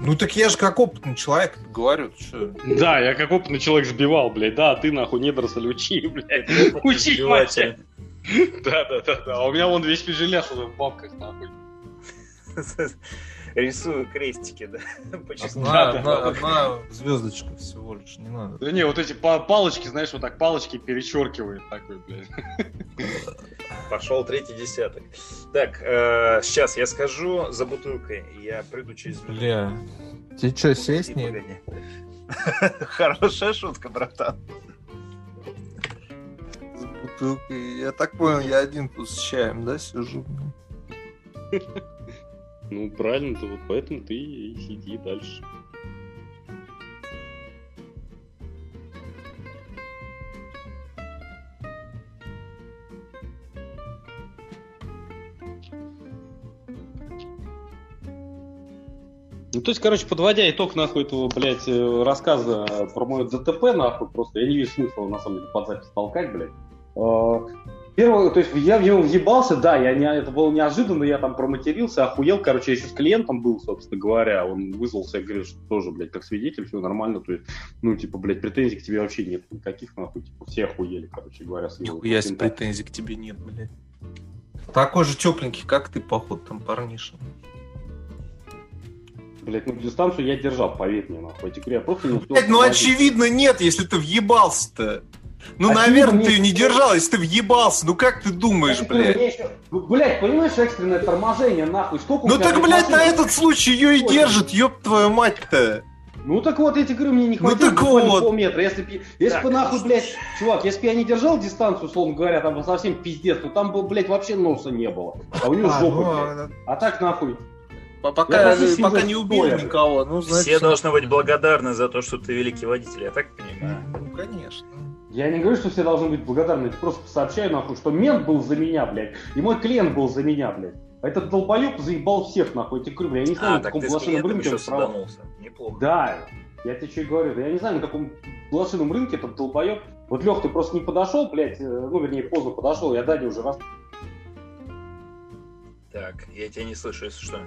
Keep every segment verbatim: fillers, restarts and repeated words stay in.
Ну так я же как опытный человек говорю, что... Да, я как опытный человек сбивал, блядь. Да, ты нахуй недоросль учи, блядь. Учи, мать. Да, да, да, да. А у меня вон весь пижеляс в бабках, нахуй. Рисую крестики, да. Одна, одна, одна звездочка всего лишь, не надо. Да не, вот эти палочки, знаешь, вот так палочки перечеркивает такой, блядь. Пошел третий десяток. Так, э, сейчас я скажу за бутылкой. Я приду через... Бля, тебе что, сесть не? Хорошая шутка, братан. С бутылкой. Я так понял, я один тут с чаем, да, сижу? Ну, правильно, то вот поэтому ты и сиди дальше. Ну, то есть, короче, подводя итог, нахуй, этого, блядь, рассказа про мое ДТП, нахуй, просто я не вижу смысла, на самом деле, под запись толкать, блядь. Первое, то есть, я в него въебался, да, я не, это было неожиданно, я там проматерился, охуел, короче, я еще с клиентом был, собственно говоря, он вызвался, я говорю, что тоже, блядь, как свидетель, все нормально, то есть, ну, типа, блядь, претензий к тебе вообще нет никаких, нахуй, типа, все охуели, короче говоря. Нихуя себе претензий к тебе нет, блядь. Такой же тепленький, как ты, походу, там, парниша. Блять, ну дистанцию я держал, поверь мне, нахуй. Я просто не успел. Блять, ну очевидно нет, если ты въебался-то. Ну, а наверное, ты не держал, если ты въебался. Ну как ты думаешь, а блядь? Еще... Блять, понимаешь, экстренное торможение, нахуй. Сколько ну так, блядь, машин... на этот случай ее и держит, ёб твою мать-то. Ну так вот, я тебе говорю, мне не хватило ну, вот. полметра. Если бы, если бы нахуй, блядь, чувак, если бы я не держал дистанцию, условно говоря, там бы совсем пиздец, то там бы, блядь, вообще носа не было. А у него а, жопа, ну, блядь. А так нахуй. Пока, пока не убили никого. Ну, значит, все должны быть благодарны за то, что ты великий водитель, я так понимаю. Ну, конечно. Я не говорю, что все должны быть благодарны, я просто сообщаю, нахуй, что мент был за меня, блядь, и мой клиент был за меня, блядь. А этот долбоёб заебал всех, нахуй, эти крылья. Я не знаю, а, на каком ты блошином рынке он справал. Неплохо. Да, я тебе что и говорю, я не знаю, на каком блошином рынке этот долбоёб. Вот, Лёх, ты просто не подошел, блядь, ну, вернее, поздно подошел, я Дане уже раз... Так, я тебя не слышу, если что.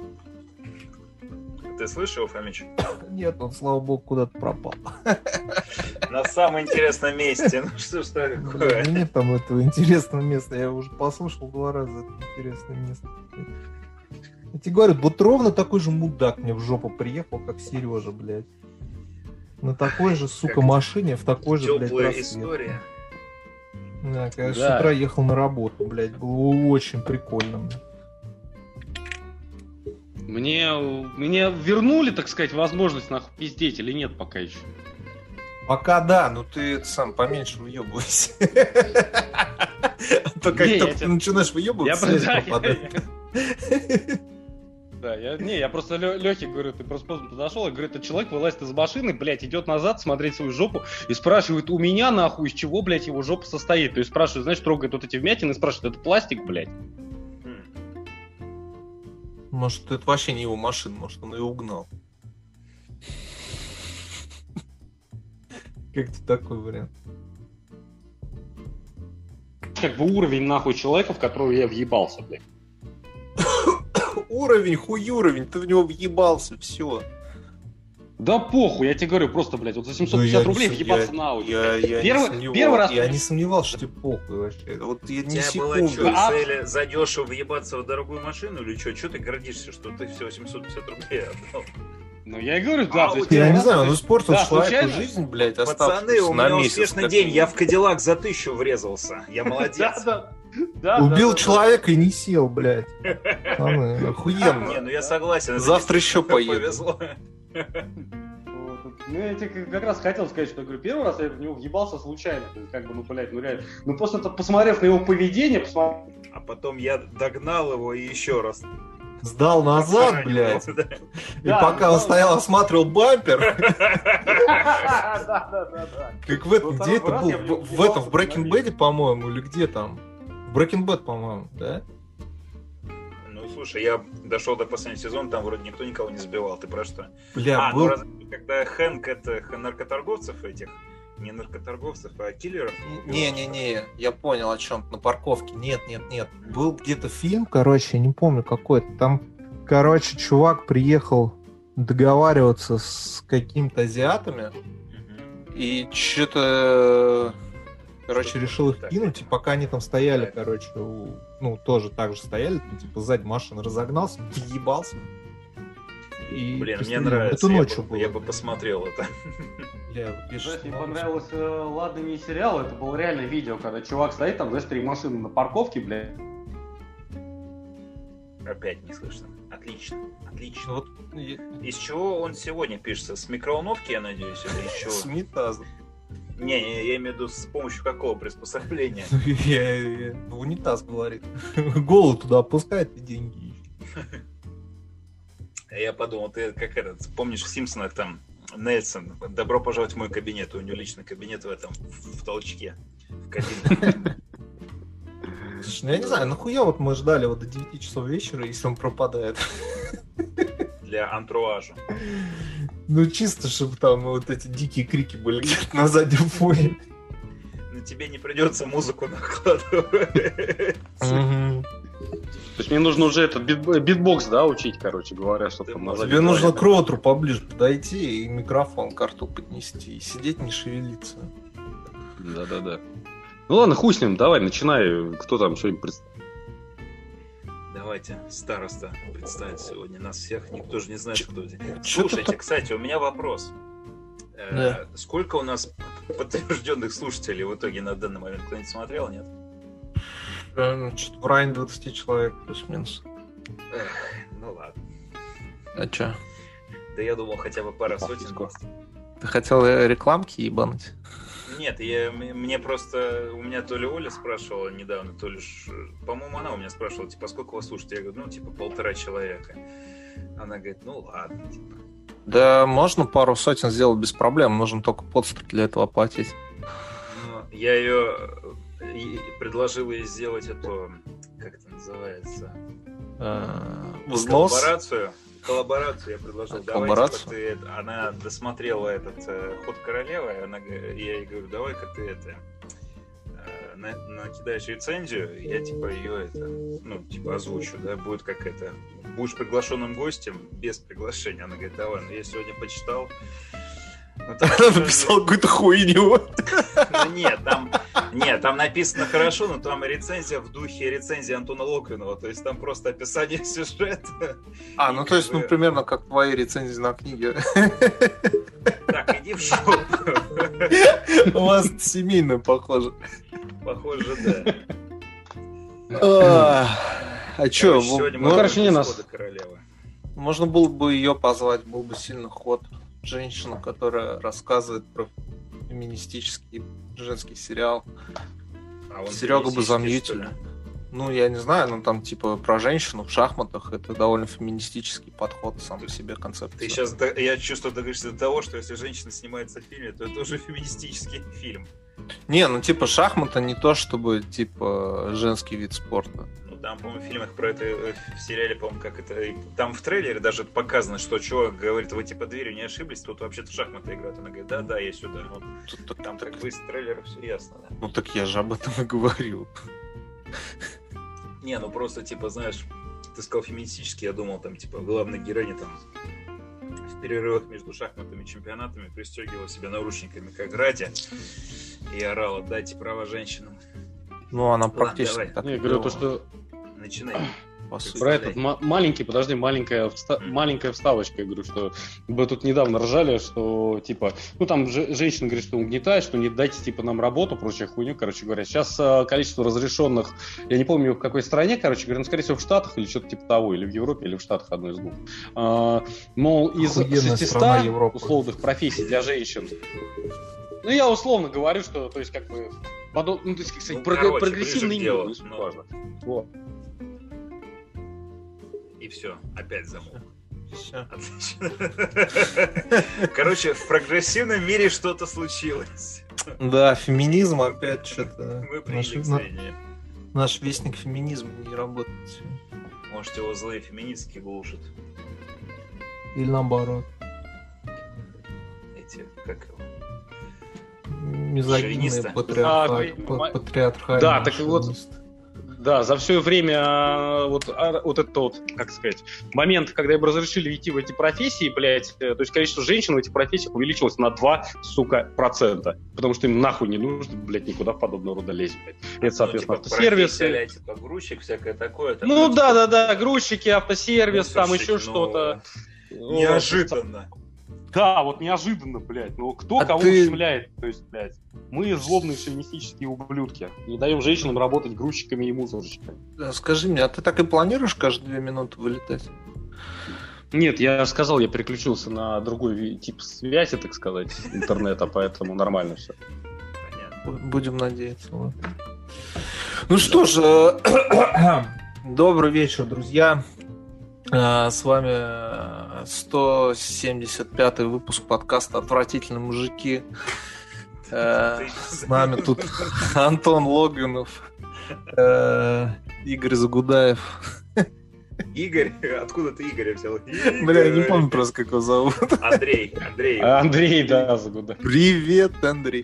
Ты слышал, Фомич? Нет, он, слава богу, куда-то пропал. На самом интересном месте. Ну что ж такое? Нет там этого интересного места. Я уже послушал два раза это интересное место. Я тебе говорю, вот ровно такой же мудак мне в жопу приехал, как Сережа, блядь. На такой же, сука, машине, в такой же, блядь, теплая история. Да, когда с утра ехал на работу, блядь. Было очень прикольно. Мне, мне вернули, так сказать, возможность нахуй пиздеть или нет пока еще? Пока да, но ты сам поменьше выебывайся. А то как ты начинаешь выебываться, попадает. Да, я, не, я просто Лёхе говорю, ты просто поздно подошел, я говорю, этот человек вылазит из машины, блядь, идет назад смотреть свою жопу и спрашивает у меня, нахуй, из чего, блядь, его жопа состоит. То есть спрашивает, знаешь, трогает вот эти вмятины и спрашивает, это пластик, блядь? Может, это вообще не его машина, может, он ее угнал. Как тебе такой вариант? Как бы уровень, нахуй, человека, в которого я въебался, блядь. Уровень, хуй уровень, ты в него въебался, все. Да похуй, я тебе говорю, просто, блядь, вот за семьсот пятьдесят ну, рублей въебаться на аудио. Я, я, первый, не первый раз... я не сомневался, что тебе похуй вообще. Вот я не секунду. У тебя была что, цель задешево въебаться в дорогую машину или что? Что ты гордишься, что ты всего семьсот пятьдесят рублей отдал? Ну я и говорю, да. А, я не знаю, он испортил да, человеку жизнь, блядь, пацаны, у меня успешный день, я в Кадиллак за тысячу врезался. Я молодец. Да, убил да, человека да. И не сел, блядь. Охуенно. Не, ну я согласен. Завтра еще поеду. Повезло. Ну, я тебе как раз хотел сказать, что, я говорю, первый раз я в него въебался случайно. То есть, как бы, ну, блядь, ну, реально. Ну, просто посмотрев на его поведение, посмотрев... А потом я догнал его и еще раз. Сдал назад, блядь. Да. И да, пока он стоял, осматривал бампер. Да-да-да. Как в этом, где это был? В этом, в Breaking Bad'е, по-моему, или где там? В Breaking Bad, по-моему, да? Ну, слушай, я дошел до последнего сезона, там вроде никто никого не сбивал. Ты про что? Бля, а, был... ну, раз... когда Хэнк это наркоторговцев этих, не наркоторговцев, а киллеров. Не-не-не, я понял о чем. На парковке. Нет-нет-нет. Был где-то фильм, короче, не помню какой-то. Там, короче, чувак приехал договариваться с какими-то азиатами. И что-то, короче, решил их кинуть, и пока они там стояли, короче, у... ну, тоже так же стояли, ну, типа, сзади машины разогнался, въебался. И Блин, мне нравится, это ночью я, бы, я бы посмотрел это. Бля, вот, видишь, знаешь, мне понравилось, э, ладно, не сериал, это было реально видео, когда чувак стоит там, знаешь, три машины на парковке, бля. Опять не слышно. Отлично, отлично. Вот, из чего он сегодня пишется? С микроволновки, я надеюсь, или еще? С унитаза. Не, не, я имею в виду, с помощью какого приспособления? Я в унитаз говорит. Голову туда опускает и деньги ищет. Я подумал, ты как этот, помнишь в Симпсонах там Нельсон, добро пожаловать в мой кабинет, у него личный кабинет в этом, в, в толчке, в кабинке. Слушай, ну я не знаю, нахуя вот мы ждали вот до девяти часов вечера, если он пропадает? Для антуража. Ну чисто, чтобы там вот эти дикие крики были где-то на заднем фоне. Но тебе не придется музыку накладывать. То есть мне нужно уже этот бит, битбокс, да, учить, короче говоря, чтобы там назад. Тебе нужно к роутеру поближе подойти и микрофон к рту поднести, и сидеть не шевелиться. Да-да-да. Ну ладно, хуй с ним, давай, начинай. Кто там что-нибудь представит? Давайте, староста представит сегодня нас всех. Никто же не знает, кто здесь. Слушайте, кстати, у меня вопрос. Да. Сколько у нас подтвержденных слушателей в итоге на данный момент? Кто-нибудь смотрел, нет? Что-то в районе двадцати человек, плюс-минус. Эх, ну ладно. А чё? Да я думал, хотя бы пара сотен. Ты хотел рекламки ебануть? Нет, я, мне просто... У меня то ли Оля спрашивала недавно, то ли... По-моему, она у меня спрашивала, типа, сколько вас слушаете? Я говорю, ну, типа, полтора человека. Она говорит, ну, ладно, типа. Да, можно пару сотен сделать без проблем, нужно только подстрок для этого оплатить. Ну, я ее... предложил ей сделать эту... Как это называется? Взнос? Коллаборацию. Коллаборацию я предложил. Давай, типа, ты... Она досмотрела этот э, «Ход королевы», и она... я ей говорю, давай-ка ты это... Э, на... накидаешь рецензию, и я, типа, ее это... Ну, типа, озвучу, да, будет как это... Будешь приглашенным гостем без приглашения. Она говорит, давай, ну я сегодня почитал... Ну, она написала какую-то хуйню. Ну, нет, там, нет, там написано хорошо, но там рецензия в духе рецензии Антона Логвинова, то есть там просто описание сюжета. А, ну то есть, ну, примерно как твои рецензии на книги. Так, иди в шоу. У вас семейно похоже. Похоже, да. А чё? Ну, короче, не нас. Можно было бы ее позвать, был бы сильный ход. Женщину, которая рассказывает про феминистический женский сериал. А Серегу бы замьютили. Ну, я не знаю, но там типа про женщину в шахматах это довольно феминистический подход сам по себе концепт. Ты сейчас, я чувствую, договоришься до того, что если женщина снимается в фильме, то это уже феминистический фильм. Не, ну типа шахматы не то, чтобы типа женский вид спорта. Там, по-моему, в фильмах про это, в сериале, по-моему, как это... Там в трейлере даже показано, что чувак говорит, вы типа дверью не ошиблись, тут вообще-то в шахматы играют. Она говорит, да-да, я сюда. Вот. Тут, так, там так, как бы из трейлера все ясно, да? Ну так я же об этом и говорил. Не, ну просто, типа, знаешь, ты сказал феминистически, я думал, там, типа, главная героиня там в перерывах между шахматными чемпионатами пристегивала себя наручниками, как Ради, и орала, дайте права женщинам. Ну, она практически Ладно, так. Я говорю, то, что... Начинай. Про этот м- маленький, подожди, маленькая, вста- маленькая вставочка. Я говорю, что мы тут недавно ржали, что типа, ну там же, женщина говорит, что угнетает, что не дайте типа нам работу, прочая хуйню, короче говоря. Сейчас а, количество разрешенных, я не помню в какой стране, короче говоря, ну скорее всего в Штатах или что-то типа того, или в Европе, или в Штатах, одно из двух. А, мол, из шестисот условных профессий для женщин. Ну я условно говорю, что, то есть как бы, подоб... ну то есть, кстати, ну, прог... короче, прогрессивный мир, но... ну, важно. Вот. И все, опять замолк. Все. Отлично. Короче, в прогрессивном мире что-то случилось. Да, феминизм опять что-то. Мы приняли к сведению. Наш вестник феминизма не работает. Может, его злые феминистки глушат. Или наоборот. Эти, как его? Мизогинные патриархальные. Да, так вот. Да, за все время вот, вот это вот, как сказать, момент, когда им разрешили идти в эти профессии, блядь, то есть количество женщин в этих профессиях увеличилось на два, сука, процента. Потому что им нахуй не нужно, блядь, никуда в подобного рода лезть, блядь. Это, соответственно, ну, типа, автосервисы. Типа грузчик, всякое такое. Ну да, да, да, грузчики, автосервис, там еще ну, что-то. Неожиданно. Да, вот неожиданно, блядь. Ну кто а кого ты... ущемляет? То есть, блядь, мы злобные шовинистические ублюдки. Не даем женщинам работать грузчиками и мусорщиками. Да, скажи мне, а ты так и планируешь каждые две минуты вылетать? Нет, я сказал, я переключился на другой тип связи, так сказать, интернета, поэтому нормально все. Будем надеяться. Ладно. Ну что ж, добрый вечер, друзья. С вами сто семьдесят пятый выпуск подкаста «Отвратительные мужики». С нами тут Антон Логвинов, Игорь Загудаев. Игорь? Откуда ты Игоря взял? Игорь. Бля, я не помню просто, как его зовут. Андрей. Андрей, Андрей, да, Загудаев. Привет, Андрей.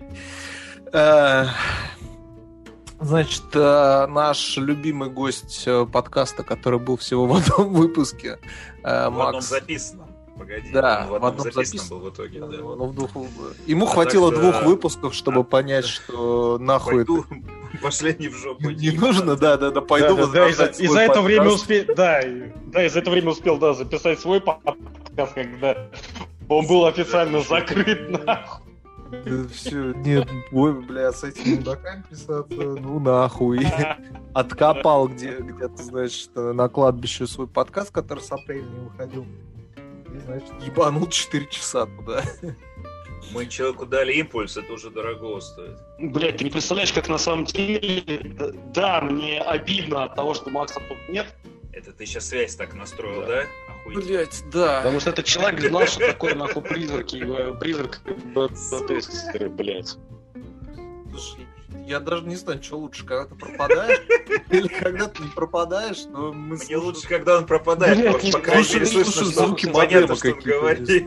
Значит, наш любимый гость подкаста, который был всего в одном выпуске, в Макс. В одном записанном. Погоди, да, в одном, в одном записанном был в итоге. Да. Ну, в двух... Ему а хватило так, двух да. выпусков, чтобы а, понять, что нахуй пойду, это... Пошли не в жопу. Не, не нужно, да, да, да, пойду да, да, и за, и за это время успел, да, да, и за это время успел, да, записать свой подкаст, когда он был официально закрыт, нахуй. Да, все, нет, ой, бля, с этими мудаками писаться, ну нахуй. Откопал где, где-то, значит, на кладбище свой подкаст, который с апреля не выходил. И, значит, ебанул четыре часа туда. Мы человеку дали импульс, это уже дорого стоит. Блять, ты не представляешь, как на самом деле... Да, мне обидно от того, что Макса тут нет. Это ты сейчас связь так настроил, да? да? Охуеть. Блять, да. Потому что этот человек знал, что такое, нахуй, призраки, призрак, блять. Слушай, я даже не знаю, что лучше, когда ты пропадаешь или когда ты не пропадаешь, но мы Мне лучше, когда он пропадает, потому что, по крайней мере, слышно, что звуки модема, что он говорит.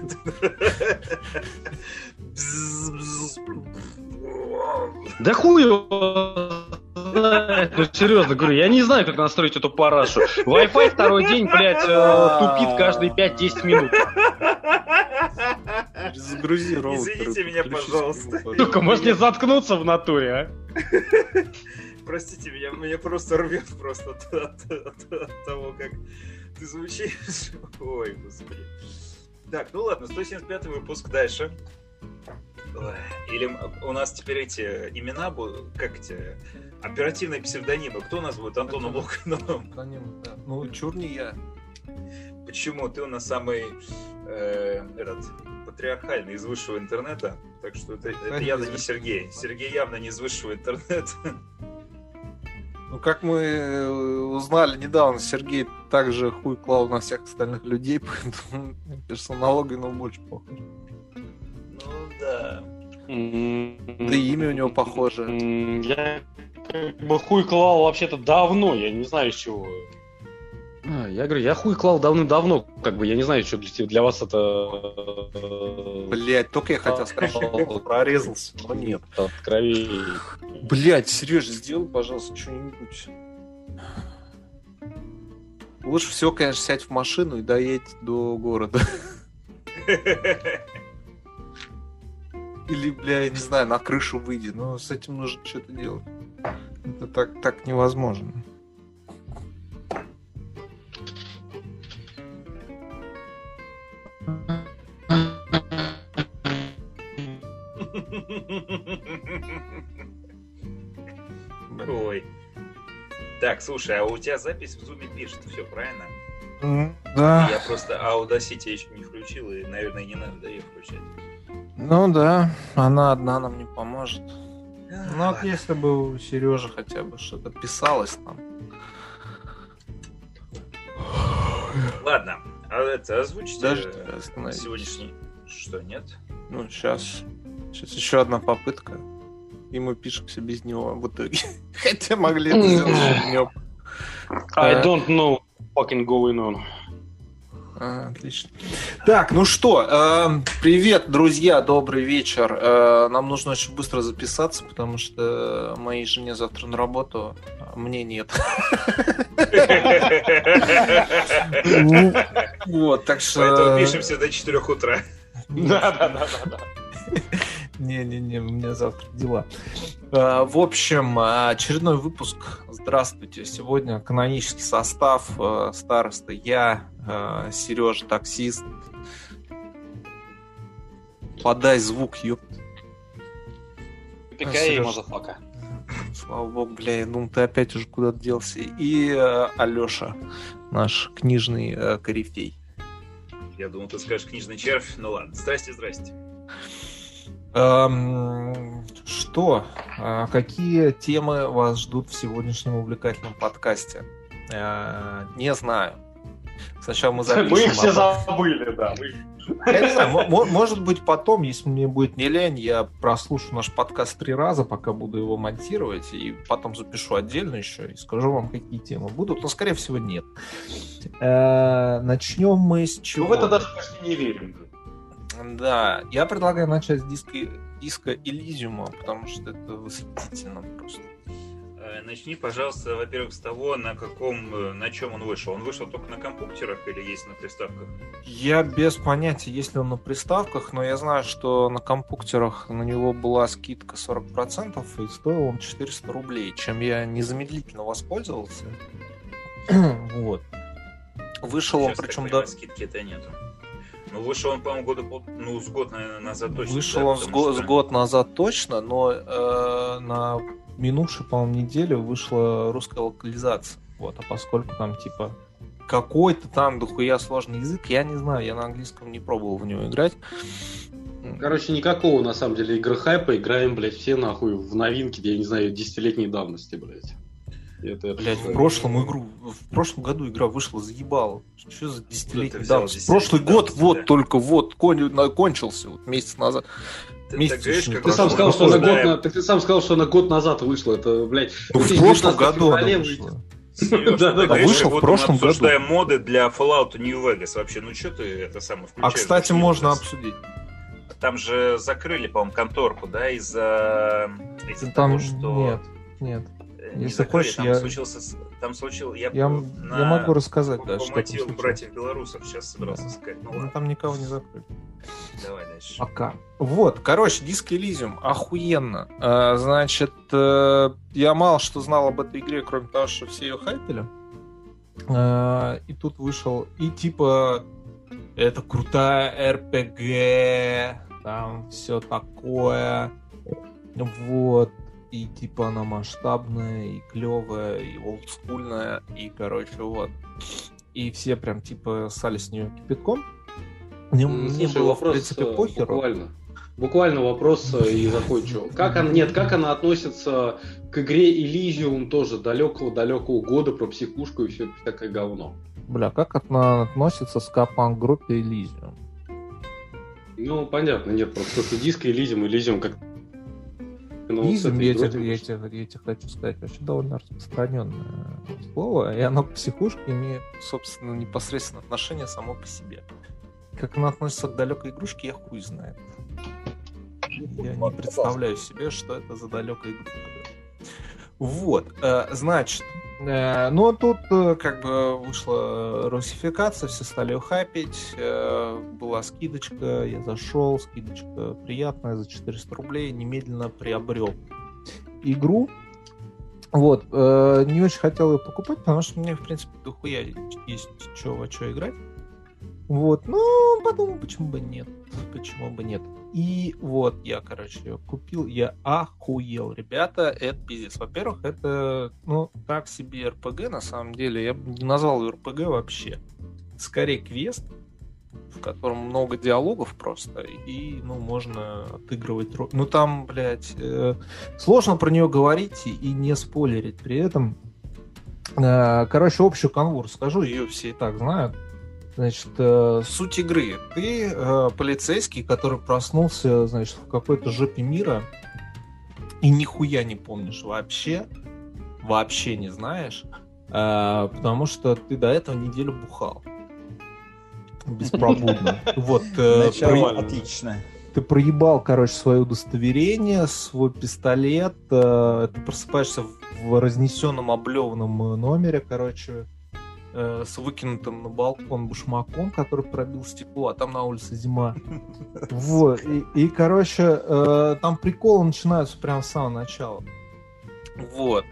Да хуй его знает. Ну, серьезно говорю, я не знаю, как настроить эту парашу. Wi-Fi второй день, блядь, тупит каждые пять-десять минут. Загрузи роутер. Извините меня, пожалуйста. Сука, может не заткнуться в натуре, а? Простите меня, меня просто рвет просто от, от, от, от того, как ты звучишь. Ой, господи. Так, ну ладно, сто семьдесят пятый выпуск, дальше. Или у нас теперь эти имена будут, как эти, оперативные псевдонимы. Кто у нас будет? Антоном Логвиновым? Да. Ну, чур не я. Почему? Ты у нас самый э, этот, патриархальный из высшего интернета. Так что это, это явно не Сергей. Сергей явно не из высшего интернета. Ну, как мы узнали недавно, Сергей также хуй клал на всех остальных людей, поэтому, мне кажется, на Логвинова больше похож. Ну, да. Да и имя у него похоже. Я как бы хуй клал вообще-то давно, я не знаю с чего. А, я говорю, я хуй клал давным-давно, как бы, я не знаю, что для, для вас это... Блять, только я хотел сказать, что прорезался, но нет. Откровение. Блять, Сережа, сделай, пожалуйста, что-нибудь. Лучше всего, конечно, сядь в машину и доедь до города. Или, бля, я не знаю, на крышу выйди. Но с этим нужно что-то делать. Это так, так невозможно. Ой. Так, слушай, а у тебя запись в зуме пишет, все правильно? Mm, да. Я просто Audacity еще не включил, и, наверное, не надо ее включать. Ну да, она одна нам не поможет. А, ну вот если бы у Сережи хотя бы что-то писалось там. Ладно, а это озвучите Даже сегодняшний. Что, нет? Ну, сейчас. Сейчас еще одна попытка. И мы пишемся без него в итоге. Хотя могли это сделать днем. I don't know fucking going on. А, отлично. Так, ну что, э, привет, друзья, добрый вечер. Э, нам нужно очень быстро записаться, потому что моей жене завтра на работу, а мне нет. Вот, так что... Поэтому пишемся до четырех утра. Да, да, да, да. Не-не-не, у меня завтра дела. В общем, очередной выпуск. Здравствуйте. Сегодня канонический состав. Староста я, Сережа таксист. Подай звук, ёпт. Пикай, мазафака. Слава богу, бля, я думал, ты опять уже куда-то делся. И Алёша, наш книжный корифей. Я думал, ты скажешь книжный червь. Ну ладно, здрасте, здрасте. Эм, что? А, какие темы вас ждут в сегодняшнем увлекательном подкасте? Э, не знаю. Сначала мы запишем. Мы их все а забыли, да. Я не знаю, м- может быть потом, если мне будет не лень, я прослушаю наш подкаст три раза, пока буду его монтировать, и потом запишу отдельно еще и скажу вам, какие темы будут, но, скорее всего, нет. Э, начнем мы с чего? Ну, в это даже почти не верим. Да, я предлагаю начать с диска, диска Элизиума, потому что это восхитительно просто. Начни, пожалуйста, во-первых, с того, на каком, на чем он вышел. Он вышел только на компьютерах или есть на приставках? Я без понятия, есть ли он на приставках, но я знаю, что на компьютерах на него была скидка сорок процентов, и стоил он четыреста рублей, чем я незамедлительно воспользовался. Вот. Вышел он, Сейчас, причем да... да... скидки-то нету. Ну, вышел он, по-моему, года, ну, с год, наверное, назад точно. Вышел да, он с, го- что... с год назад точно, но э, на минувшей, по-моему, неделю вышла русская локализация. Вот, а поскольку там, типа, какой-то там дохуя сложный язык, я не знаю, я на английском не пробовал в него играть. Короче, никакого, на самом деле, игры хайпа. Играем, блядь, все, нахуй, в новинки, я не знаю, десятилетней давности, блядь. Это, блядь, в прошлом игру, в прошлом году игра вышла, заебала. Что за десятилетний давность? Прошлый год, давности, вот да. только вот кон, кончился, вот месяц назад. Ты, месяц ты, ты, сам сказал, что она год на, ты сам сказал, что она год назад вышла. Это, блядь, ну, в прошлом году она вышла. Сереж, да, да, вышел в прошлом году. Обсуждаем моды для Fallout New Vegas. Вообще, ну что ты это самое включаешь? А, кстати, можно обсудить. Там же закрыли, по-моему, конторку, да, из-за, из-за там того, что... Нет, нет. Не Если закрыли, хочешь, там я... случился, там случился, я, я, на... я могу рассказать, по, да, по что мотивам там братьев белорусов сейчас собрался да. сказать. Ну, ну ладно. там никого не закрыли. Давай дальше. Пока. Вот, короче, диск Элизиум, охуенно. А, значит, э, я мало что знал об этой игре, кроме того, что все ее хайпели. А, и тут вышел, и типа, это крутая эр пи джи, там все такое. Вот. И типа она масштабная, и клевая, и олдскульная, и, короче, вот. И все прям типа ссали с нее кипятком. Мне, Слушай, мне было, вопрос, в принципе, похеру. Буквально. Буквально вопрос и закончу. Как она, нет, как она относится к игре Elysium тоже далекого-далекого года про психушку и все всякое говно? Бля, как она относится к ска-панк-группе Elysium? Ну, понятно, нет, просто что диск Elysium, Elysium как... Elysium, я, тебе, я, тебе, я тебе хочу сказать, вообще довольно распространенное слово, и оно к психушке имеет, собственно, непосредственное отношение само по себе. Как она относится к далекой игрушке, я хуй знает. Я не представляю себе, что это за далекая игрушка. Вот, значит, ну тут как бы вышла русификация, все стали ее хайпить, была скидочка, я зашел, скидочка приятная, за четыреста рублей, немедленно приобрел игру. Вот, не очень хотел ее покупать, потому что мне, в принципе, дохуя есть что во что играть. Вот, ну, подумал, почему бы нет, почему бы нет. И вот, я, короче, ее купил, я охуел, ребята, это пиздец. Во-первых, это, ну, так себе эр пи джи, на самом деле, я бы не назвал ее эр пи джи вообще. Скорее квест, в котором много диалогов просто, и, ну, можно отыгрывать роль. Ну, там, блядь, э, сложно про нее говорить и, и не спойлерить при этом. Э, короче, общую канву расскажу, ее все и так знают. Значит, э, суть игры. Ты э, полицейский, который проснулся, значит, в какой-то жопе мира и нихуя не помнишь вообще, вообще не знаешь, э, потому что ты до этого неделю бухал. Беспробудно. Вот. Начало отлично. Ты проебал, короче, свое удостоверение, свой пистолет, ты просыпаешься в разнесенном облеванном номере, короче, с выкинутым на балкон башмаком, который пробил стекло, а там на улице зима. Вот. И, и короче, там приколы начинаются прямо с самого начала. Вот.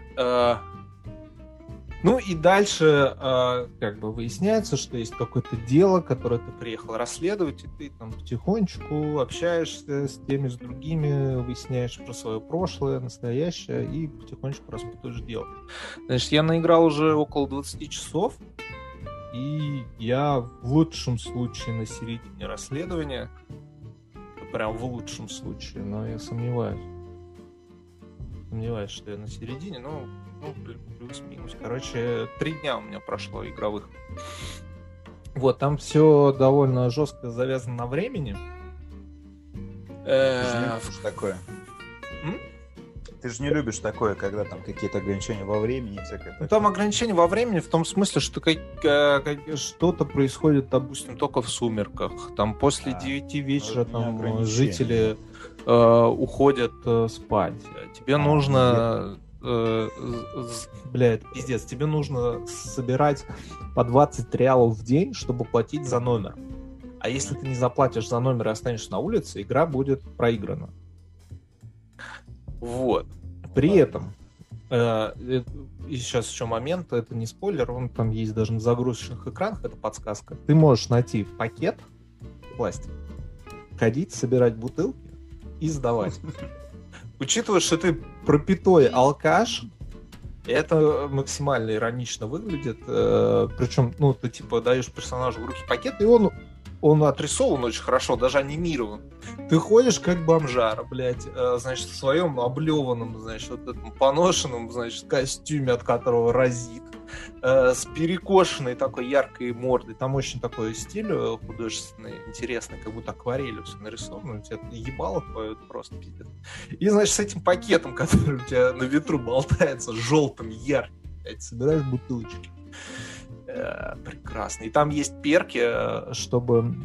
Ну и дальше э, как бы выясняется, что есть какое-то дело, которое ты приехал расследовать, и ты там потихонечку общаешься с теми, с другими, выясняешь про свое прошлое, настоящее, и потихонечку распутаешь дело. Значит, я наиграл уже около двадцать часов, и я в лучшем случае на середине расследования, прям в лучшем случае, но я сомневаюсь. Сомневаюсь, что я на середине, но... Ну, плюс-минус. Короче, три дня у меня прошло игровых. Вот, там все довольно жестко завязано на времени. Ты же не любишь такое. М? Ты же не любишь такое, когда там какие-то ограничения во времени и всякое. Ну, там ограничения во времени в том смысле, что как, как, что-то происходит, допустим, только в сумерках. Там после а, девяти вечера там жители э, уходят э, спать. Тебе а, нужно... Нет. Бля, это пиздец. Тебе нужно собирать по двадцать реалов в день, чтобы платить за номер. А если ты не заплатишь за номер и останешься на улице, игра будет проиграна. Вот. При этом э, и сейчас еще момент, это не спойлер, он там есть даже на загрузочных экранах, это подсказка. Ты можешь найти пакет пластик, ходить, собирать бутылки и сдавать. Учитывая, что ты пропитой алкаш, это максимально иронично выглядит. Э, причем, ну, ты типа даешь персонажу в руки пакет, и он, он отрисован очень хорошо, даже анимирован. Ты ходишь как бомжара, блядь, э, значит, в своем облеванном, значит, вот этом поношенном, значит, костюме, от которого разит, э, с перекошенной такой яркой мордой. Там очень такой стиль художественный, интересный, как будто акварелью все нарисовано. У тебя ебало твое просто пиздец. И, значит, с этим пакетом, который у тебя на ветру болтается, желтым, ярким, блядь, собираешь бутылочки. Э, прекрасно. И там есть перки, чтобы...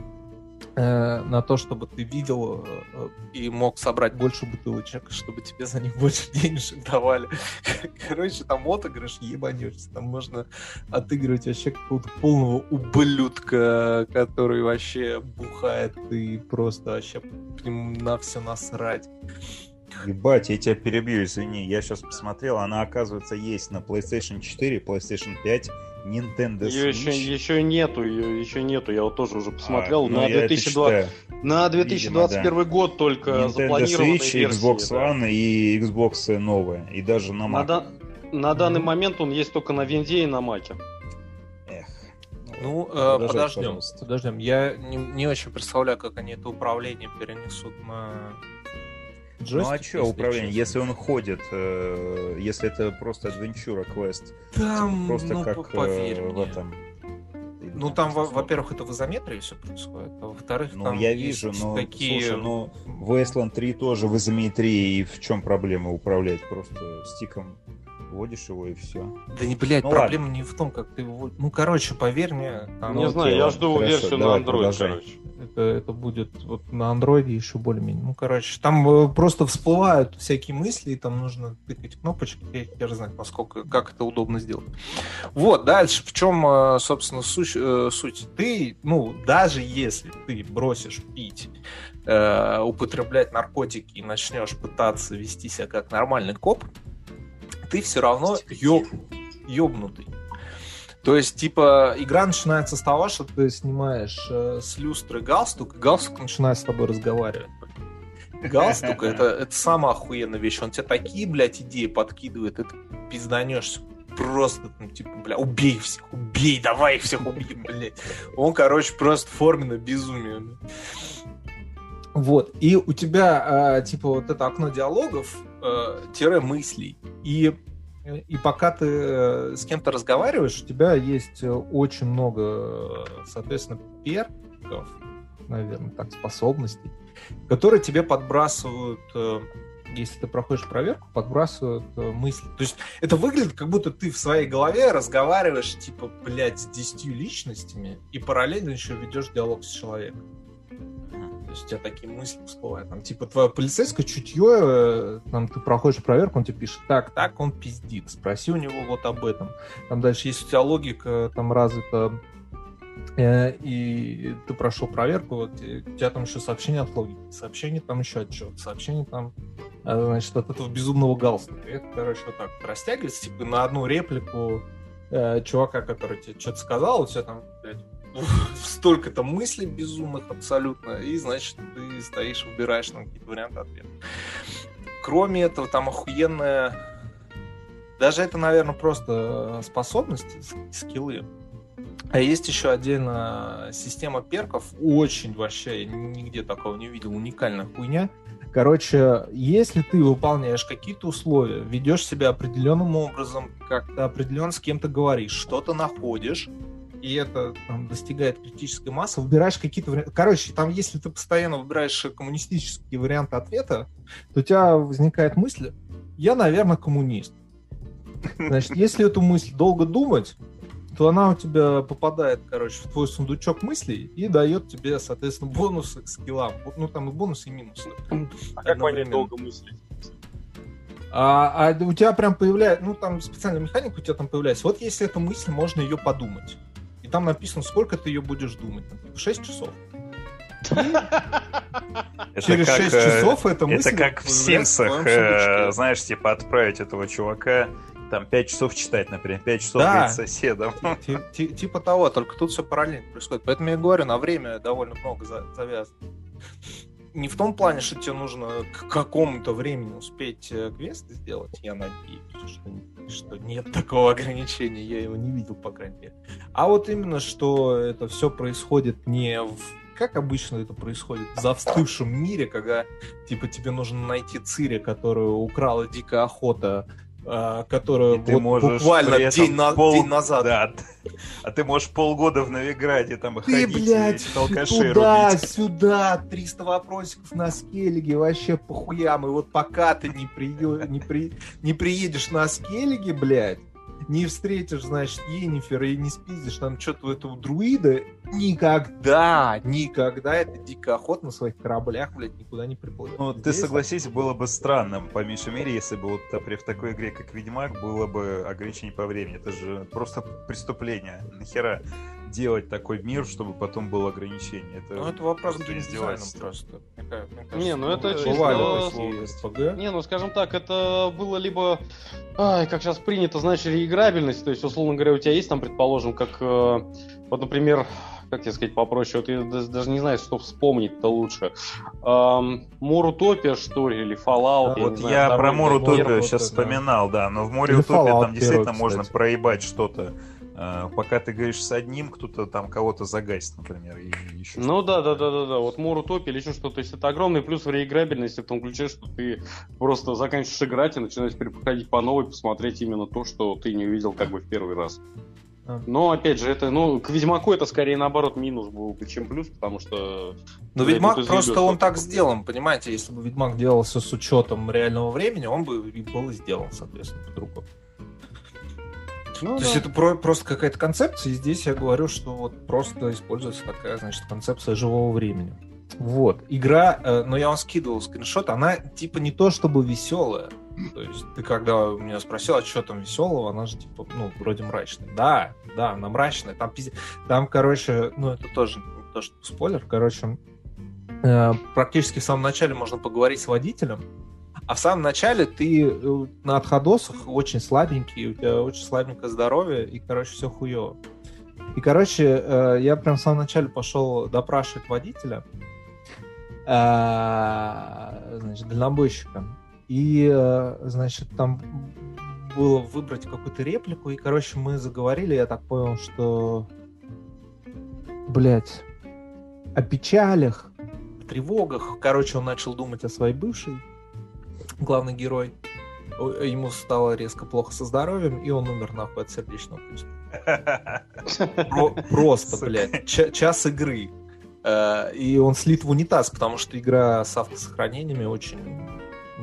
на то, чтобы ты видел и мог собрать больше бутылочек, чтобы тебе за них больше денежек давали. Короче, там отыгрыш ебанешься. Там можно отыгрывать вообще какого-то полного ублюдка, который вообще бухает и просто вообще на все насрать. Ебать, я тебя перебью, извини. Я сейчас посмотрел, она, оказывается, есть на PlayStation четыре, PlayStation пять, Nintendo Switch. Ее еще, еще нету, ее еще нету. Я вот тоже уже посмотрел. А, на, две тысячи двадцать, на две тысячи двадцать первый Видимо, да. год только Nintendo запланированные Switch, версии. Xbox One да. и Xbox новая. И даже на Mac. На, да... на данный момент он есть только на Винде и на Маке. Эх. Ну, э, подождем. Подождем. Я не, не очень представляю, как они это управление перенесут на... Джойстик, ну а что управление, если он ходит, э, если это просто адвенчура, квест, там, просто ну, как поверь э, мне. в этом. Ну там, во- во-первых, это в изометрии все происходит, а во-вторых, ну, там я есть вижу, но, такие... слушай, ну, Wasteland три тоже в изометрии, и в чем проблема управлять? Просто стиком вводишь его и все. Да не, блядь, ну, проблема ладно. не в том, как ты его... Ну, короче, поверь мне... Там... Не Ну, знаю, окей, я ладно, жду хорошо, версию на давай, Android, продолжай. короче. Это, это будет вот на андроиде еще более-менее. Ну, короче, там э, просто всплывают всякие мысли, и там нужно тыкать кнопочки, я хер знает, насколько, как это удобно сделать. Вот, дальше, в чем, э, собственно, суть, э, суть. Ты, ну, даже если ты бросишь пить, э, употреблять наркотики и начнешь пытаться вести себя как нормальный коп, ты все равно ёб, ёбнутый. То есть, типа, игра начинается с того, что ты снимаешь э, с люстры галстук, и галстук начинает с тобой разговаривать. Галстук — это, это самая охуенная вещь. Он тебе такие, блядь, идеи подкидывает, и ты пизданешься. Просто, ну, типа, бля, убей всех, убей, давай их всех убей, блядь. Он, короче, просто форменно безумие. Вот, и у тебя, э, типа, вот это окно диалогов, э, тире мыслей, и И пока ты с кем-то разговариваешь, у тебя есть очень много, соответственно, перков, наверное, так, способностей, которые тебе подбрасывают если ты проходишь проверку, подбрасывают э, мысли. То есть это выглядит, как будто ты в своей голове разговариваешь, типа, блядь, с десятью личностями и параллельно еще ведешь диалог с человеком. То есть у тебя такие мысли всплывают. Там, типа, твое полицейское чутье, э, там, ты проходишь проверку, он тебе пишет, так, так, он пиздит, спроси у него вот об этом. Там дальше есть у тебя логика, там, развита, э, и ты прошел проверку, вот, у тебя там еще сообщение от логики, сообщение там еще отчет, сообщение там, э, значит, от этого безумного галстука. И это, короче, вот так вот растягивается, типа, на одну реплику э, чувака, который тебе что-то сказал, у тебя там, блядь, столько-то мыслей безумных абсолютно, и, значит, ты стоишь, выбираешь там какие-то варианты ответа. Кроме этого, там охуенная... Даже это, наверное, просто способности, скиллы. А есть еще отдельно система перков, очень вообще, я нигде такого не видел, уникальная хуйня. Короче, если ты выполняешь какие-то условия, ведешь себя определенным образом, как-то определенно с кем-то говоришь, что-то находишь, и это там, достигает критической массы, выбираешь какие-то варианты. Короче, там, если ты постоянно выбираешь коммунистические варианты ответа, то у тебя возникает мысль, я, наверное, коммунист. Значит, если эту мысль долго думать, то она у тебя попадает, короче, в твой сундучок мыслей и дает тебе, соответственно, бонусы к скиллам. Ну, там и бонусы, и минусы. А как понять долго мыслить? А, а у тебя прям появляется, ну, там специальная механика у тебя там появляется. Вот если эта мысль, можно ее подумать. И там написано, сколько ты ее будешь думать. шесть часов. Через шесть часов эта мысль... Это как в Симсах, знаешь, типа отправить этого чувака там пять часов читать, например, пять часов говорить с соседом. Типа того, только тут все параллельно происходит. Поэтому я говорю, на время довольно много завязано. Не в том плане, что тебе нужно к какому-то времени успеть квесты сделать, я надеюсь, что, что нет такого ограничения, я его не видел, по крайней мере. А вот именно, что это все происходит не в... Как обычно это происходит в застывшем мире, когда типа тебе нужно найти Цири, которую украла Дикая Охота, которая вот буквально день, на... пол... день назад. Да. А ты можешь полгода в Новиграде там ты, ходить блядь, и алкашей туда, рубить. сюда, триста вопросиков на скеллиге, вообще похуям. И вот пока ты не, приё... не, при... не приедешь на скеллиге, блядь, не встретишь, значит, Йеннифера и не спиздишь там что-то у этого друида, никогда, никогда эта Дикая Охота на своих кораблях, блядь, никуда не приплывет. Ну, ты согласись, было бы странно, по меньшей мере, если бы вот, например, в такой игре, как Ведьмак, было бы ограничение по времени. Это же просто преступление. Нахера делать такой мир, чтобы потом было ограничение? Это ну, это вопрос к геймдизайну просто. Мне кажется, не, ну это чисто... Не, ну скажем так, это было либо, ай, как сейчас принято, знаешь, реиграбельность, то есть, условно говоря, у тебя есть там, предположим, как, э, вот, например, как тебе сказать попроще, вот я даже не знаю, что вспомнить-то лучше. Эм, Мор Утопия, что ли, или Fallout? Да, я вот я знаю, про Мор Утопию сейчас это, вспоминал, да, но в Море Утопии там действительно первый, можно кстати. проебать что-то. Пока ты говоришь с одним, кто-то там кого-то загасит, например, и еще ну да, да, да, да, да. Вот Мор Утопия или еще что-то. То есть это огромный плюс в реиграбельности в том ключе, что ты просто заканчиваешь играть и начинаешь перепроходить по новой, посмотреть именно то, что ты не увидел как бы в первый раз. А. Но опять же, это, ну, к Ведьмаку это скорее наоборот минус был, чем плюс, потому что. Но Ведьмак просто он так сделан, понимаете, если бы Ведьмак делался с учетом реального времени, он бы и был сделан, соответственно, по-другому. Ну, То да. есть это про- просто какая-то концепция, и здесь я говорю, что вот просто используется такая, значит, концепция живого времени. Вот. Игра, э, но я вам скидывал скриншот, она типа не то чтобы веселая. То есть ты когда меня спросил, а что там веселого, она же типа, ну, вроде мрачная. Да, да, она мрачная. Там, там короче, ну это тоже не то, что спойлер, короче, э, практически в самом начале можно поговорить с водителем, а в самом начале ты на отходосах очень слабенький, у тебя очень слабенькое здоровье, и, короче, все хуево. И, короче, я прям в самом начале пошел допрашивать водителя, значит, дальнобойщика. И, значит, там было выбрать какую-то реплику, и, короче, мы заговорили, я так понял, что, блядь, о печалях, о тревогах. Короче, он начал думать о своей бывшей, главный герой. Ему стало резко плохо со здоровьем, и он умер нахуй от сердечного приступа. Про- просто, блядь, ч- час игры. И он слит в унитаз, потому что игра с автосохранениями очень не,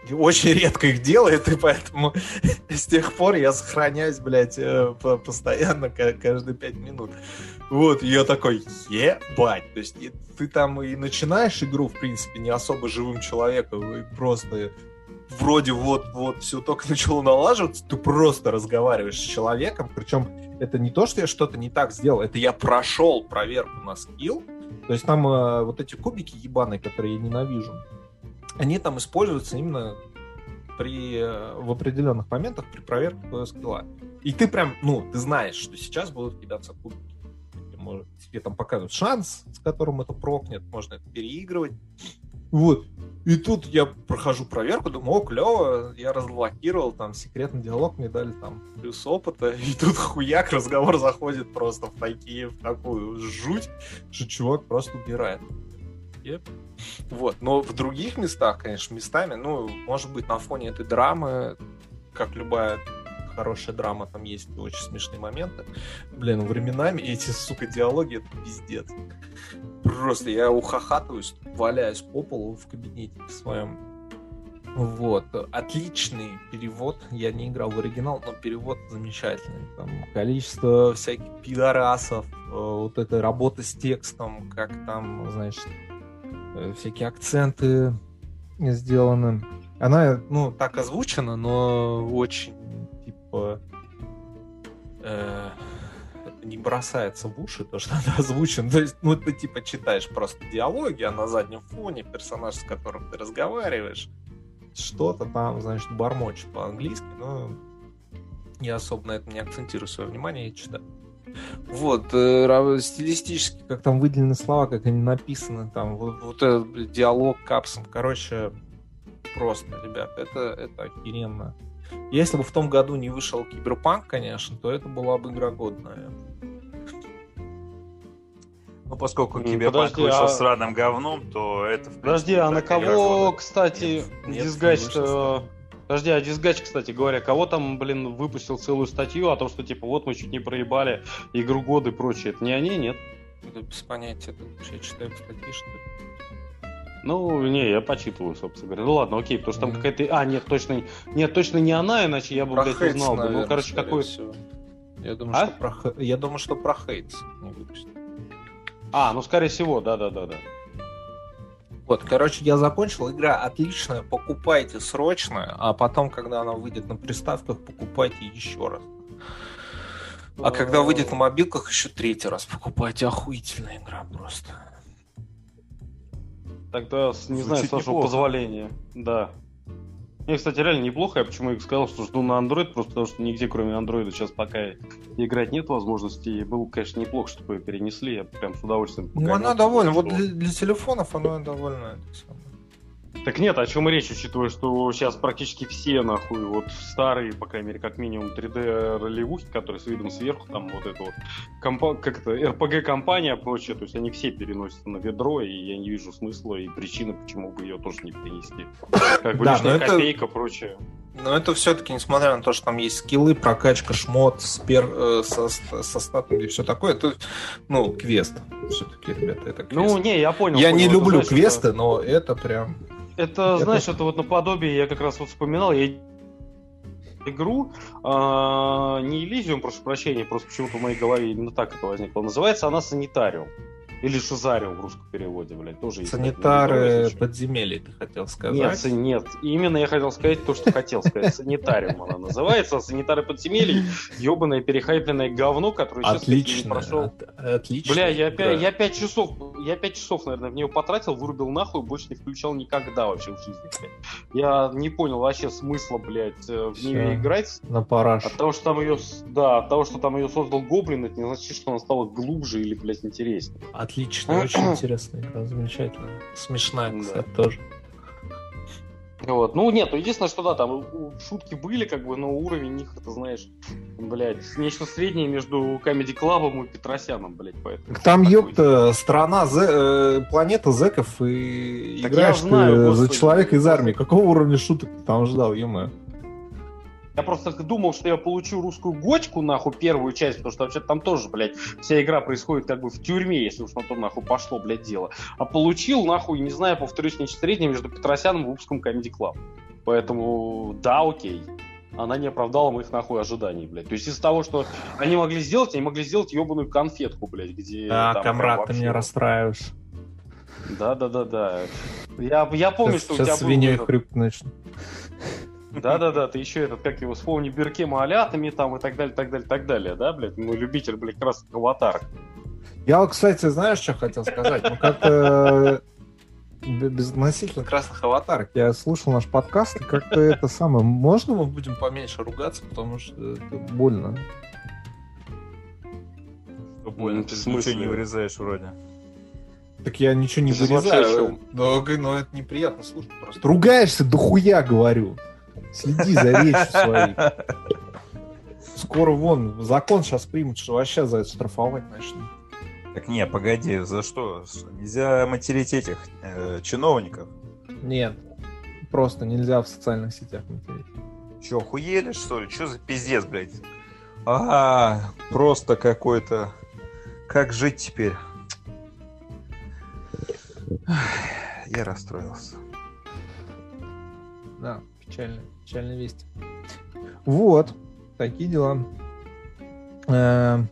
очень редко их делает, и поэтому с тех пор я сохраняюсь, блядь, постоянно, каждые пять минут. Вот, и я такой, ебать. То есть ты там и начинаешь игру, в принципе, не особо живым человеком, и просто вроде вот-вот все только начало налаживаться, ты просто разговариваешь с человеком, причем это не то, что я что-то не так сделал, это я прошел проверку на скилл. То есть там э, вот эти кубики ебаные, которые я ненавижу, они там используются именно при, э, в определенных моментах при проверке твоего скилла. И ты прям, ну, ты знаешь, что сейчас будут кидаться кубики. Может, тебе там показывают шанс, с которым это прокнет, можно это переигрывать. Вот. И тут я прохожу проверку, думаю, о, клево, я разблокировал, там, секретный диалог, мне дали там плюс опыта, и тут хуяк, разговор заходит просто в такие, в такую жуть, что чувак просто убирает. Yep. Вот, но в других местах, конечно, местами, ну, может быть, на фоне этой драмы, как любая хорошая драма, там есть очень смешные моменты. Блин, временами эти, сука, диалоги, это пиздец. Просто я ухахатываюсь, валяюсь по полу в кабинете своем. Вот. Отличный перевод. Я не играл в оригинал, но перевод замечательный. Там количество всяких пидорасов, вот эта работа с текстом, как там, значит, всякие акценты сделаны. Она, ну, так озвучена, но очень, типа, э, не бросается в уши то, что она озвучена. То есть, ну, ты, типа, читаешь просто диалоги, а на заднем фоне персонаж, с которым ты разговариваешь, что-то там, значит, бормочет по-английски, но я особо на этом не акцентирую свое внимание и читаю. Вот, э, стилистически, как там выделены слова, как они написаны, там, вот, вот этот диалог капсом, короче, просто, ребят, это, это охеренно. Если бы в том году не вышел Киберпанк, конечно, то это была бы игра года, наверное. Ну, поскольку Киберпанк вышел а... с сраным говном, то это... В Подожди, а на кого, кстати, Дисгач-то... Подожди, а Дисгач, кстати говоря, кого там, блин, выпустил целую статью о том, что, типа, вот мы чуть не проебали игру года и прочее. Это не они, нет? Это без понятия. Это я читаю статьи, что ли? Ну, не, я почитываю, собственно говоря. Ну ладно, окей, потому что там mm-hmm. какая-то... А, нет, точно, нет, точно не она, иначе я бы, про блядь, Хейтс, узнал бы. Ну, короче, какой... Я думаю, а? что про... я думаю, что про Хейтс не выпустил. А, ну, скорее всего, да-да-да-да. Вот, короче, я закончил. Игра отличная, покупайте срочно, а потом, когда она выйдет на приставках, покупайте еще раз. А когда выйдет на мобилках, еще третий раз покупайте. Охуительная игра просто. Тогда, не Звучит знаю, с вашего неплохо. Позволения. Да. Мне, кстати, реально неплохо. Я почему и сказал, что жду на Android, просто потому что нигде, кроме Android, сейчас пока играть нет возможности. И было, конечно, неплохо, чтобы ее перенесли. Я прям с удовольствием погонял. Ну, она довольно. Вот для, для телефонов она довольно... Так нет, о чем речь, учитывая, что сейчас практически все, нахуй, вот старые, по крайней мере, как минимум три дэ-ролевухи, которые с видом сверху, там вот это вот, компа- как это, эр пи джи-компания, прочее, то есть они все переносятся на ведро, и я не вижу смысла и причины, почему бы ее тоже не перенести. Как бы да, лишняя копейка, это... прочее. Но это все-таки, несмотря на то, что там есть скиллы, прокачка, шмот, спер, э, со, со статами и все такое, это, ну, квест. Все-таки, ребята, это квест. Ну, не, я понял. Я понял, не это, люблю знаешь, квесты, это... но это прям... Это, это, знаешь, это вот наподобие, я как раз вот вспоминал, я игру, а, не Elysium, прошу прощения, просто почему-то в моей голове именно так это возникло. Называется она Санитариум. Или Шизариум в русском переводе, блядь, тоже есть. Санитары подземелья, ты хотел сказать? Нет, нет, именно я хотел сказать то, что хотел сказать. Санитариум она называется, Санитары подземелий, ебаное перехайпленное говно, которое сейчас не прошел. Отлично. Бля, я, да. я пять часов, я пять часов, наверное, в нее потратил, вырубил нахуй, больше не включал никогда вообще в жизни, блядь. Я не понял вообще смысла, блядь, в нее играть. На параш. От того, что там ее, да, от того, что там ее создал Гоблин, это не значит, что она стала глубже или, блядь, интереснее. Отлично, очень интересная игра, замечательно. Смешная, кстати, да. тоже. Вот. Ну, нет, ну, единственное, что да, там шутки были, как бы, но уровень их, это, знаешь, блядь, нечто среднее между Comedy Club'ом и Петросяном, блядь, поэтому. Там, ёпта, страна, зэ, э, планета зэков, и так играешь знаю, ты за человека из армии. Какого уровня шуток ты там ждал, ё-моё? Я просто думал, что я получу русскую гочку, нахуй, первую часть, потому что вообще-то там тоже, блядь, вся игра происходит как бы в тюрьме, если уж на то, нахуй, пошло, блядь, дело. А получил, нахуй, не знаю, повторюсь, нечто среднее между Петросяном и выпуском Comedy Club. Поэтому, да, окей. Она не оправдала моих нахуй ожиданий, блядь. То есть из-за того, что они могли сделать, они могли сделать ебаную конфетку, блядь, где... Да, там, комрад, вообще... ты меня расстраиваешь. Да-да-да-да. Я, я помню, сейчас, что сейчас у тебя свиньей был... хрюкать начну. Да-да-да, ты еще этот, как его, вспомни Беркема Алятами там и так далее, так далее, так далее, да, блядь? Мой любитель, блядь, красных аватарок. Я вот, кстати, знаешь, что хотел сказать? Ну, как-то безотносительно красных аватарок. Я слушал наш подкаст, и как-то это самое... Можно мы будем поменьше ругаться, потому что это больно? Что больно? Ты ничего не вырезаешь вроде. Так я ничего не вырезаю. Но, но это неприятно слушать просто. Ругаешься дохуя, говорю. Следи за речью своей. Скоро вон, закон сейчас примут, что вообще за это штрафовать начнут. Так не, погоди, за что? Нельзя материть этих э, чиновников? Нет, просто нельзя в социальных сетях материть. Че, охуели, что ли? Че за пиздец, блядь? А, просто какой-то... Как жить теперь? Я расстроился. Да, печальные, печальные вести. Вот, такие дела. Э-э-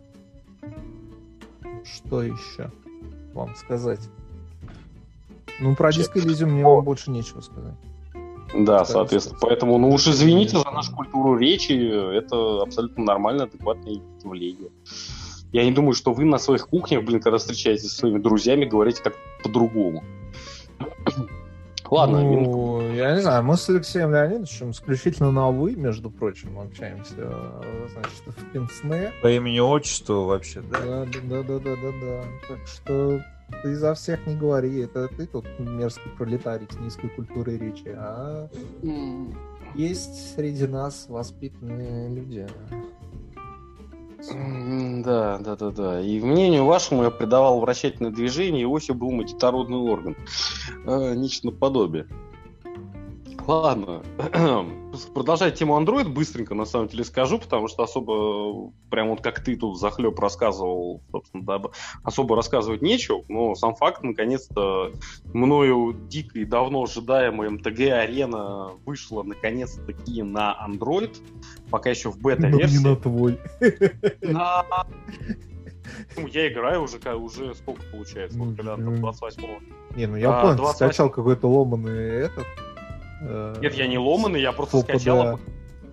что еще вам сказать? Ну, про Disco Elysium мне вам больше нечего сказать. Да, соответственно. Поэтому, ну уж извините за нашу культуру речи. Это абсолютно нормальное, адекватное явление. Я не думаю, что вы на своих кухнях, блин, когда встречаетесь со своими друзьями, говорите как-то по-другому. Ладно. Ну, мин... я не знаю, мы с Алексеем Леонидовичем исключительно на «вы», между прочим, общаемся, значит, в пенсне. По имени-отчеству вообще, да? Да, да, да, да, да, да. Так что ты за всех не говори, это ты тут мерзкий пролетарий с низкой культурой речи, а mm. есть среди нас воспитанные люди. Да, да, да, да. И мнению вашему я придавал вращательное движение, и оси был детородный орган. Э, нечто наподобие. Ладно. Продолжая тему Android, быстренько на самом деле скажу, потому что особо, прям вот как ты тут захлеб рассказывал, собственно, да, особо рассказывать нечего, но сам факт, наконец-то, мною дико и давно ожидаемая эм тэ гэ-арена вышла наконец-таки на Android, пока еще в бета-версии. Но не на твой. На... Ну, я играю уже, уже сколько получается, ну, вот, когда там двадцать восьмого. Не, ну я а, понял, двадцать восьмого... скачал какой-то ломаный этот. Нет, я не ломаный, я просто Фопа, скачал. Да.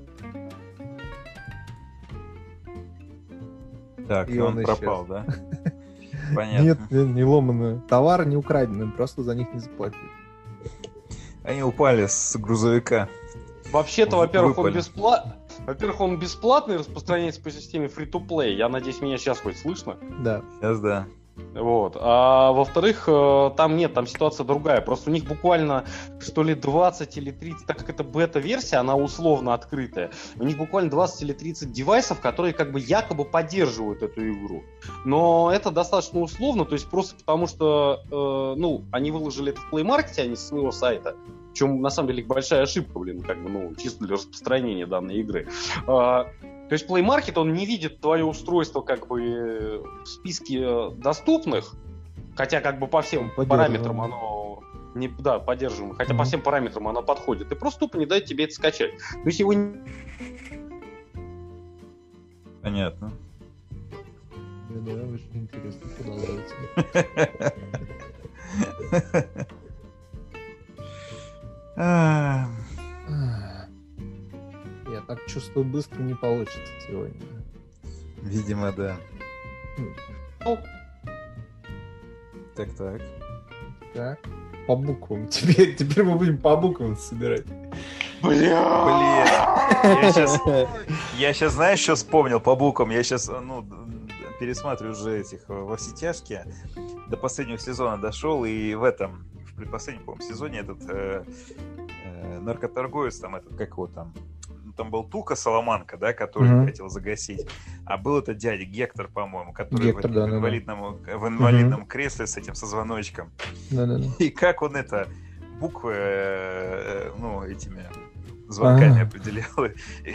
Так, и он, он пропал, да? Понятно. Нет, не, не ломаный. Товар не украденный, просто за них не заплатили. Они упали с грузовика. Вообще-то, во-первых, он бесплатный. Во-первых, он бесплатный, распространяется по системе free-to-play. Я надеюсь, меня сейчас хоть слышно? Да. Сейчас да. Вот. А во-вторых, там нет, там ситуация другая. Просто у них буквально, что ли, двадцать или тридцать, так как это бета-версия, она условно открытая, у них буквально двадцать или тридцать девайсов, которые как бы якобы поддерживают эту игру. Но это достаточно условно, то есть просто потому что, э, ну, они выложили это в Play Market, а не с своего сайта. Причем, на самом деле, большая ошибка, блин, как бы, ну, чисто для распространения данной игры. А, то есть Play Market, он не видит твое устройство как бы в списке доступных, хотя как бы по всем параметрам оно не, да, поддерживаемо, хотя mm-hmm. по всем параметрам оно подходит, и просто тупо не дает тебе это скачать. То есть его... Понятно. Да, да, очень интересно, продолжайте. Я так чувствую, быстро не получится сегодня. Видимо, да. Ну. Так, так. Так. По буквам. Теперь, теперь мы будем по буквам собирать. Бля! Блин. Я сейчас, я сейчас, знаешь, что вспомнил по буквам? Я сейчас, ну, пересматриваю уже этих во все тяжкие. До последнего сезона дошел, и в этом, в предпоследнем, по-моему, сезоне этот э, э, наркоторговец, там, этот, как его там, там был Тука Соломанка, да, который mm-hmm. хотел загасить, а был этот дядя Гектор, по-моему, который Гектор, в, да, в, инвалидном, да. в инвалидном mm-hmm. кресле с этим, со звоночком. Да-да-да. И как он это, буквы, э, ну, этими звонками А-а-а. определял.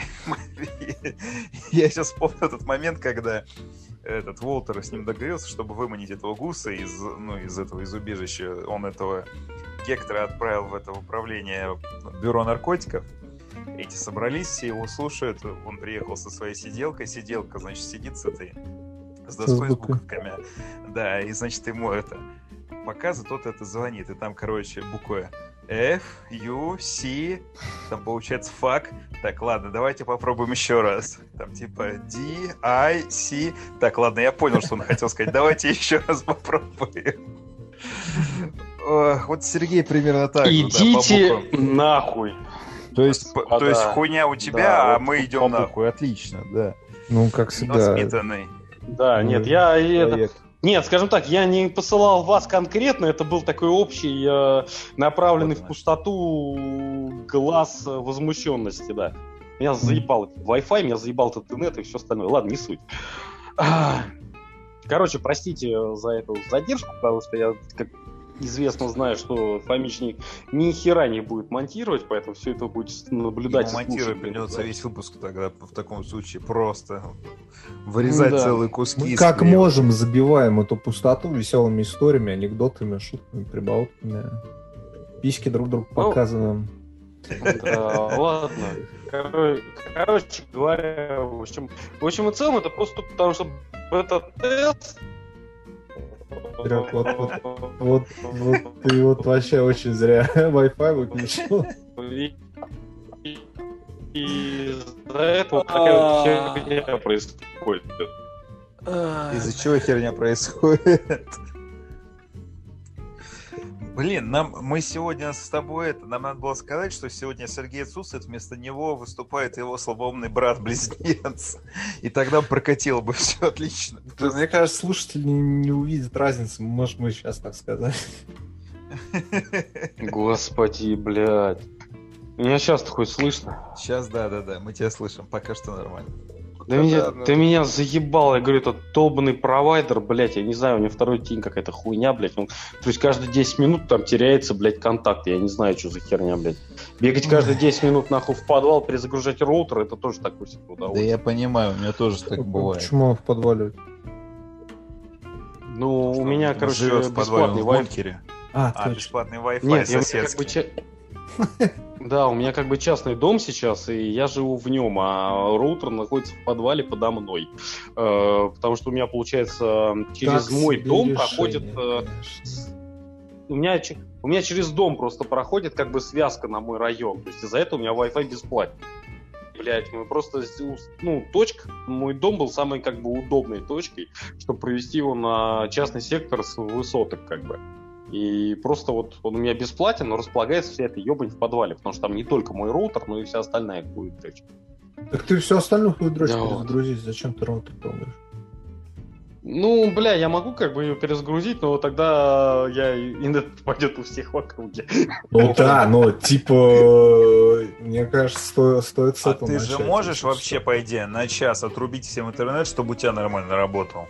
Я сейчас вспомнил этот момент, когда этот Уолтер с ним договорился, чтобы выманить этого гуса из, ну, из этого, из убежища. Он этого Гектора отправил в это управление бюро наркотиков. Эти собрались, все его слушают. Он приехал со своей сиделкой. Сиделка, значит, сидит с этой... с доской с буковками. Да, и, значит, ему это... показывает, тот это звонит. И там, короче, буквы F, U, C, там получается fuck. Так, ладно, давайте попробуем еще раз. Там типа D, I, C. Так, ладно, я понял, что он хотел сказать. Давайте еще раз попробуем. Ох, вот Сергей примерно так. Идите да, нахуй. То есть, а, то да. есть хуйня у тебя, да, а вот мы идем нахуй. Отлично, да. Ну, как всегда. Воспитанный. Да, нет, я... Это... Нет, скажем так, я не посылал вас конкретно, это был такой общий, э, направленный вот, в пустоту глаз возмущенности, да. Меня заебал Wi-Fi, меня заебал этот интернет и все остальное. Ладно, не суть. Короче, простите за эту задержку, потому что я, как известно, знаю, что Фомич ни, ни хера не будет монтировать, поэтому все это будет наблюдать. Ему монтировать придется да. весь выпуск тогда, в таком случае, просто вырезать да. целые куски. Мы как можем забиваем эту пустоту веселыми историями, анекдотами, шутками, прибаутками. Письки друг другу показываем. Ладно. Короче говоря, в общем, в общем и целом это просто потому, что это тест. Вот, вот, вот, вот, вот ты вот вообще очень зря Wi-Fi выключил. И из-за этого такая вот херня происходит. Из-за чего херня происходит? Блин, нам, мы сегодня с тобой, это, нам надо было сказать, что сегодня Сергей отсутствует, вместо него выступает его слабоумный брат-близнец. И тогда прокатило бы все отлично. Да, мне кажется, слушатели не, не увидят разницы, может, мы сейчас так сказать. Господи, блядь. Меня сейчас-то хоть слышно? Сейчас, да-да-да, мы тебя слышим, пока что нормально. Да, да, меня, да, ты да. меня заебал, я говорю, этот долбанный провайдер, блядь, я не знаю, у него второй день какая-то хуйня, блядь, он, то есть каждые десять минут там теряется, блядь, контакт, я не знаю, что за херня, блядь. Бегать каждые десять минут нахуй в подвал, перезагружать роутер, это тоже такой себе удовольствие. Да я понимаю, у меня тоже так бывает. Почему он в подвале? Ну, что у меня, короче, бесплатный Wi-Fi. А, а бесплатный Wi-Fi соседский. Да, у меня как бы частный дом сейчас, и я живу в нем, а роутер находится в подвале подо мной. Э, потому что у меня, получается, через как мой дом решение, проходит... Э, у, меня, у меня через дом просто проходит как бы связка на мой район. То есть из-за этого у меня Wi-Fi бесплатный. Блять, мы просто... Ну, точка... Мой дом был самой как бы удобной точкой, чтобы провести его на частный сектор с высоток как бы. И просто вот он у меня бесплатен, но располагается вся эта ебань в подвале, потому что там не только мой роутер, но и вся остальная хуй дрочь. Так ты все остальное хуй дрочь да перезагрузить, вот. Зачем ты роутер помнишь? Ну, бля, я могу как бы ее перезагрузить, но тогда я интернет пойдет у всех в округе. Ну да, но типа, мне кажется, стоит, стоит с этого начать. А ты же можешь вообще, по идее, на час отрубить всем интернет, чтобы у тебя нормально работал?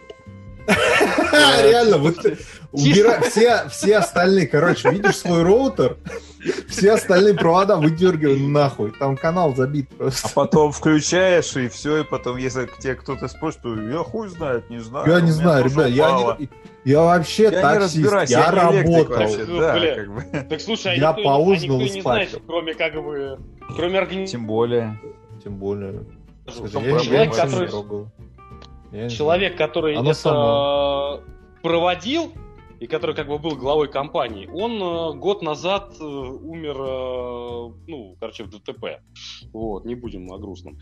Реально, вот убирай все, все остальные, короче, видишь свой роутер, все остальные провода выдергивай нахуй, там канал забит просто. А потом включаешь и все, и потом, если к тебе кто-то спросит, то я хуй знает, не знаю. Я не знаю, ребят, я, не, я вообще я таксист, не я, я работал. Вообще, да, как бы. Так слушай, а я никто, поужинал а и спать. Знает, кроме как бы, кроме организации. Тем более. Тем более. Человек, который... Человек, который Оно это само. проводил, и который как бы был главой компании, он э, год назад э, умер, э, ну, короче, в ДТП. Вот, не будем о грустном.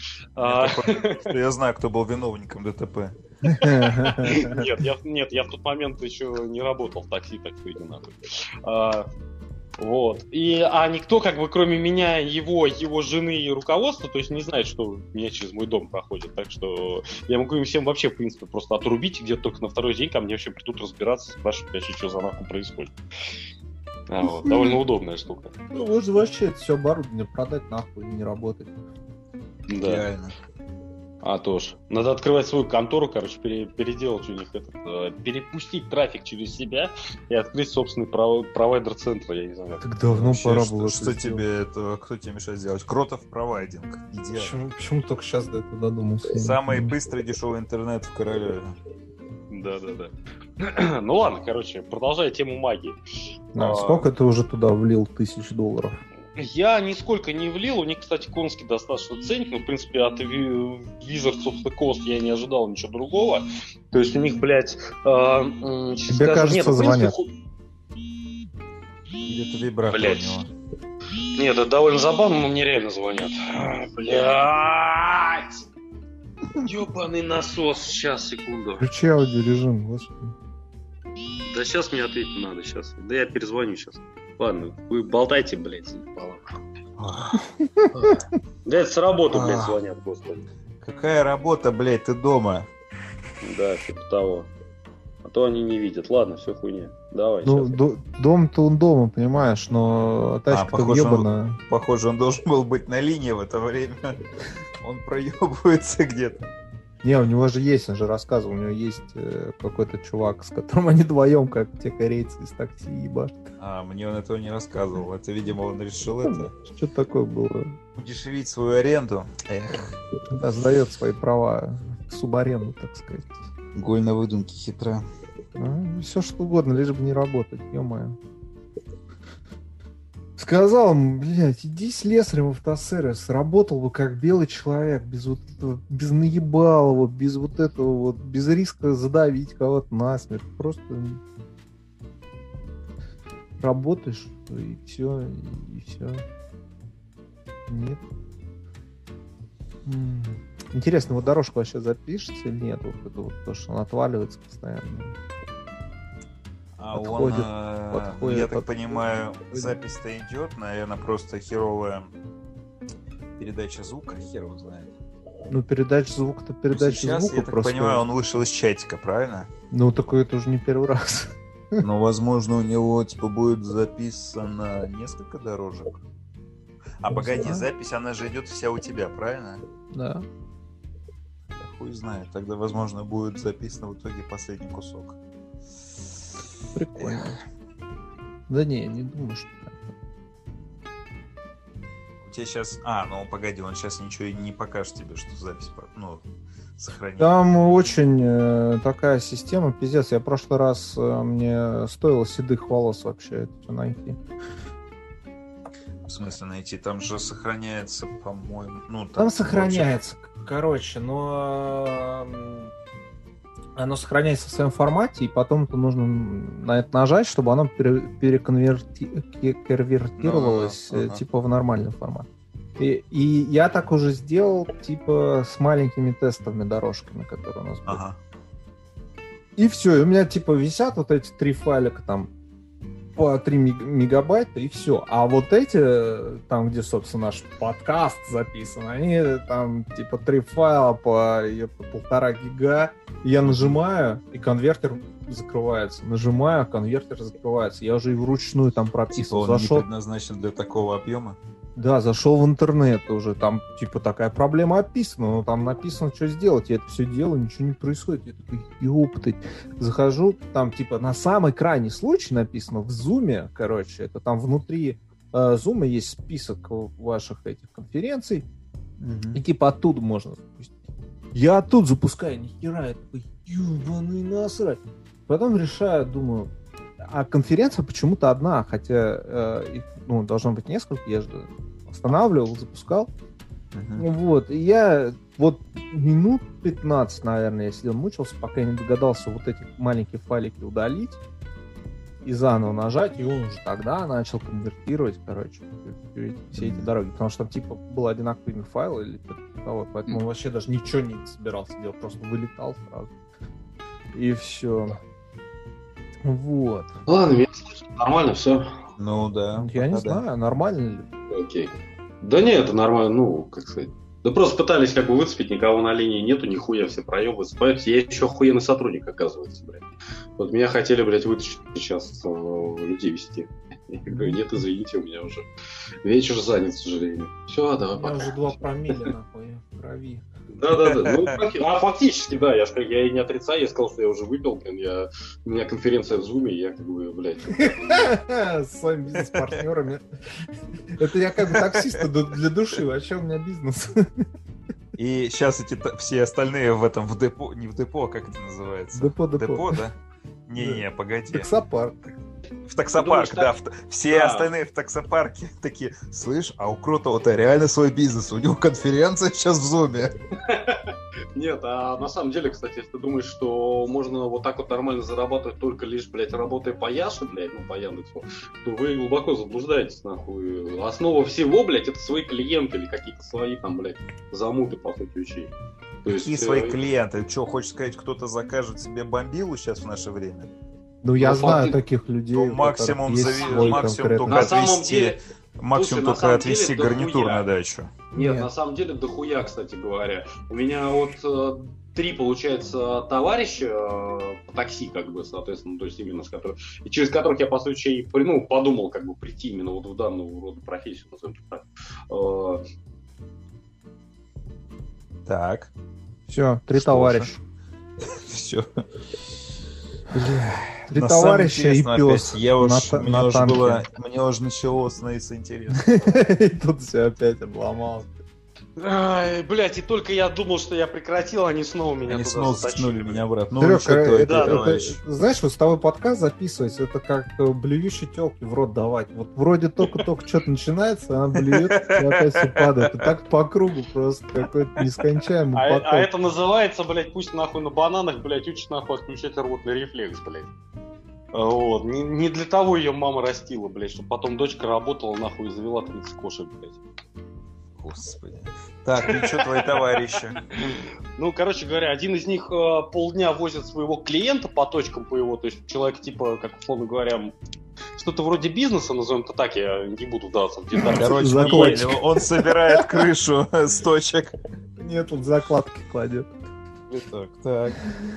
Я знаю, кто был виновником ДТП. Нет, я, нет, я в тот момент еще не работал в такси, так что иди нахуй. Вот. И, а никто, как бы, кроме меня, его, его жены и руководства, то есть не знает, что у меня через мой дом проходит. Так что я могу им всем вообще, в принципе, просто отрубить, где-то только на второй день ко мне вообще придут разбираться, спрашивать, вообще, что за нахуй происходит. А, вот. Довольно удобная штука. Ну, можно вообще это все оборудование продать нахуй и не работать. Да. Реально. А то ж. Надо открывать свою контору, короче, пере, переделать у них этот, э, перепустить трафик через себя и открыть собственный пров, провайдер центра, я не знаю. Так давно вообще, пора было. Что, что тебе это, кто тебе мешает сделать? Кротов провайдинг. Идеально. Почему, почему только сейчас до этого додумался? Самый быстрый дешевый интернет в Королеве. Да, да, да. Ну ладно, короче, продолжая тему магии. А, а, сколько ты уже туда влил тысяч долларов? Я нисколько не влил. У них, кстати, конский достаточно ценник, но, в принципе, от Wizards of the Coast я не ожидал ничего другого. То есть у них, блядь... Э, э, Тебе скажу, кажется, нет, звонят. Принципе... Где-то вибратор у него. Нет, это довольно забавно, но мне реально звонят. Блядь! Ёбаный насос. Сейчас, секунду. Включи аудиорежим, господи. Да сейчас мне ответить надо, сейчас. Да я перезвоню сейчас. Ладно, вы болтайте, блядь. Да это с работы, блядь, звонят, господи. Какая работа, блядь, ты дома? Да, типа того. А то они не видят. Ладно, все хуйня. Давай, ну, до, дом-то он дома, понимаешь, но тачка-то въебана. Похоже, он должен был быть на линии в это время. Он проебывается где-то. Не, у него же есть, он же рассказывал, у него есть э, какой-то чувак, с которым они вдвоем, как те корейцы из такси ебашат. А, мне он этого не рассказывал. Это, видимо, он решил это... Что такое было? Удешевить свою аренду. Эх. Да, сдает свои права в субаренду, так сказать. Голь на выдумке хитра. А, все что угодно, лишь бы не работать, ё-моё. Сказал ему, блядь, иди слесарем в автосервис, работал бы как белый человек, без вот этого, без наебалого, без вот этого вот, без риска задавить кого-то насмерть. Просто работаешь, и все, и все. Нет. Интересно, вот дорожка вообще запишется или нет? Вот это вот то, что он отваливается постоянно. А подходит, он, подходит, я так понимаю, запись-то идет, наверное, просто херовая передача звука, хер его знает. Ну, передача звука-то передача Сейчас, звука. Я так просто... понимаю, он вышел из чатика, правильно? Ну, такое это уже не первый раз. Ну, возможно, у него, типа, будет записано несколько дорожек. А, погоди, запись, она же идет вся у тебя, правильно? Да. Да хуй знает, тогда, возможно, будет записан в итоге последний кусок. Прикольно. Да не, не думаю, что так. У тебя сейчас... А, ну погоди, он сейчас ничего и не покажет тебе, что запись, ну, сохранит. Там очень э, такая система, пиздец. Я в прошлый раз, э, мне стоило седых волос вообще это все найти. В смысле найти? Там же сохраняется, по-моему... Ну, там, там сохраняется, вообще... короче, но... Оно сохраняется в своем формате, и потом то нужно на это нажать, чтобы оно пере- переконвертировалось no, no, no. типа в нормальный формат. И, и я так уже сделал типа с маленькими тестовыми дорожками, которые у нас были. Ага. И все, и у меня типа висят вот эти три файлика там по три мегабайта, и все. А вот эти, там, где, собственно, наш подкаст записан, они там типа три файла по полтора гига. Я нажимаю, и конвертер закрывается. Нажимаю, конвертер закрывается. Я уже и вручную там прописывал. Типа он зашел... не предназначен для такого объема? Да, зашел в интернет уже. Там типа такая проблема описана, но там написано, что сделать. Я это все делаю, ничего не происходит. Я такой, ёптать. Захожу, там типа на самый крайний случай написано в зуме, короче, это там внутри э, зума есть список ваших этих конференций, mm-hmm. и типа оттуда можно запустить. Я оттуда запускаю, нихера, я такой, ёбаный насрать. Потом решаю, думаю, а конференция почему-то одна, хотя э, их, ну, должно быть несколько, я же останавливал, запускал. Uh-huh. Вот, и я вот минут пятнадцать, наверное, я сидел, мучился, пока я не догадался вот эти маленькие файлики удалить и заново нажать, и он уже тогда начал конвертировать, короче, все эти дороги, потому что там типа был одинаковый файл или того, поэтому он вообще даже ничего не собирался делать, просто вылетал сразу. И все. Вот. Ладно, меня слышно, нормально все. Ну да. Я не да, знаю, да. нормально ли. Окей. Да нет, это нормально, ну, как сказать. Да просто пытались как бы выцепить, никого на линии нету, нихуя все проебываются. Понимаете, я еще охуенный сотрудник, оказывается, блядь. Вот меня хотели, блядь, вытащить сейчас, людей вести. Я говорю, нет, извините, у меня уже вечер занят, к сожалению. Все, давай, пока. У меня уже два промилле, нахуй, в крови. Да-да-да, ну, а фактически, да, я, я и не отрицаю, я сказал, что я уже выпил, блин, я, у меня конференция в Zoom, и я как бы, блядь... С своими бизнес-партнерами. Это я как бы таксист для души, вообще у меня бизнес. И сейчас эти все остальные в этом, в депо, не в депо, а как это называется? Депо, депо. Депо, да? Не-не, погоди. Таксопарк. В таксопарк, да. В, все да. остальные в таксопарке такие, слышь, а у Крутого-то реально свой бизнес, у него конференция сейчас в Зуме. Нет, а на самом деле, кстати, если ты думаешь, что можно вот так вот нормально зарабатывать только лишь, блядь, работая по Яше, блядь, ну, по Яндексу, то вы глубоко заблуждаетесь, нахуй. Основа всего, блядь, это свои клиенты или какие-то свои там, блядь, замуты, по сути, вещей. То Какие есть, свои э... клиенты? Что, хочешь сказать, кто-то закажет себе бомбилу сейчас в наше время? Ну, я ну, знаю факт... таких людей, то максимум, зави... максимум только на отвести, деле... максимум Слушай, только отвести деле, гарнитур на дачу. Нет, Нет, на самом деле дохуя, кстати говоря. У меня вот э, три, получается, товарища э, по такси, как бы, соответственно, то есть именно с которых, и через которых я, по сути, ну, подумал, как бы, прийти именно вот в данную роду профессию, назовем так. Э... Так. Все, три товарища. Все. Три товарища и пес. Я уж, на, мне, на уже было, мне уже начало становиться интересно. И тут все опять обломалось. Ай, блядь, и только я думал, что я прекратил, они снова меня они туда снова затащили. меня обратно. Ну, Серёг, это, это, это, это, знаешь, вот с тобой подкаст записывать, это как блюющей тёлке в рот давать. Вот вроде только-только что-то начинается, она блюет, и опять все падает. И так по кругу просто какой-то нескончаемый а, поток. А это называется, блядь, пусть нахуй на бананах, блядь, учит нахуй отключать рвотный рефлекс, блядь. Вот. Не, не для того ее мама растила, блядь, чтобы потом дочка работала нахуй и завела тридцать кошек, блядь. Господи. Так, ну что твои товарищи? Ну, короче говоря, один из них э, полдня возит своего клиента по точкам по его, то есть человек типа, как условно говоря, что-то вроде бизнеса, назовем это так, я не буду вдаваться в детали. Короче, он, он собирает крышу с точек. Нет, он закладки кладет. Так, так.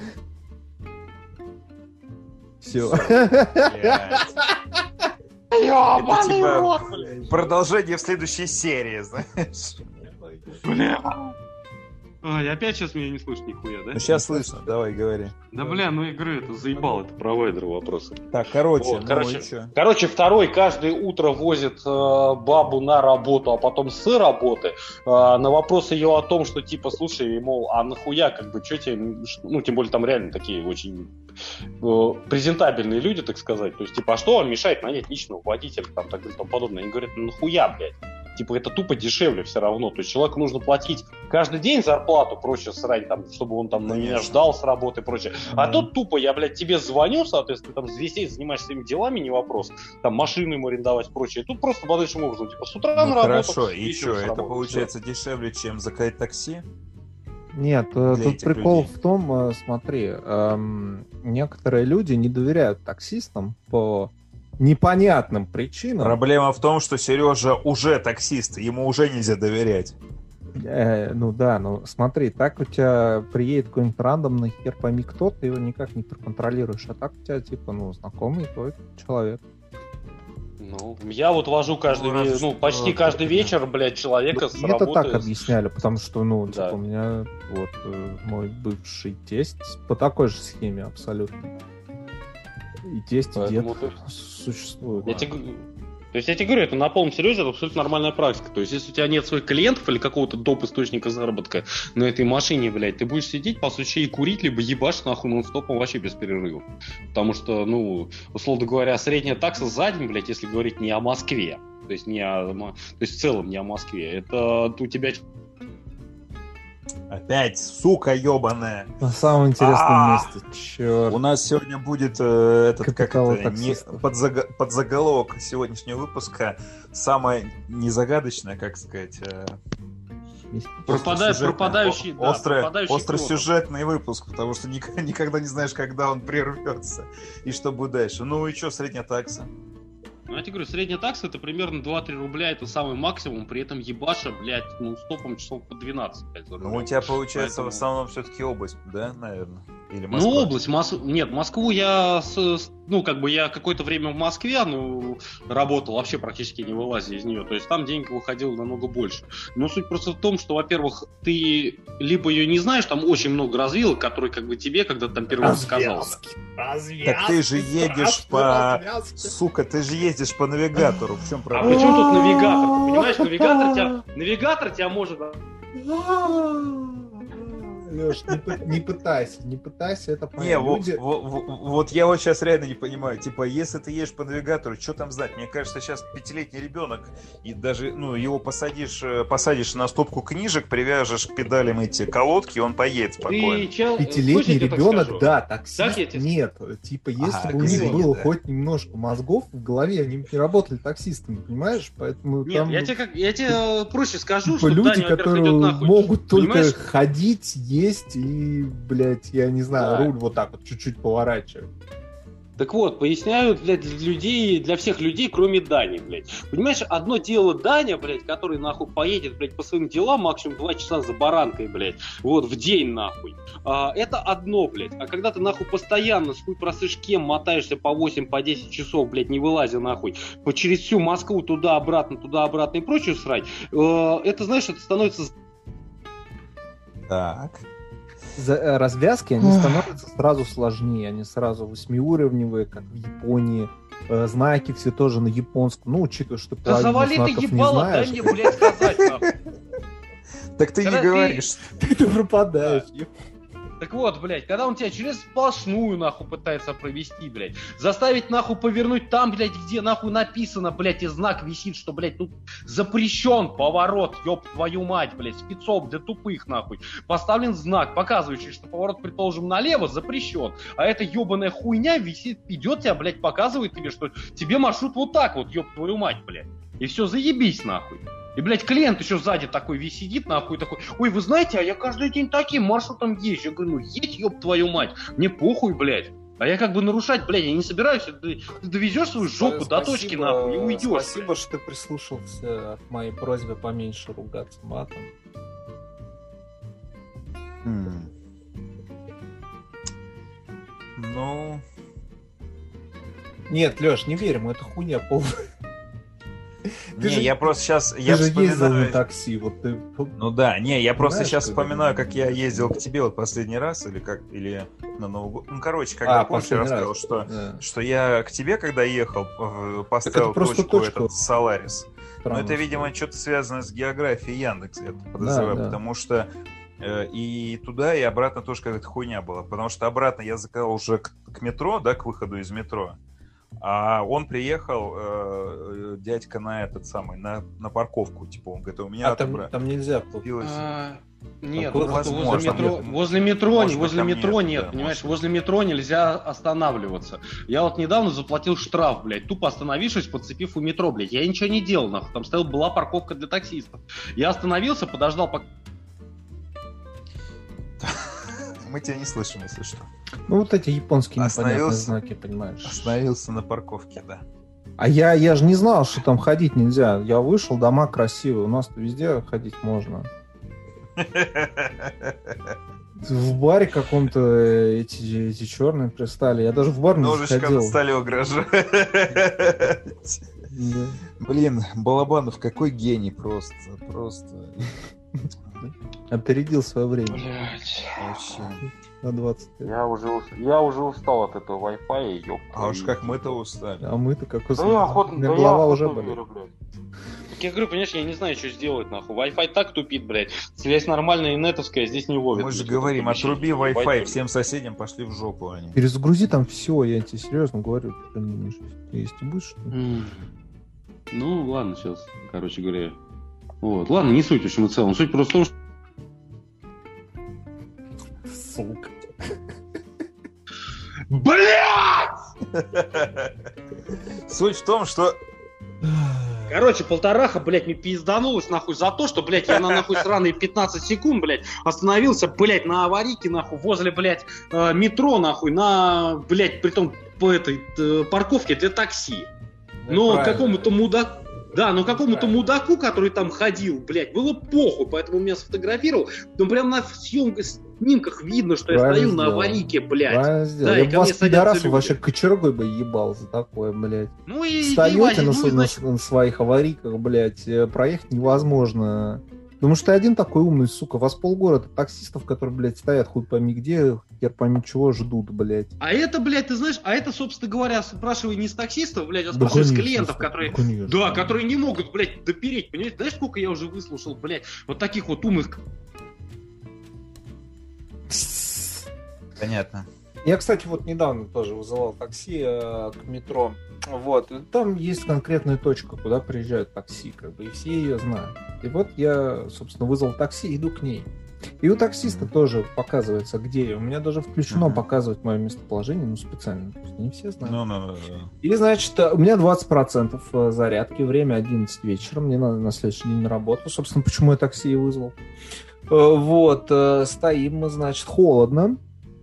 Все. Это типа продолжение в следующей серии, знаешь. Бля. Ай, опять сейчас меня не слышно нихуя, да? Ну сейчас слышно, давай, говори. Да бля, ну игры это заебал, это провайдер вопросы. Так, короче, вот, ну короче, и чё? Короче, второй каждое утро возит э, бабу на работу, а потом с работы. Э, на вопрос ее о том, что типа, слушай, мол, а нахуя, как бы, что тебе, ну, тем более там реально такие очень э, презентабельные люди, так сказать. То есть, типа, а что вам мешает нанять личного водителя, там, так далее, тому подобное. Они говорят, ну нахуя, блядь. Типа, это тупо дешевле все равно. То есть человеку нужно платить каждый день зарплату, проще срать, там, чтобы он там на меня ждал с работы и прочее. Mm-hmm. А тут тупо я, блядь, тебе звоню, соответственно, там весь день занимаешься своими делами, не вопрос. Там машину ему арендовать и прочее. Тут просто подальшим образом. Типа, с утра ну, на работу. Хорошо, и что, это работу, получается все. Дешевле, чем заказать такси? Нет, Для тут прикол людей. В том, смотри, эм, некоторые люди не доверяют таксистам по непонятным причинам. Проблема в том, что Сережа уже таксист, ему уже нельзя доверять. Э, ну да, ну смотри, так у тебя приедет какой-нибудь рандомный хер пойми кто, ты его никак не проконтролируешь, а так у тебя типа, ну, знакомый твой человек. Ну, я вот вожу каждый ну, ве... ну почти ну, каждый вечер, блядь, человека ну, с работы. Это так объясняли, потому что, ну, да. типа, у меня вот мой бывший тесть по такой же схеме абсолютно. И тесть, и дед ты... существуют. Я тебе... То есть я тебе говорю, это на полном серьезе, это абсолютно нормальная практика. То есть если у тебя нет своих клиентов или какого-то доп. Источника заработка на этой машине, блядь, ты будешь сидеть, по сути, и курить, либо ебашь нахуй нон-стопом вообще без перерыва. Потому что, ну, условно говоря, средняя такса за день, блядь, если говорить не о Москве, то есть не о... то есть в целом не о Москве, это у тебя... Опять, сука ебаная. На самом интересном А-а-а! месте, черт. У нас сегодня будет э, этот, Капитал как это, не, подзаг, подзаголовок сегодняшнего выпуска. Самое незагадочное, как сказать... Э, Пропада... пропадающий, да, остро, пропадающий остросюжетный выпуск, потому что никогда, никогда не знаешь, когда он прервется и что будет дальше. Ну и что, средняя такса? Ну, я тебе говорю, средняя такса это примерно два-три рубля, это самый максимум, при этом ебаша, блядь, ну, стопом часов по двенадцать, блядь, за Ну, у тебя получается Поэтому... в основном все-таки область, да, наверное? Или Москва? Ну, область, Мос... нет, Москву я, с... ну, как бы я какое-то время в Москве, ну, работал, вообще практически не вылазя из нее, то есть там денег выходило намного больше. Но суть просто в том, что, во-первых, ты либо ее не знаешь, там очень много развилок, которые, как бы, тебе когда-то там первый раз сказался. Так ты же едешь по... Развязки. Сука, ты же ездишь по навигатору, в чем проблема? А почему тут навигатор? Ты понимаешь, навигатор тебя, навигатор тебя может... Леш, не, не пытайся, не пытайся, это понятно. Не, Люди... вот, вот, вот я вот сейчас реально не понимаю, типа, если ты едешь по навигатору, что там знать? Мне кажется, сейчас пятилетний ребенок, и даже, ну, его посадишь, посадишь на стопку книжек, привяжешь к педалям эти колодки, он поедет спокойно. Чел... Пятилетний ребенок, да, таксист так тебе... нет. Типа, если ага, бы у них извини, было да. хоть немножко мозгов в голове, они бы не работали таксистами, понимаешь? Поэтому Нет, там... я тебе, как... я тебе проще скажу, Типа что люди, Даня, которые идет нахуй. могут только Понимаешь? ходить, есть и, блядь, я не знаю, Да. руль вот так вот чуть-чуть поворачивать. Так вот, поясняю для людей, для всех людей, кроме Дани, блядь. Понимаешь, одно дело Даня, блядь, который, нахуй, поедет, блядь, по своим делам максимум два часа за баранкой, блядь, вот, в день, нахуй. А, это одно, блядь. А когда ты, нахуй, постоянно с хуй просышь кем мотаешься по восемь, по десять часов, блядь, не вылазя, нахуй, по через всю Москву туда-обратно, туда-обратно и прочее срать, э, это, знаешь, это становится... Так. За, э, развязки, они становятся сразу сложнее, они сразу восьмиуровневые, как в Японии. Э, знаки все тоже на японском. Ну, учитывая, что Да половину завали ты знаков не ебало, дай знаешь. мне, блядь, сказать, нахуй. Так ты Когда не ты- говоришь. Ты пропадаешь. Так вот, блядь, когда он тебя через сплошную, нахуй, пытается провести, блядь, заставить, нахуй, повернуть там, блядь, где, нахуй, написано, блядь, и знак висит, что, блядь, тут запрещен поворот, ёб твою мать, блядь, спецом для тупых, нахуй. Поставлен знак, показывающий, что поворот, предположим, налево запрещен, а эта ёбаная хуйня висит, идет тебя, блядь, показывает тебе, что тебе маршрут вот так вот, ёб твою мать, блядь. И все, заебись, нахуй. И, блядь, клиент еще сзади такой весь сидит, нахуй, такой, ой, вы знаете, а я каждый день таким маршрутом езжу. Я говорю, ну, едь, ёб твою мать, мне похуй, блядь. А я как бы нарушать, блядь, я не собираюсь, ты, ты довезешь свою жопу до точки, нахуй, и уйдешь. Спасибо, блядь. что ты прислушался от моей просьбы поменьше ругаться матом. М. Ну, Нет, Леш, не верь ему, это хуйня полная. Ты не, же- я просто сейчас, Ты я же ездил на вспоминаю... такси, вот ты... Ну да, не, я просто Знаешь, сейчас как вспоминаю, это? как я ездил к тебе вот последний раз, или как, или на Новый год. Ну, короче, когда А, помнишь, я последний рассказывал, раз. что, Да. что я к тебе, когда ехал, э, поставил это просто точку, точка. этот Соларис. Но Странно, это, видимо, что- что-то связано с географией Яндекса, я подозреваю, да. потому что э, и туда, и обратно тоже какая-то хуйня была, потому что обратно я заказал уже к, к метро, да, к выходу из метро, а он приехал, э, дядька, на этот самый, на, на парковку, типа, он говорит, у меня А там, отобра- там нельзя. купилось. А, Нет, Такое возле возможно. метро, возле метро, Может, возле там метро нет, нет, да, понимаешь, может. возле метро нельзя останавливаться. Я вот недавно заплатил штраф, блядь, тупо остановившись, подцепив у метро, блядь. Я ничего не делал, нахуй, там стояла, была парковка для таксистов. Я остановился, подождал, пока... Мы тебя не слышим, если что. Ну, вот эти японские непонятные Остановился. знаки, понимаешь. Остановился на парковке, да. А я, я же не знал, что там ходить нельзя. Я вышел, дома красивые. У нас-то везде ходить можно. В баре каком-то эти, эти черные пристали. Я даже в бар не Ножичком заходил. стали угрожать. Да. Блин, Балабанов какой гений просто. Просто. Опередил свое время Блядь. Вообще. на двадцать лет. Я уже, ус- я уже устал от этого Wi-Fi, ёб А уж твою как мать. мы-то устали. А мы-то как Да я охотно, да я голова охотно уже болит. верю, блядь. Так я говорю, понимаешь, я не знаю, что сделать, нахуй. Wi-Fi так тупит, блядь. Связь нормальная и нетовская, здесь не ловит. Мы же блядь, говорим, в этом отруби помещении. Wi-Fi, Ебать, всем соседям пошли в жопу они. Перезагрузи там все, я тебе серьезно говорю. Ты не думаешь, если будешь, что ли? М. Ну, ладно, сейчас, короче говоря. Вот. Ладно, не суть, в общем и целом. Суть просто в том, что... Сука. Блядь! Суть в том, что... Короче, полтораха, блядь, мне пизданулась, нахуй, за то, что, блядь, я на, нахуй, сраные пятнадцать секунд, блядь, остановился, блядь, на аварийке, нахуй, возле, блядь, э, метро, нахуй, на, блядь, притом, по этой э, парковке для такси. Но правильно. какому-то мудаку, да, но какому-то Правильно. мудаку, который там ходил, блядь, было похуй, поэтому меня сфотографировал. Ну, прям на съемках, снимках видно, что я Правильно стою на сделал. аварийке, блядь. Правильно сделал. Да, Я и бы ко вас, мне садятся пидорасов, люди. вообще кочергой бы ебал за такое, блядь. Ну и Встаете ебать, на, ну, с- и, на значит, с- на своих аварийках, блядь, э, проехать невозможно. Потому что ты один такой умный, сука. Вас полгорода таксистов, которые, блядь, стоят хуй пойми где, хер пойми чего, ждут, блядь. А это, блядь, ты знаешь, а это, собственно говоря, спрашивай не с таксистов, блядь, а Да, спрашивай с конечно, клиентов, сука, которые... да, конечно. Да, которые не могут, блядь, допереть, понимаешь? Знаешь, сколько я уже выслушал, блядь, вот таких вот умных... Понятно. Я, кстати, вот недавно тоже вызывал такси э, к метро. Вот, и там есть конкретная точка, куда приезжают такси, как бы, и все ее знают. И вот я, собственно, вызвал такси, иду к ней. И у таксиста тоже показывается, где я. У меня даже включено uh-huh. показывать мое местоположение, ну, специально. Не все знают. No, no, no, no. И, значит, у меня двадцать процентов зарядки, время одиннадцать вечера, мне надо на следующий день на работу. Собственно, почему я такси и вызвал. Вот, стоим мы, значит, холодно.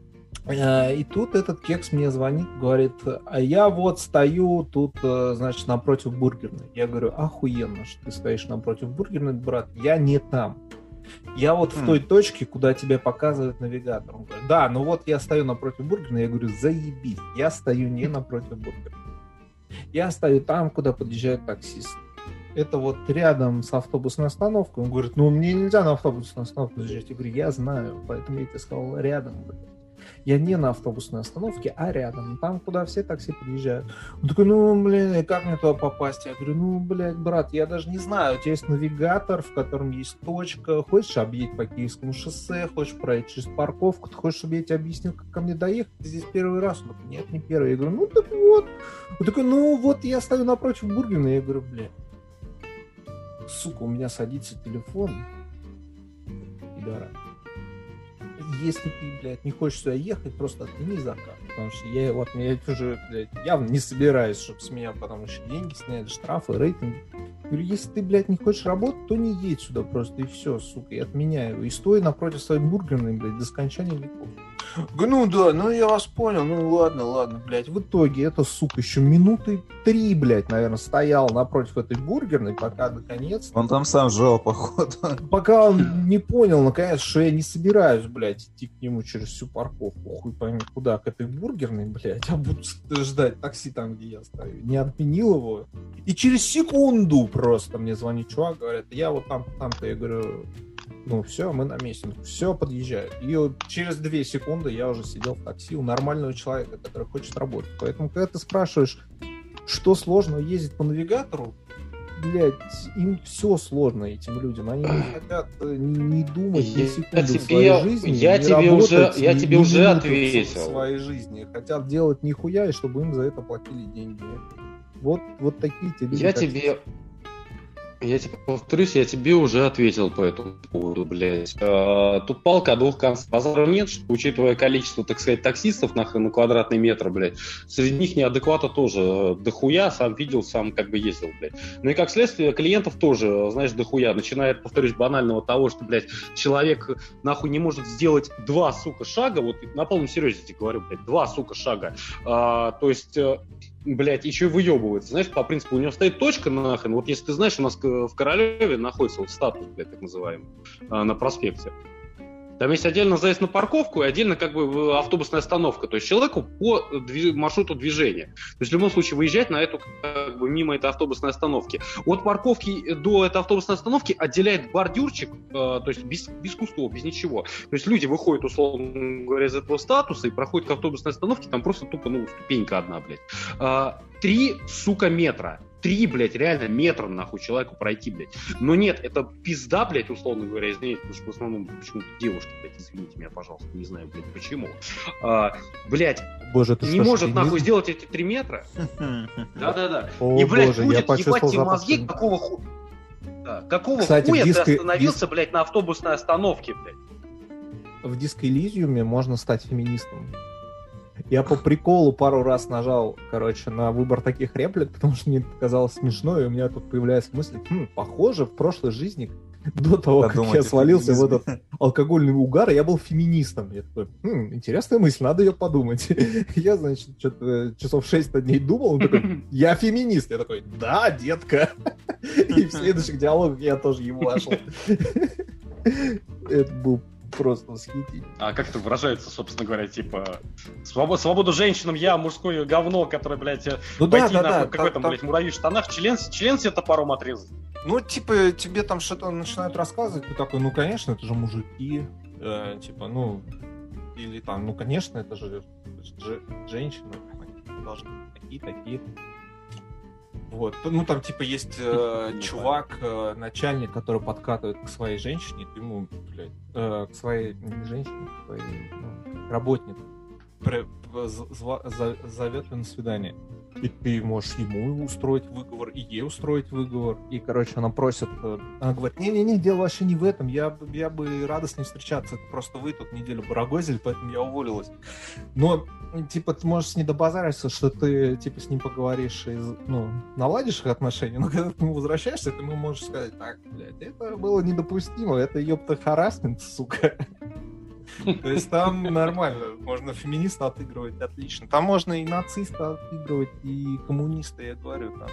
И тут этот кекс мне звонит, говорит, а я вот стою тут, значит, напротив бургерной. Я говорю, охуенно, что ты стоишь напротив бургерной, брат, я не там. Я вот mm. в той точке, куда тебя показывает навигатор. Он говорит, да, ну вот я стою напротив бургерной. Я говорю, заебись, я стою не напротив бургерной. Я стою там, куда подъезжает таксист. Это вот рядом с автобусной остановкой. Он говорит, ну мне нельзя на автобусную остановку заезжать. Я говорю, я знаю, поэтому я тебе сказал рядом. Я не на автобусной остановке, а рядом, там, куда все такси подъезжают. Он такой, ну, блин, как мне туда попасть? Я говорю, ну, блядь, брат, я даже не знаю, у тебя есть навигатор, в котором есть точка, хочешь объехать по Киевскому шоссе, хочешь пройти через парковку, ты хочешь, чтобы я тебе объяснил, как ко мне доехать, ты здесь первый раз? Он такой, нет, не первый. Я говорю, ну, так вот. Он такой, ну, вот я стою напротив бургерна, я говорю, блядь, сука, у меня садится телефон, пидора. Если ты, блядь, не хочешь сюда ехать, просто отмени заказ. Потому что я, вот, я уже, блядь, явно не собираюсь, чтобы с меня потом еще деньги сняли, штрафы, рейтинги. Говорю, если ты, блядь, не хочешь работать, то не едь сюда просто, и все, сука, я отменяю. И стой напротив своей бургерной, блядь, до скончания веков. Говорю, ну да, ну я вас понял, ну ладно, ладно, блядь. В итоге эта сука еще минуты три, блядь, наверное, стоял напротив этой бургерной, пока наконец... Он там сам жил, походу. Пока он не понял, наконец, что я не собираюсь, блядь, идти к нему через всю парковку, хуй пойми куда, к этой бургерной, блядь, а буду ждать такси там, где я стою. Не отменил его. И через секунду просто мне звонит чувак, говорит, я вот там, там-то, я говорю... Ну, все, мы на месте. Все, подъезжают. И вот через две секунды я уже сидел в такси у нормального человека, который хочет работать. Поэтому, когда ты спрашиваешь, что сложно ездить по навигатору, блядь, им все сложно, этим людям. Они не хотят не, не думать ни секунды в своей жизни. Я не тебе работать, уже, я не, тебе не уже ответил. В своей жизни. Хотят делать нихуя, и чтобы им за это платили деньги. Вот, вот такие те люди. Я тебе... Я тебе повторюсь, я тебе уже ответил по этому поводу, блядь. А, тут палка о двух концах. Базара нет, что, учитывая количество, так сказать, таксистов на, на квадратный метр, блядь, среди них неадеквата тоже дохуя, сам видел, сам как бы ездил, блядь. Ну и как следствие, клиентов тоже, знаешь, дохуя. Начиная, повторюсь, банального того, что, блядь, человек нахуй не может сделать два, сука, шага, вот на полном серьезе тебе говорю, блядь, два, сука, шага. А, то есть... Блять, еще и выебывается. Знаешь, по принципу, у него стоит точка нахрен. Вот если ты знаешь, у нас в Королеве находится вот статус, блядь, так называемый, на проспекте. Там есть отдельно заезд на парковку и отдельно как бы автобусная остановка. То есть человеку по дви- маршруту движения. То есть в любом случае выезжать на эту, как бы, мимо этой автобусной остановки. От парковки до этой автобусной остановки отделяет бордюрчик, э, то есть без, без кустов, без ничего. То есть люди выходят, условно говоря, из этого статуса и проходят к автобусной остановке, там просто тупо, ну, ступенька одна, блядь. Э, три, сука, метра. Три, блядь, реально метра, нахуй, человеку пройти, блядь. Но нет, это пизда, блядь, условно говоря, извините, потому что в основном почему-то девушки, блядь, извините меня, пожалуйста, не знаю, блядь, почему. А, блядь, Боже, ты не что, может, шовинизм? нахуй, сделать эти три метра. Да-да-да. О, И, блядь, Боже, будет ебать тебе мозги, абсолютно. какого хуя... Да, какого Кстати, хуя в диско... ты остановился, диск... блядь, на автобусной остановке, блядь? В Disco Elysium можно стать феминистом. Я по приколу пару раз нажал, короче, на выбор таких реплик, потому что мне это казалось смешно, и у меня тут появляется мысль, хм, похоже, в прошлой жизни, до того, Подумайте, как я свалился в этот алкогольный угар, я был феминистом. Я такой, хм, интересная мысль, надо ее подумать. Я, значит, что-то часов шесть на дней думал, он такой, я феминист. Я такой, да, детка. И в следующих диалогах я тоже ебашил. Это был просто восхитительно. А как это выражается, собственно говоря, типа свободу, свободу женщинам, я мужское говно, которое, блядь, ну пойти да, на да, какой там, блядь, муравей в штанах, член, член себе топором отрезать. Ну, типа, тебе там что-то начинают рассказывать, ты такой, ну, конечно, это же мужики, э, типа, ну, или там, ну, конечно, это же, это же женщины, они должны быть такие, такие. Вот. Ну, там, типа, есть э, чувак, э, начальник, который подкатывает к своей женщине, ему, блядь, э, к своей, не женщине, к своей, ну, работнице, при, зва, за, зовет ее на свидание. И ты можешь ему устроить выговор, и ей устроить выговор. И, короче, она просит, она говорит, не-не-не, дело вообще не в этом, я, я бы рада с ним встречаться, это просто вы тут неделю барагозили, поэтому я уволилась. Но, типа, ты можешь с ней добазариться, что ты, типа, с ним поговоришь и, ну, наладишь их отношения, но когда ты к нему возвращаешься, ты ему можешь сказать, так, блядь, это было недопустимо, это, ёпта, харассмент, сука. То есть там нормально, можно феминиста отыгрывать отлично. Там можно и нациста отыгрывать, и коммуниста, я говорю, там.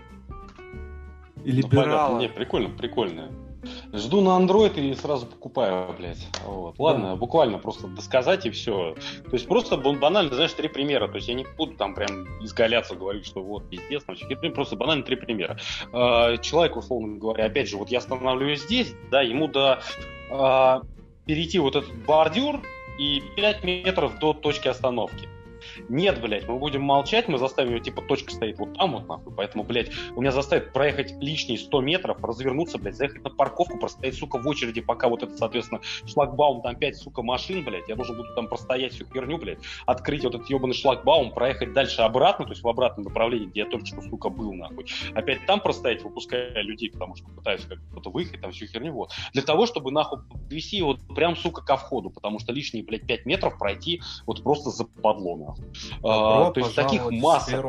И либерала. Ну, не, прикольно, прикольно. Жду на Android и сразу покупаю, блядь. Вот. Ладно, да. Буквально просто досказать и все. То есть просто банально, знаешь, три примера. То есть я не буду там прям изгаляться, говорить, что вот пиздец, просто банально три примера. Человек, условно говоря, опять же, вот я останавливаюсь здесь, да, ему до... перейти вот этот бордюр и пять метров до точки остановки. Нет, блядь, мы будем молчать, мы заставим его, типа, точка стоит вот там вот, нахуй, поэтому, блядь, у меня заставят проехать лишние сто метров, развернуться, блядь, заехать на парковку, простоять, сука, в очереди, пока вот это, соответственно, шлагбаум, там пять, сука, машин, блядь, я должен буду там простоять всю херню, блядь, открыть вот этот ебаный шлагбаум, проехать дальше обратно, то есть в обратном направлении, где я только что, сука, был, нахуй, опять там простоять, выпуская людей, потому что пытаюсь как-то выехать, там всю херню, вот, для того, чтобы, нахуй, подвести его прям, сука, ко входу, потому что лишние, блядь, пять метров пройти вот просто западло, нахуй. Добро а, то есть таких масса.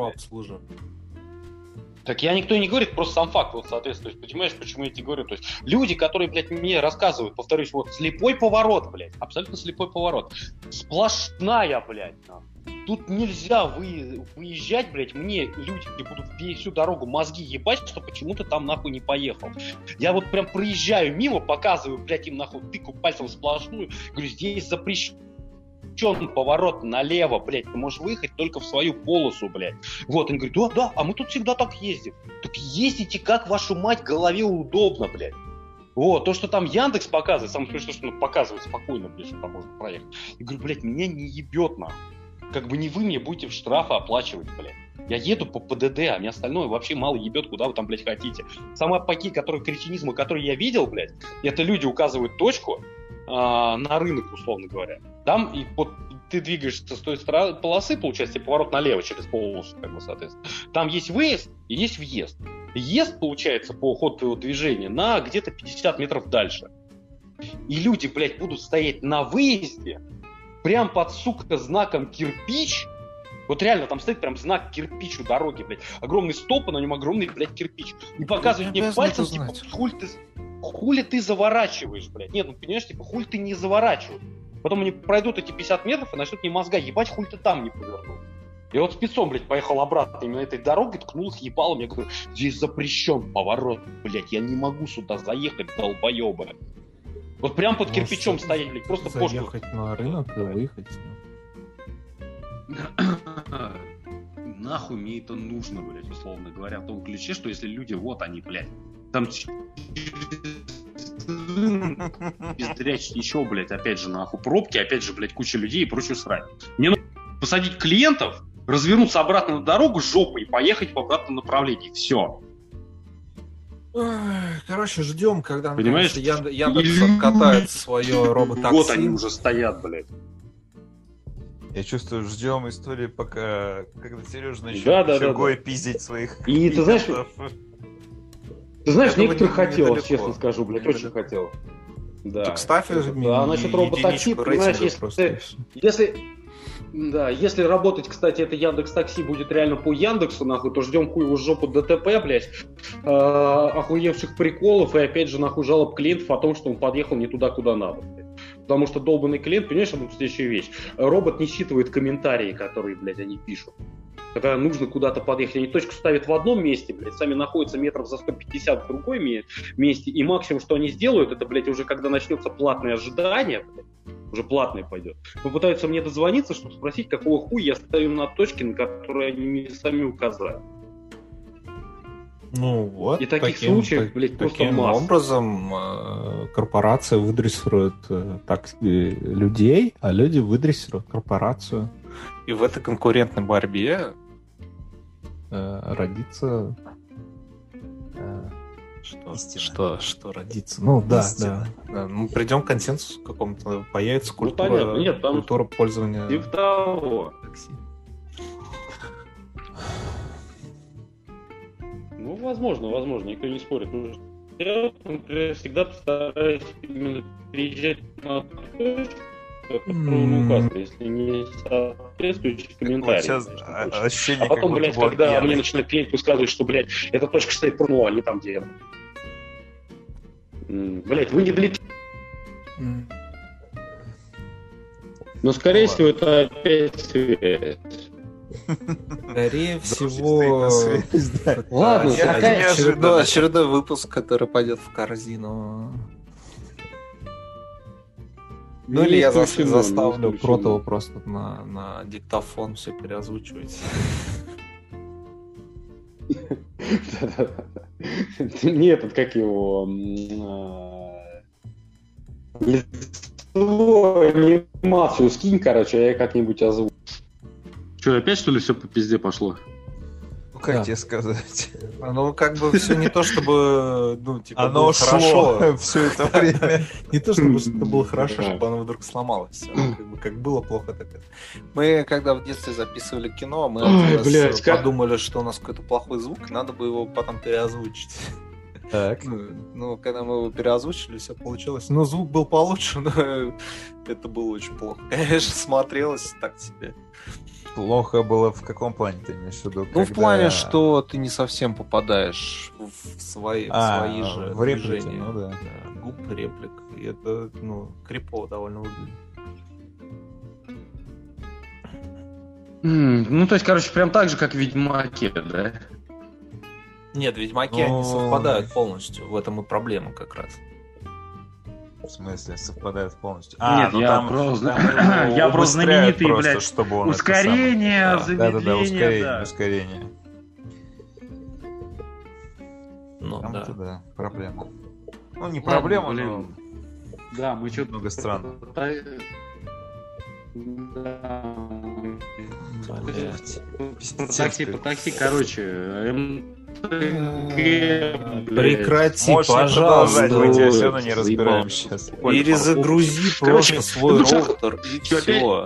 Так я никто и не говорит, просто сам факт, вот, соответственно, понимаешь, почему я тебе говорю, то есть люди, которые, блядь, мне рассказывают, повторюсь, вот, слепой поворот, блядь, абсолютно слепой поворот, сплошная, блядь, тут нельзя вы, выезжать, блядь, мне люди будут всю дорогу мозги ебать, что почему-то там нахуй не поехал. Я вот прям проезжаю мимо, показываю, блядь, им нахуй тыку пальцем сплошную, говорю, здесь запрещено. Поворот налево, блядь, ты можешь выехать только в свою полосу, блядь. Вот, они говорят, да, да, а мы тут всегда так ездим. Так ездите, как вашу мать голове удобно, блядь. Вот, то, что там Яндекс показывает, самое смешное, что он показывает спокойно, блядь, что там можно проехать. Я говорю, блядь, меня не ебет, нахуй. Как бы не вы мне будете в штрафы оплачивать, блядь. Я еду по ПДД, а мне остальное вообще мало ебет, куда вы там, блядь, хотите. Самые паки, которые кретинизма, которые я видел, блядь, это люди указывают точку, на рынок, условно говоря. Там и вот ты двигаешься с той стороны полосы, получается, и поворот налево через полосу, как бы, соответственно. Там есть выезд и есть въезд. Въезд, получается, по ходу твоего движения на где-то пятьдесят метров дальше. И люди, блядь, будут стоять на выезде, прям под, сука, знаком кирпич. Вот реально, там стоит прям знак кирпич у дороги, блядь. Огромный столб, а на нем огромный, блядь, кирпич. И показывают мне пальцем, типа, хуй ты... Хули ты заворачиваешь, блядь? Нет, ну понимаешь, типа, хули ты не заворачиваешь. Потом они пройдут эти пятьдесят метров и начнут мне мозга ебать, хули ты там не повернул. Я вот спецом, блядь, поехал обратно именно этой дорогой, ткнул их ебалом, я говорю, здесь запрещен поворот, блядь, я не могу сюда заехать, долбоеба. Вот прям под Может, кирпичом стоять, блядь, просто пошло. Заехать на рынок и выехать с ним. Нахуй мне это нужно, блядь, условно говоря, в том ключе, что если люди, вот они, блядь, там пиздрячить еще, блядь, опять же, нахуй, пробки, опять же, блядь, куча людей и прочую срать. Мне нужно посадить клиентов, развернуться обратно на дорогу жопой и поехать в обратном направлении. Все. Короче, ждем, когда понимаешь, Яндекс, Яндекс откатает свое роботакси. Вот они уже стоят, блядь. Я чувствую, ждем истории, пока когда Сережа начнет да, да, Сергой да, да. пиздить своих и ты знаешь, ты знаешь, некоторых хотелось, недалеко. Честно скажу, блядь, очень недалеко. Хотел. Да. Так ставь да, насчет роботакси, понимаешь, если, если, да, если работать, кстати, это Яндекс.Такси будет реально по Яндексу, нахуй, то ждем хуй в жопу ДТП, блядь, э, охуевших приколов и опять же, нахуй, жалоб клиентов о том, что он подъехал не туда, куда надо, блядь. Потому что долбанный клиент, понимаешь, одну следующую вещь, робот не считывает комментарии, которые, блядь, они пишут. Когда нужно куда-то подъехать, они точку ставят в одном месте, блядь, сами находятся метров за сто пятьдесят в другой месте, и максимум, что они сделают, это, блядь, уже когда начнется платное ожидание, блядь, уже платное пойдет, попытаются мне дозвониться, чтобы спросить, какого хуя я стою на точке, на которой они мне сами указали. Ну вот, и таких таким, случаев, блядь, просто таким масса. образом э, корпорация выдрессирует э, так, э, людей, а люди выдрессируют корпорацию. И в этой конкурентной борьбе э, родится Что, что, что родится? Ну да, да, да. Мы придем к консенсусу какому-то, появится культура, ну, понятно. Нет, там культура пользования типа того. Такси. Ну, возможно, возможно, никто не спорит. Я, например, всегда постараюсь именно приезжать на точку, которую указано, если не соответствующий комментарий. Вот сейчас ощущение, а потом, блядь, когда пьяный. Мне начинают клиент высказывать, что, блядь, эта точка стоит пурно, а не там, где... Блядь, вы не долетите. Mm. Но, скорее всего, это опять связь. Скорее всего... Ладно, очередной, очередной выпуск, который пойдет в корзину. Ну или я заставлю Кротова просто на, на диктофон все переозвучивать. Нет, это как его... Лицо, анимацию скинь, короче, а я как-нибудь озвучу. Че, опять что ли все по пизде пошло? Ну как да. тебе сказать? Оно как бы все не то чтобы, ну, типа, оно было хорошо все это время. Не то чтобы это было хорошо, чтобы оно вдруг сломалось. Как было плохо, так это. Мы, когда в детстве записывали кино, мы подумали, что у нас какой-то плохой звук, надо бы его потом переозвучить. Так. Ну, ну, когда мы его переозвучили, все получилось. Ну, звук был получше, но это было очень плохо. Конечно, смотрелось так себе. Плохо было в каком плане ты имеешь в виду? Ну, когда... в плане, что ты не совсем попадаешь в свои, а, в свои же в реплики, движения. Ну, да. Да, губ, реплик. И это, ну, крипово довольно выглядит. Mm, ну, то есть, короче, прям так же, как в Ведьмаке, да? Нет, Ведьмаки, ну... они совпадают полностью. В этом и проблема как раз. В смысле, совпадают полностью? А, Нет, ну я там, просто, там я просто знаменитый, просто, блядь, чтобы он ускорение, это самое... замедление, да, да, да, ускорение, да. ускорение. Ну, там да. это, да, проблема. Ну, не проблема, Ладно, но... Да, мы что-то... Много странно. Да. По такси, по такси, короче... Прекрати, можешь пожалуйста. Мы тебя все равно не разбираем сейчас. Перезагрузи просто свой роутер и все.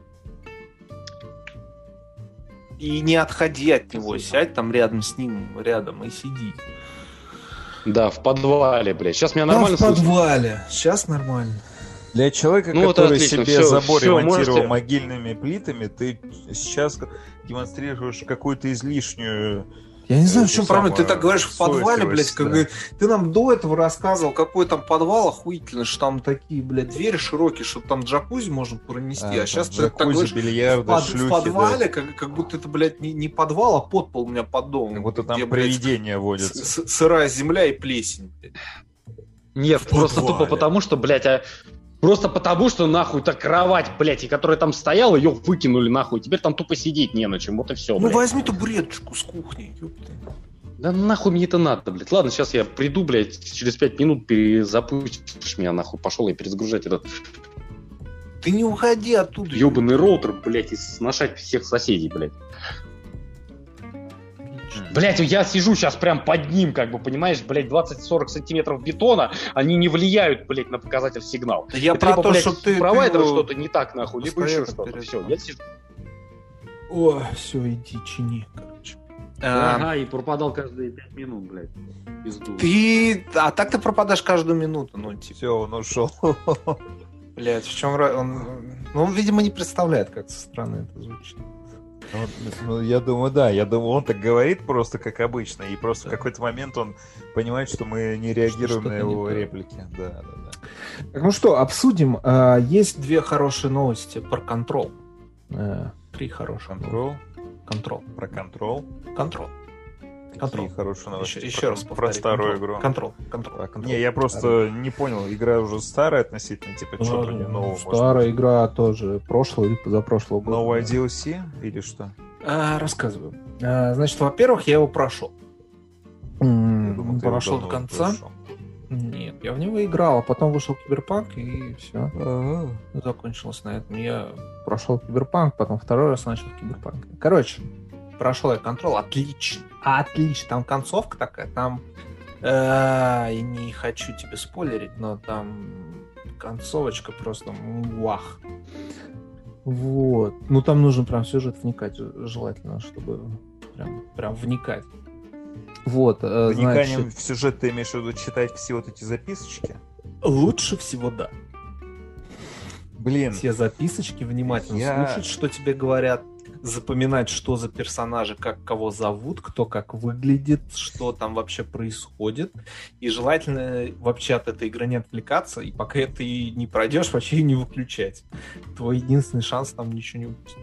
И не отходи от него, сядь там рядом с ним, рядом и сиди. Да, в подвале, блядь. Сейчас меня нормально слышно? Да, в подвале. Сейчас нормально. Для человека, ну, который себе все, забор все, ремонтировал можете... могильными плитами, ты сейчас демонстрируешь какую-то излишнюю... Я не знаю, в чем проблема. Ты так говоришь в подвале, блядь, как да. Ты нам до этого рассказывал, какой там подвал охуительный, что там такие, блядь, двери широкие, что там джакузи можно пронести. А, а сейчас джакузи, ты так говоришь бильярды, в, под, шлюхи, в подвале, да. как, как будто это, блядь, не, не подвал, а подпол у меня под домом. Как будто там где, привидения блядь, водятся. С- сырая земля и плесень, блядь. Нет, в просто подвале. Тупо потому, что, блядь, а... Просто потому, что нахуй та кровать, блядь, и которая там стояла, ее выкинули нахуй. Теперь там тупо сидеть не на чем. Вот и все, Ну блядь. возьми табуреточку с кухни, ёпта. Да нахуй мне это надо, блядь. Ладно, сейчас я приду, блядь, через пять минут перезапустишь меня, нахуй. Пошел я перезагружать этот... Ты не уходи оттуда. Ёбаный роутер, блядь, и сношать всех соседей, блядь. Блять, я сижу сейчас прям под ним, как бы, понимаешь, блядь, двадцать-сорок сантиметров бетона, они не влияют, блядь, на показатель сигнал. Да я это про либо, то, блядь, что ты... провайдер ты что-то не так, нахуй, либо еще что-то. Все, я сижу. О, все, иди, чини, короче. Ага, а... и пропадал каждые пять минут, блядь. Пизду. Ты... А так ты пропадаешь каждую минуту, ну, типа. Все, он ушел. Блядь, в чем... Он... Ну, он, видимо, не представляет, как со стороны это звучит. Ну, ну, я думаю, да. Я думаю, он так говорит просто, как обычно. И просто да. в какой-то момент он понимает, что мы не реагируем что-то на его реплики. Да, да, да. Так, ну что, обсудим. Есть две хорошие новости про контрол. Три хорошие. Контрол? Контрол. Про контрол? Контрол. Контрол. Хорошие новости. Еще, еще про, раз повтори. Про старую контрол. игру. Контрол. Контрол. А, контрол. Не, я просто старая. Не понял. Игра уже старая относительно, типа, ну, что про нее нового? Старая игра тоже. Прошлого или позапрошлого года. Новая ди эл си или что? А, рассказываю. А, значит, во-первых, я его прошел. Думал, прошел до конца. Прошел. Нет, я в него играл, а потом вышел Киберпанк, и все. А-а-а. Закончилось на этом. Я прошел Киберпанк, потом второй раз начал Киберпанк. Короче, прошел я контрол, отлично. Отлично. Там концовка такая, там Э, и не хочу тебе спойлерить, но там концовочка просто вах. Вот. Ну там нужно прям в сюжет вникать, желательно, чтобы прям, прям вникать. Вот. Вниканием Значит, в сюжет ты имеешь в виду читать все вот эти записочки? лучше всего да. Блин. Все записочки внимательно я... слушать, что тебе говорят, запоминать, что за персонажи, как кого зовут, кто как выглядит, что там вообще происходит. И желательно вообще от этой игры не отвлекаться, и пока ты не пройдешь, вообще не выключать. Твой единственный шанс там ничего не упустить.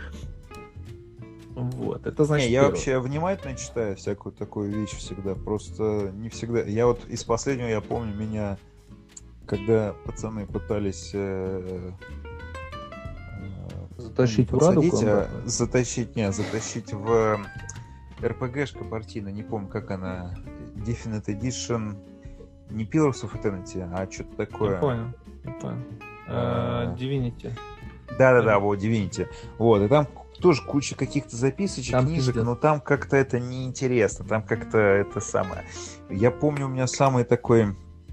Вот, это значит... Не, я первое. вообще внимательно читаю всякую такую вещь всегда, просто не всегда... Я вот из последнего, я помню, меня, когда пацаны пытались... Э... Затащить в Радугу? а, затащить, не, затащить в эр пи джи-шка партийная, не помню, как она, Definite Edition, не Pillars of Eternity, а что-то такое. Я понял, я понял. А, Divinity. Да-да-да, вот, Divinity. Вот, и там тоже куча каких-то записочек, там книжек, пиздец. Но там как-то это неинтересно, там как-то это самое. Я помню, у меня самое такое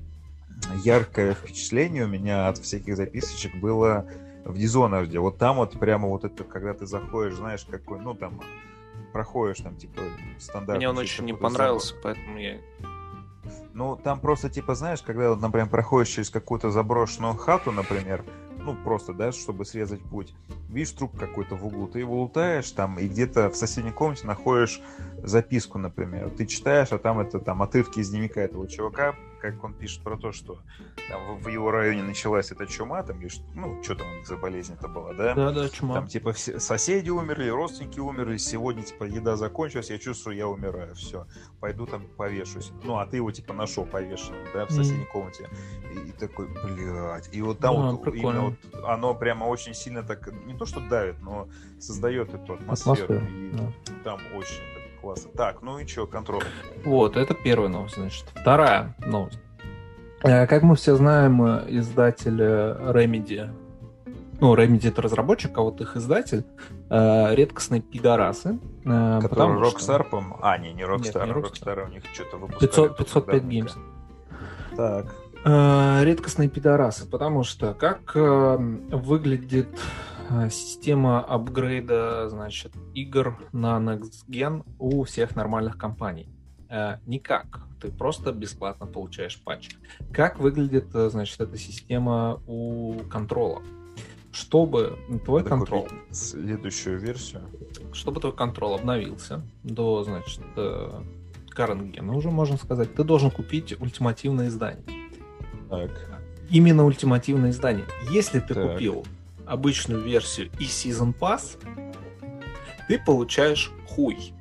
яркое впечатление у меня от всяких записочек было в Dishonored. Вот там вот прямо вот это, когда ты заходишь, знаешь, какой, ну там, проходишь там, типа, стандартный... Мне он очень не понравился, забор. Поэтому я... Ну, там просто, типа, знаешь, когда, вот, например, проходишь через какую-то заброшенную хату, например, ну, просто, да, чтобы срезать путь, видишь труп какой-то в углу, ты его лутаешь там, и где-то в соседней комнате находишь записку, например. Ты читаешь, а там это там отрывки из дневника этого чувака, как он пишет про то, что там в его районе началась эта чума, там, или что, ну, что там за болезнь-то была, да? Да, да, чума. Там, типа, все соседи умерли, родственники умерли, сегодня, типа, еда закончилась, я чувствую, я умираю, все, пойду там повешусь. Ну, а ты его, типа, нашел повешенным, да, в соседней mm. комнате. И, и такой, блядь. И вот там ну, вот, именно вот оно прямо очень сильно так, не то что давит, но создает эту атмосферу. Атмосфера, и да. Там очень так классно. Так, ну и что, контроль. Вот, это первая новость, значит. Вторая новость. Как мы все знаем, издатель Remedy, ну, Remedy это разработчик, а вот их издатель, редкостные пидорасы. Который Rockstar, по-моему? А, не, не Rockstar, Нет, не Rockstar. Rockstar у них что-то выпускали. пятьсот пять Games. Так. Редкостные пидорасы, потому что как выглядит система апгрейда, значит, игр на Next Gen у всех нормальных компаний? Никак. Ты просто бесплатно получаешь патч. Как выглядит, значит, эта система у контрола? Чтобы твой контрол... Следующую версию. Чтобы твой контрол обновился до, значит, current gen, уже можно сказать, ты должен купить ультимативное издание. Так. Именно ультимативное издание. Если ты так. купил обычную версию и Season Pass, ты получаешь хуй.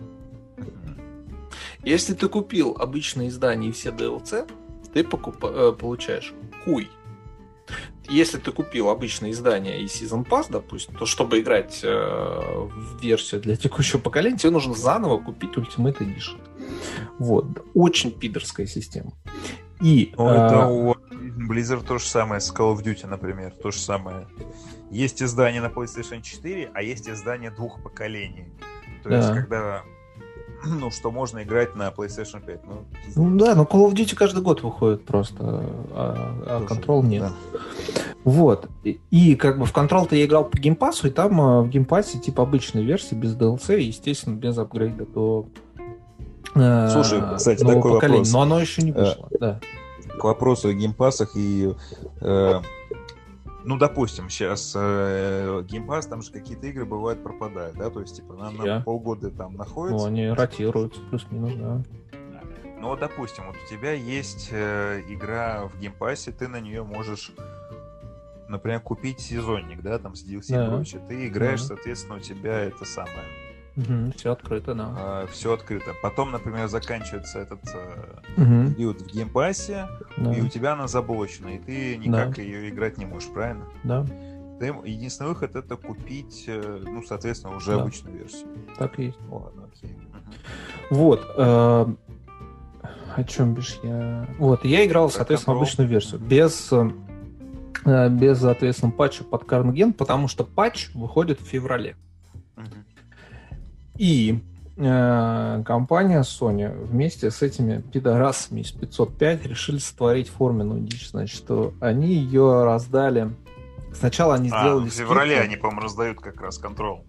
Если ты купил обычное издание и все ди эл си, ты покуп... э, получаешь хуй. Если ты купил обычное издание и Season Pass, допустим, то чтобы играть э, в версию для текущего поколения, тебе нужно заново купить Ultimate Edition. Вот. Очень пидорская система. И, ну, э... это у Blizzard то же самое с Call of Duty, например. То же самое. Есть издание на PlayStation четыре, а есть издание двух поколений. То да. есть, когда... Ну, что можно играть на PlayStation пять. Ну, ну да, но Call of Duty каждый год выходит просто, а, а Control нет. Да. Вот. И, и как бы в Control ты играл по геймпассу, и там а, в геймпассе типа обычной версии, без ди эл си, естественно, без апгрейда до э, Слушай, кстати, нового такой поколения. вопрос. Но оно еще не вышло. Э, да. К вопросу о геймпассах и... Э, ну, допустим, сейчас э, геймпасс, там же какие-то игры бывают пропадают, да, то есть, типа, на, на полгода там находятся. Ну, они ротируются, плюс-минус, да. Ну, вот, допустим, вот у тебя есть э, игра в геймпассе, ты на нее можешь, например, купить сезонник, да, там с ди эл си да. и прочее. Ты играешь, да. соответственно, у тебя это самое. Угу, все открыто, да. Э, все открыто. Потом, например, заканчивается этот э, угу. период в геймпассе, да. и у тебя она заблочена, и ты никак да. ее играть не можешь, правильно? Да. Ты, единственный выход — это купить, э, ну, соответственно, уже да. обычную версию. Так и есть. Ладно, окей. Угу. Вот. Э, о чем бишь я... Вот, я играл, как соответственно, контрол. Обычную версию. Без, э, без, соответственно, патча под current gen, потому что патч выходит в феврале. И э, компания Sony вместе с этими пидорасами из пятьсот пять решили сотворить форменную дичь. Значит, что они ее раздали. Сначала они сделали... А, в феврале скидку. Они, по-моему, раздают как раз контрол.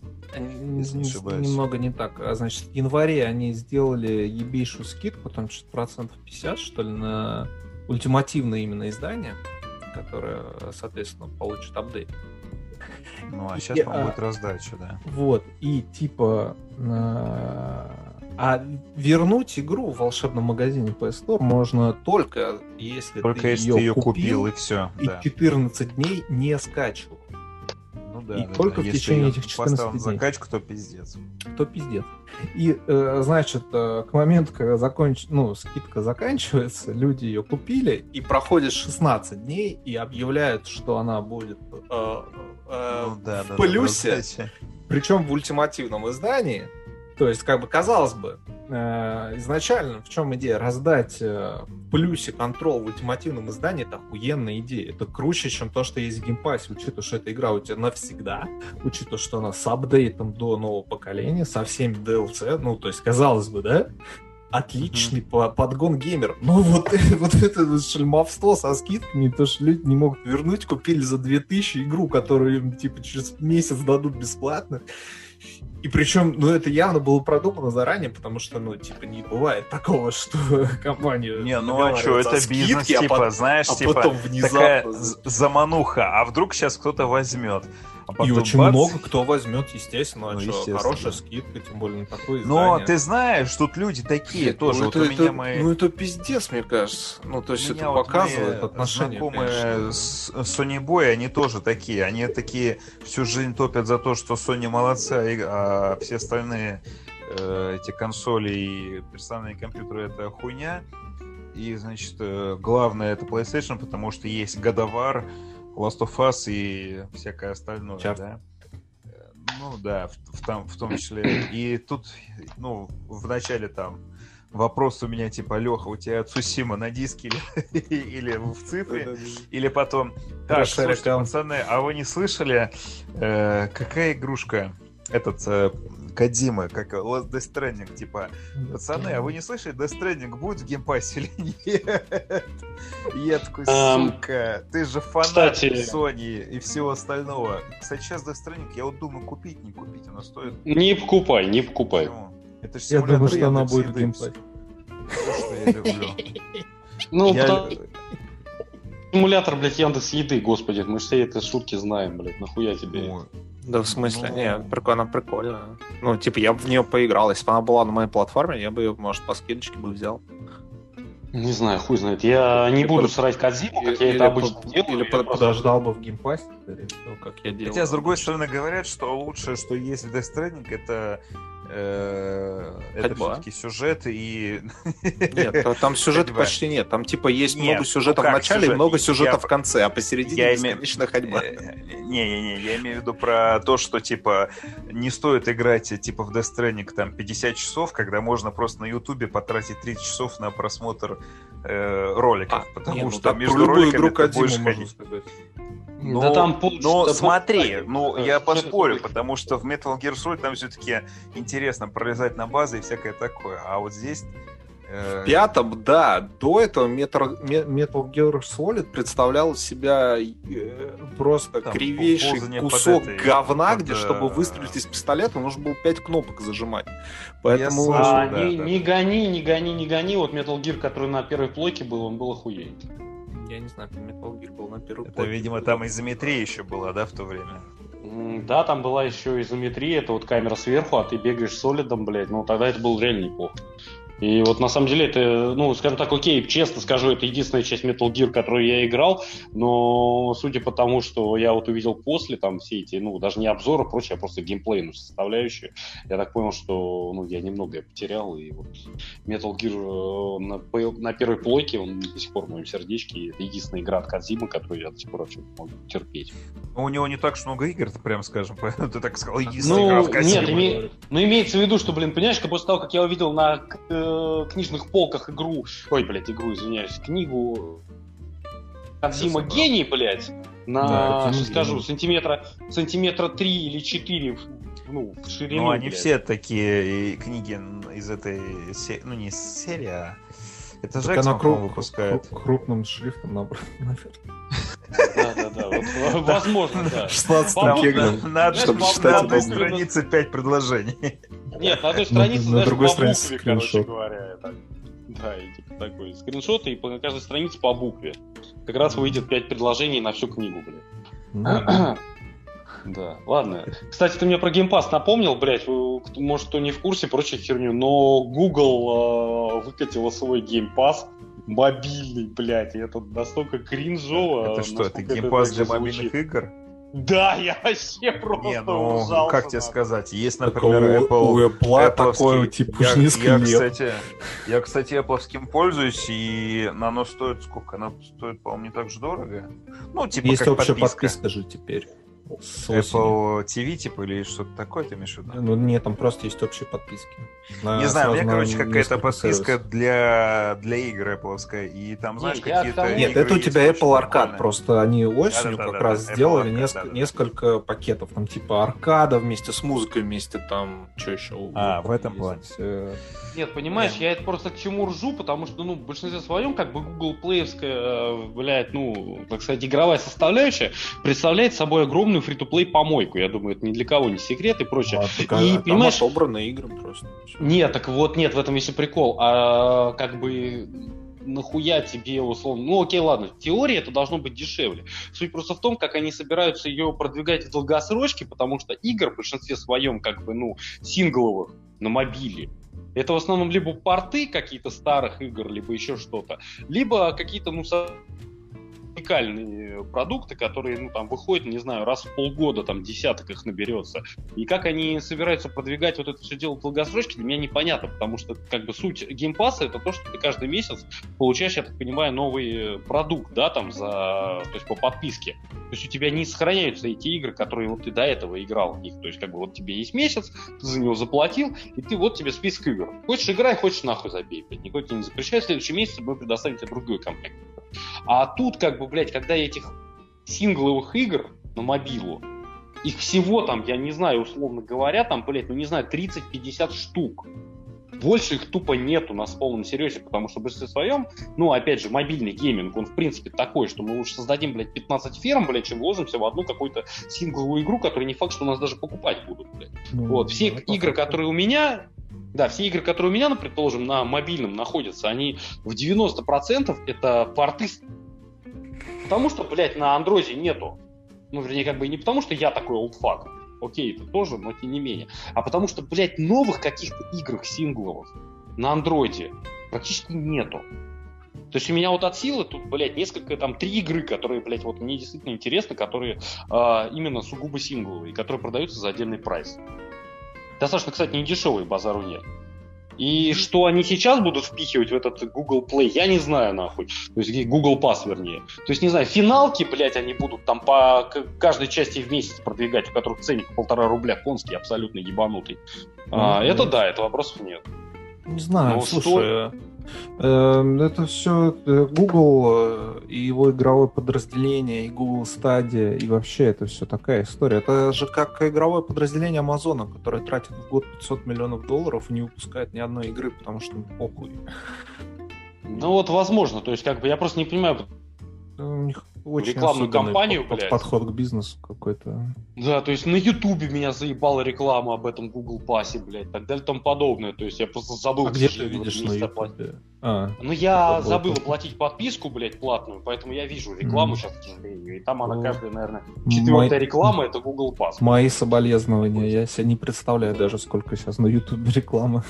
Немного не так. Значит, в январе они сделали ебейшую скидку, там что-то процентов пятьдесят, что ли, на ультимативное именно издание, которое, соответственно, получит апдейт. Ну, а сейчас, и, по-моему, а, будет раздача, да. Вот, и типа... А, а вернуть игру в волшебном магазине пи эс Store можно только если только ты если ее ты ее купил, купил, и все. И да. четырнадцать дней не скачивал. Ну, да, и да, только да. в течение этих четырнадцати дней. Поставил закачку, то пиздец. То пиздец. И, э, значит, э, к моменту, когда законч... ну, скидка заканчивается, люди ее купили, и проходит шестнадцать дней, и объявляют, что она будет э, э, ну, да, в да, плюсе, да, причем в ультимативном издании. То есть, как бы, казалось бы, э, изначально в чем идея? Раздать э, в плюсе контрол в ультимативном издании — это охуенная идея. Это круче, чем то, что есть в геймпассе, учитывая, что эта игра у тебя навсегда, учитывая, что она с апдейтом до нового поколения, со всеми ди эл си, ну, то есть, казалось бы, да? Отличный mm-hmm. подгон геймер. Но вот, вот это вот шельмовство со скидками, то, что люди не могут вернуть, купили за две тысячи игру, которую им, типа, через месяц дадут бесплатно. И причем, ну, это явно было продумано заранее, потому что, ну, типа, не бывает такого, что компания... Не, ну а что, это скидки, бизнес, а типа, под... знаешь, а типа, потом внезапно... такая замануха, а вдруг сейчас кто-то возьмет. А потом и очень бац... много кто возьмет, естественно, ну, а естественно. Что, хорошая скидка, тем более на такое издание. Но ты знаешь, тут люди такие Нет, тоже. Ну, вот это, у меня это, мои... ну это пиздец, мне кажется. Ну, то есть это вот показывает отношения. Знакомые с Sony Boy, они тоже такие. Они такие всю жизнь топят за то, что Sony молодцы, а все остальные э, эти консоли и персональные компьютеры — это хуйня. И, значит, главное — это PlayStation, потому что есть God of War, Last of Us и всякое остальное, Чар. да. Ну да, в, в, там, в том числе. И тут, ну, в начале там вопрос у меня типа: Леха, у тебя Цусима на диске или, или в цифре? Или потом: так, слушайте, пацаны, а вы не слышали, э, какая игрушка? Этот э, Кодзима, как Last Death Stranding, типа, пацаны, а вы не слышали, Death Stranding будет в геймпассе или нет? И я такой: сука, ты же фанат Sony и всего остального. Кстати, сейчас Death Stranding, я вот думаю, купить, не купить, она стоит... Не покупай, не покупай. Это же я думаю, что она будет в геймпассе. Что я люблю. Ну, потому... Симулятор, блядь, Яндекс Еды, господи, мы же все эти шутки знаем, блядь, нахуя тебе? Да в смысле, ну... не, прикольно, прикольно. Ну, типа, я бы в нее поиграл. Если бы она была на моей платформе, я бы ее, может, по скидочке бы взял. Не знаю, хуй знает. Я не буду срать Кодзиму, как я это обычно делаю. Или подождал бы в геймпассе, как я делал. Хотя, с другой стороны, говорят, что лучшее, что есть в Death Stranding, это... это все-таки сюжет и... Нет, там сюжета почти нет. Там типа есть нет, много сюжета ну в начале сюжет? и много сюжета я... в конце, а посередине бесконечная име... ходьба. Не-не-не, я имею в виду про то, что типа не стоит играть типа в Death Stranding там пятьдесят часов, когда можно просто на Ютубе потратить тридцать часов на просмотр э, роликов, а, потому не, что ну, между роликами ты будешь ходить. Ну, да там пол... но да смотри, пол... ну я поспорю, потому что в Metal Gear Solid там все-таки интересно пролезать на базы и всякое такое, а вот здесь... Э... В пятом, да, до этого Metal, Metal Gear Solid представлял из себя э, просто там кривейший кусок этой, говна, под... где, чтобы выстрелить из пистолета, нужно было пять кнопок зажимать. Поэтому... Слышу, а, да, не, да. не гони, не гони, не гони, вот Metal Gear, который на первой плойке был, он был охуенный. Я не знаю, как Metal Gear был на первой Это, плойке. Видимо, там изометрия еще была, да, в то время? Да, там была еще изометрия, это вот камера сверху, а ты бегаешь солидом, блядь, ну тогда это было реально неплохо. И вот на самом деле это, ну, скажем так, окей, честно скажу, это единственная часть Metal Gear, которую я играл, но судя по тому, что я вот увидел после, там, все эти, ну, даже не обзоры, прочее, а просто геймплейную составляющую, я так понял, что, ну, я немного потерял, и вот Metal Gear на, на первой плойке, он до сих пор в моем сердечке, это единственная игра от Кодзимы, которую я до сих пор вообще могу терпеть. У него не так уж много игр, прям скажем, поэтому ты так сказал, единственная ну, игра от Кодзимы. Нет, име... ну, имеется в виду, что, блин, понимаешь, после того, как я увидел на книжных полках игру, ой, блядь, игру, извиняюсь, книгу Кодзима гений, блядь, на, да, скажу, сантиметра, сантиметра три или четыре ну, в ширину. Ну, они блядь. все такие книги из этой серии, ну, не из серии, а это же Джексон, круп, выпускает. Круп, крупным шрифтом набрано, Да-да-да, вот, возможно, да. шестнадцатым кеглем, чтобы читать. На одной странице пять предложений. Нет, на одной странице, на знаешь, другой по странице букве, короче скриншот. говоря. Так. Да, и типа такой скриншот, и по каждой странице по букве. Как раз выйдет пять предложений на всю книгу, блядь. Ну, Да, ладно. Кстати, ты мне про Game Pass напомнил, блядь, вы, может, кто не в курсе, прочую херню, но Google э, выкатила свой Game Pass мобильный, блядь, и это настолько кринжово. Это что, это насколько Game Pass для звучит. мобильных игр? Да, я вообще просто Не, ну, ужался, как тебе нахуй. сказать, есть, Так например, у- Apple... у Apple Apple'овский. такое, типа, я, уж несколько я, лет. Кстати, я, кстати, Apple'овским пользуюсь, и оно стоит сколько? Оно стоит, по-моему, не так же дорого. Ну, типа, Есть как общая подписка. подписка же теперь. С осени. Apple ти ви, типа, или что-то такое, ты имеешь в виду? Ну, нет, там просто есть общие подписки. На- Не знаю, у меня, сразу на короче, какая-то несколько подписка сервисов. для, для игр Apple'овская, и там, знаешь, Не, я к какие-то тому- Нет, игры это у есть тебя очень Apple Arcade, прикольные. просто они осенью Да-да-да-да, как раз Apple сделали Arcade, неск- да-да-да. несколько пакетов, там типа аркада вместе с музыкой, вместе там, что еще? у А, Apple в этом есть, плане. э, Нет, понимаешь, я это просто к чему ржу, потому что, ну, в большинстве своем, как бы, Google Play'евская, блядь, ну, так сказать, игровая составляющая представляет собой огромную фри-то-плей помойку. Я думаю, это ни для кого не секрет и прочее. а, так, И, а там понимаешь- отобраны игры просто. Всё. Нет, так вот, нет, в этом весь и прикол. А как бы нахуя тебе условно... Ну, окей, ладно, в теории это должно быть дешевле. Суть просто в том, как они собираются ее продвигать в долгосрочке, потому что игр в большинстве своем, как бы, ну, сингловых на мобиле, это в основном либо порты какие-то старых игр, либо еще что-то, либо какие-то, ну, со- уникальные продукты, которые, ну, там, выходят, не знаю, раз в полгода, там, десяток их наберется. И как они собираются продвигать вот это все дело в долгосрочке, для меня непонятно, потому что, как бы, суть геймпасса — это то, что ты каждый месяц получаешь, я так понимаю, новый продукт, да, там, за, то есть, по подписке. То есть у тебя не сохраняются эти игры, которые вот ты до этого играл в них. То есть, как бы, вот тебе есть месяц, ты за него заплатил, и ты, вот тебе список игр. Хочешь играй, хочешь нахуй забей, блядь. Никто тебе не запрещает, в следующем месяце мы предоставим тебе другой комплект. А тут, как бы, блядь, когда этих сингловых игр на мобилу, их всего там, я не знаю, условно говоря, там, блядь, ну не знаю, тридцать-пятьдесят штук. Больше их тупо нету на полном серьезе, потому что в большинстве своем, ну, опять же, мобильный гейминг, он, в принципе, такой, что мы лучше создадим, блядь, пятнадцать ферм, блядь, чем вложимся в одну какую-то сингловую игру, которую не факт, что у нас даже покупать будут, блядь. Ну, Вот, все да, игры, по факту. которые у меня, да, все игры, которые у меня, ну, предположим, на мобильном находятся, они в девяносто процентов это порты, потому что, блядь, на андроиде нету. Ну, вернее, как бы не потому, что я такой олдфак, окей, это тоже, но тем не менее, а потому что, блядь, новых каких-то игр сингловых на андроиде практически нету. То есть у меня вот от силы тут, блядь, несколько, там, три игры, которые, блядь, вот мне действительно интересны, которые э, именно сугубо сингловые, которые продаются за отдельный прайс. Достаточно, кстати, не дешевый, базару нет. И что они сейчас будут впихивать в этот Google Play, я не знаю, нахуй. То есть Google Pass, вернее. То есть, не знаю, финалки, блядь, они будут там по каждой части в месяц продвигать, у которых ценник полтора рубля, конский, абсолютно ебанутый. А, Ну, это ну, да, это вопросов нет. Не знаю, Ну, слушай, э, это все Google э, и его игровое подразделение, и Google Stadia, и вообще это все такая история. Это же как игровое подразделение Амазона, которое тратит в год пятьсот миллионов долларов и не выпускает ни одной игры, потому что им похуй. Ну вот, возможно, то есть, как бы, я просто не понимаю, У них очень Рекламную особенный кампанию, под- блядь. подход к бизнесу какой-то. да, то есть на Ютубе меня заебала реклама об этом Google Пассе, блядь, и так далее и тому подобное, то есть я просто забыл, А к где ты сожалению, видишь в на месяц оплатить. Ютубе? А, Ну, я Это забыл было. оплатить подписку, блядь, платную, поэтому я вижу рекламу Мгм. сейчас, к сожалению, и там она Ну, каждая, наверное, мой- четвертая реклама — это Google Pass. Мои соболезнования. Я себе не представляю даже, сколько сейчас на Ютубе рекламы.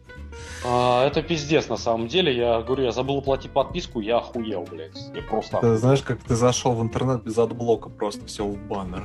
А, это пиздец, на самом деле, я говорю, я забыл оплатить подписку, я охуел, блядь, я просто... Ты знаешь, как ты зашел в интернет без отблока, просто все в баннер.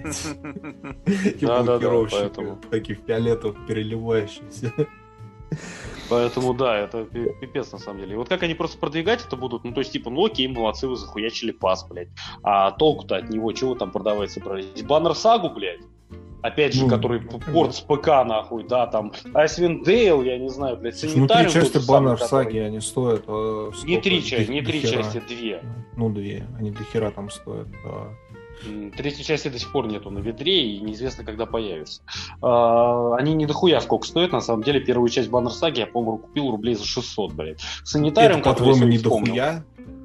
И Да-да-да, блокировщики поэтому. такие фиолетовые, переливающиеся. Поэтому, да, это пи- пипец, на самом деле. И вот как они просто продвигать это будут, ну, то есть, типа, ну, окей, молодцы, вы захуячили пас, блядь. А толку-то от него, чего там продавать собрались? Баннер Сагу, блядь? Опять же, Ну, который ну, порт с ПК, нахуй, да, там, Icewind Dale, я не знаю, блядь, Слушай, ну, три санитариум. части тот же самый, баннер который- саги, они стоят... э, Не сколько? три части, До- не до три хера. части, две. Ну, две. Они до хера там стоят. Да. Третьей части до сих пор нету на ведре, и неизвестно, когда появится. А, они не дохуя сколько стоят, на самом деле. Первую часть Баннер Саги я, по-моему, купил рублей за шестьсот, блядь. Санитариум, это, по-твоему, не дохуя?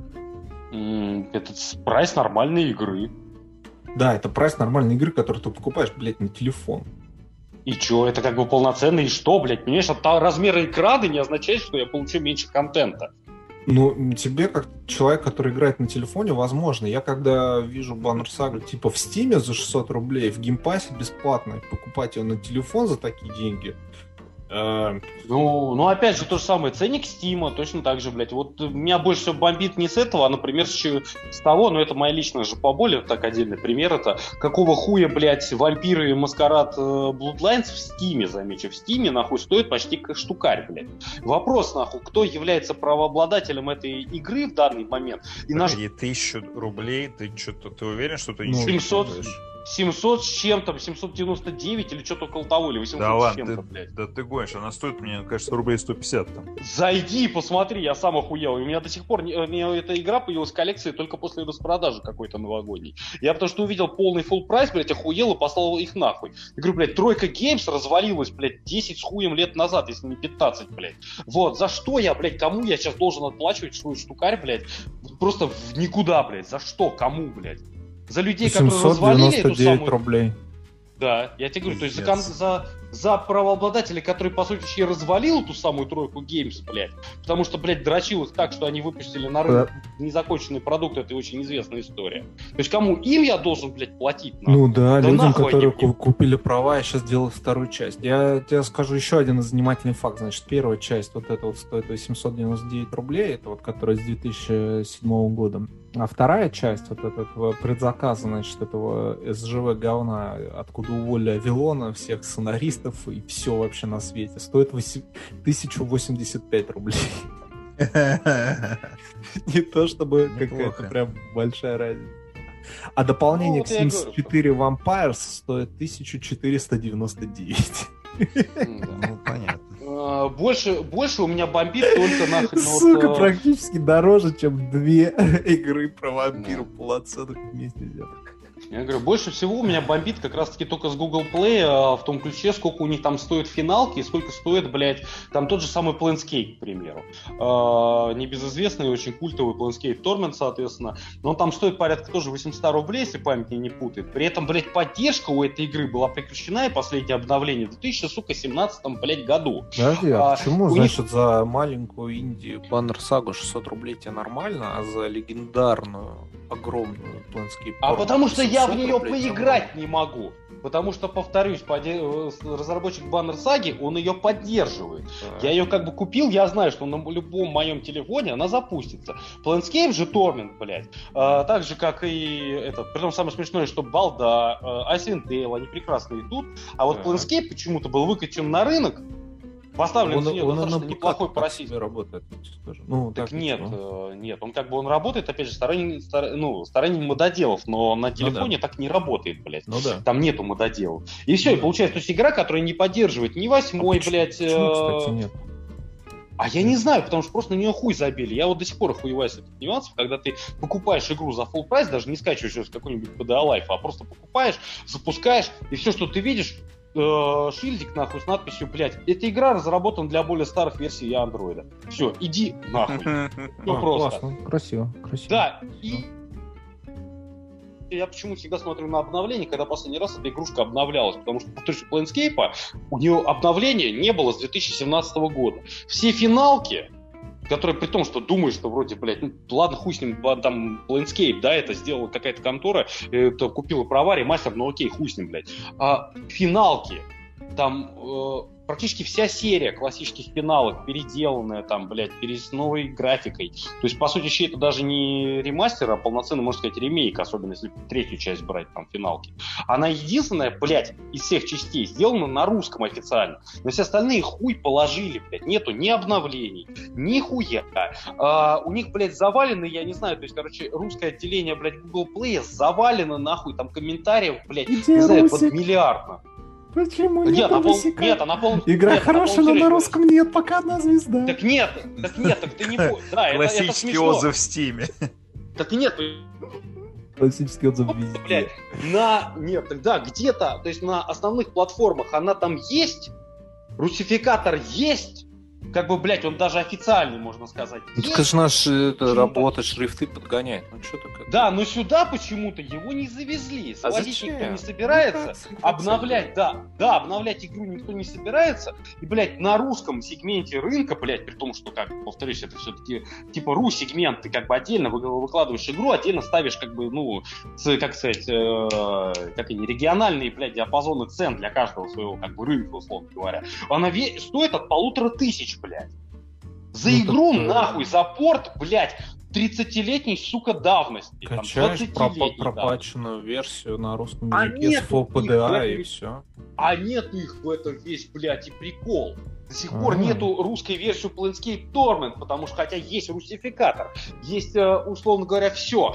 Это прайс нормальной игры. Да, это прайс нормальной игры, которую ты покупаешь, блядь, на телефон. И чё, это как бы полноценно, и что, блядь? Понимаешь, от размера экрана не означает, что я получу меньше контента. Ну, тебе, как человек, который играет на телефоне, возможно. Я когда вижу Banner Saga типа в Стиме за шестьсот рублей, в геймпассе бесплатно, и покупать ее на телефон за такие деньги... Ну, ну, опять же, то же самое. Ценник Стима, точно так же, блядь. Вот меня больше всего бомбит не с этого, а, например, с, с того, но это моя личная же поболь, так отдельный пример, это какого хуя, блядь, вампиры и маскарад Bloodlines в Стиме, замечу, в Стиме, нахуй, стоит почти как штукарь, блядь. Вопрос, нахуй, кто является правообладателем этой игры в данный момент? И наш... тысячу рублей, ты что-то, ты уверен, что ты не семьсот семьсот с чем-то, семьсот девяносто девять или что-то около того, или восемьсот да с ладно, чем-то, ты, блядь. Да ты гонишь, она стоит, мне кажется, рублей сто пятьдесят там. Зайди, посмотри, я сам охуел. У меня до сих пор, не, у меня эта игра появилась в коллекции только после распродажи какой-то новогодней. Я потому что увидел полный full прайс, блядь, охуел и послал их нахуй. Я говорю, блядь, Тройка Геймс развалилась, блядь, десять с хуем лет назад, если не пятнадцать, блядь. Вот, за что я, блядь, кому я сейчас должен отплачивать свой штукарь, блядь, просто в никуда, блядь, за что, кому, блядь? За людей, которые развалили эту самую... рублей. Да, я тебе говорю, то есть за, за, за правообладателей, которые, по сути, и развалил эту самую Тройку Геймс, блядь, потому что, блядь, дрочилось так, что они выпустили на рынок да. незаконченный продукт, это очень известная история. То есть кому им я должен, блядь, платить? Нахуй? Ну да, да людям, которые они... купили права и сейчас делают вторую часть. Я тебе скажу еще один занимательный факт. Значит, первая часть вот эта вот стоит восемьсот девяносто девять рублей, это вот которая с две тысячи седьмого года. А вторая часть вот этого предзаказа, значит, этого эс джи ви говна, откуда уволили Авилона, всех сценаристов и все вообще на свете, стоит тысяча восемьдесят пять рублей. Не то чтобы какая-то прям большая разница. А дополнение к Sims четыре Vampires стоит тысяча четыреста девяносто девять. Ну, понятно. Больше, больше у меня бомбит только нахрен. Сука, вот, практически дороже, чем две игры про вампиров полноценных вместе взятых. Я говорю, больше всего у меня бомбит как раз-таки только с Google Play, а в том ключе, сколько у них там стоят финалки и сколько стоит, блядь, там тот же самый Planescape, к примеру. А, небезызвестный, очень культовый Planescape Torment, соответственно. Но он там стоит порядка тоже восемьсот рублей, если память меня не путает. При этом, блядь, поддержка у этой игры была прекращена, и последнее обновление в две тысячи семнадцатом, блядь, году. Подожди, а, а почему, значит, них... за маленькую инди Banner Saga шестьсот рублей тебе нормально, а за легендарную, огромную Planescape А потому что я в нее поиграть не могу. Потому что, повторюсь, разработчик Banner Saga, он ее поддерживает. А-а-а. Я ее как бы купил, я знаю, что на любом моем телефоне она запустится. Planescape же Torment, блядь. А, так же, как и этот. Притом самое смешное, что Балда, Icewind Dale, они прекрасно идут. А вот А-а-а. Planescape почему-то был выкачан на рынок. Поставлен он, цене, он достаточно неплохой по российскому. Работает, скажем. Ну, так, так нет, э, нет, он как бы он работает, опять же, сторонник, стор, ну, сторонник мододелов, но на телефоне ну, да. так не работает, блядь. Ну, да. Там нету мододелов. И все, ну, и да. получается, то есть игра, которая не поддерживает ни восьмой, а блядь. Почему, э... кстати, нет? А я не знаю, потому что просто на нее хуй забили. Я вот до сих пор охуеваюсь от этих нюансов, когда ты покупаешь игру за full прайс, даже не скачиваешь ее с какой-нибудь пи ди эй-лайф, а просто покупаешь, запускаешь, и все, что ты видишь, шильдик нахуй с надписью, блядь, эта игра разработана для более старых версий андроида. Все, иди нахуй. Ну просто. Классно, красиво, красиво. Да, и я почему всегда смотрю на обновление, когда последний раз эта игрушка обновлялась, потому что, повторюсь, у Planescape у нее обновления не было с две тысячи семнадцатого года. Все финалки, которые при том, что думаешь, что вроде, блядь, ну ладно, хуй с ним, там, Planescape, да, это сделала какая-то контора, это купила права, ремастер, ну окей, хуй с ним, блядь. А финалки, там э, практически вся серия классических финалок переделанная, там, блядь, с новой графикой. То есть, по сути, это даже не ремастер, а полноценный, можно сказать, ремейк, особенно если третью часть брать, там, финалки. Она единственная, блядь, из всех частей сделана на русском официально. Но все остальные хуй положили, блядь. Нету ни обновлений, ни хуя. А, у них, блядь, завалено, я не знаю, то есть, короче, русское отделение, блядь, Google Play завалено, нахуй, там, комментариев, блядь, где не знаю, Русик? под миллиардно. Почему нет? Нет, на пол... нет, а на полном... Игра нет, хорошая, но на русском нет, пока одна звезда. Так нет, так нет, так ты не... Да, классический отзыв в Стиме. Так нет, Классический отзыв везде. Блядь, на... Нет, тогда где-то, то есть на основных платформах она там есть, русификатор есть, как бы, блядь, он даже официальный, можно сказать. Ну, так же наш это, работа, шрифты подгоняет. Ну, что такое? Да, но сюда почему-то его не завезли. Свозить а никто не собирается. Ну, обновлять, да, да, обновлять игру никто не собирается. И, блядь, на русском сегменте рынка, блядь, при том, что, как, повторюсь, это все-таки типа ру-сегмент, ты как бы отдельно выкладываешь игру, отдельно ставишь, как бы, ну, с, как сказать, э, как они, региональные, блядь, диапазоны цен для каждого своего, как бы, рынка, условно говоря. Она ве- стоит от полутора тысяч, блядь. За ну, игру, так... нахуй, за порт, блядь, тридцатилетней, сука, давности. Качаешь пропа- пропаченную версию на русском языке а с эф пи ди эй и все. А нет их в этом весь, блядь, и прикол. До сих пор А-а-а. нету русской версии Planescape Torment, потому что, хотя есть русификатор, есть, условно говоря, все.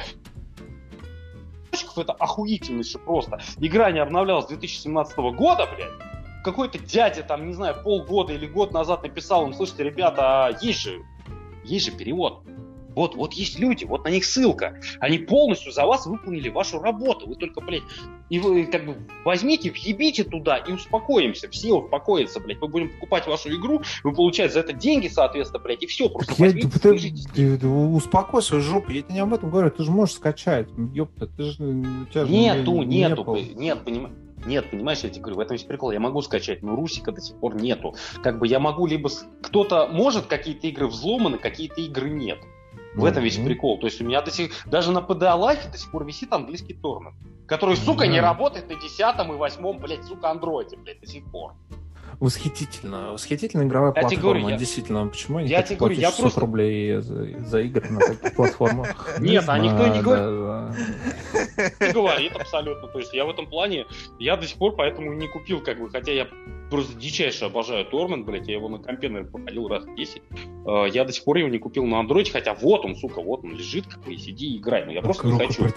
Это охуительнейше просто. Игра не обновлялась с две тысячи семнадцатого года, блядь. Какой-то дядя, там, не знаю, полгода или год назад написал им: слушайте, ребята, а есть же, есть же перевод. Вот, вот есть люди, вот на них ссылка. Они полностью за вас выполнили вашу работу. Вы только, блядь, и вы как бы возьмите, въебите туда и успокоимся. Все успокоятся, блядь. Мы будем покупать вашу игру, вы получаете за это деньги, соответственно, блядь, и все. Просто возьмите, я, ты, ты, ты, успокой свою жопу, я тебе не об этом говорю. Ты же можешь скачать. Ёпта, ты же... У тебя нету, же не, нету, не нет, понимаешь. Нет, понимаешь, я тебе говорю, в этом весь прикол. Я могу скачать, но русика до сих пор нету. Как бы я могу либо... Кто-то может, какие-то игры взломаны, какие-то игры нет. В mm-hmm. этом весь прикол. То есть у меня до сих... даже на пи ди эй-Life до сих пор висит английский торрент, который, сука, mm-hmm. не работает на десятом и восьмом, блядь, сука, андроиде, блядь, до сих пор. Восхитительно. Восхитительная игровая я платформа. Говорю, я... Действительно, почему они я тебе говорю, я просто... рублей за, за игры на таких платформах? Нет, а никто не говорит. Не говорит абсолютно. То есть я в этом плане, я до сих пор поэтому не купил, как бы, хотя я просто дичайше обожаю торрент, блядь, я его на компе, наверное, проходил раз десять. Я до сих пор его не купил на андроиде, хотя вот он, сука, вот он лежит, как бы, и сиди и играй. Но я просто не хочу.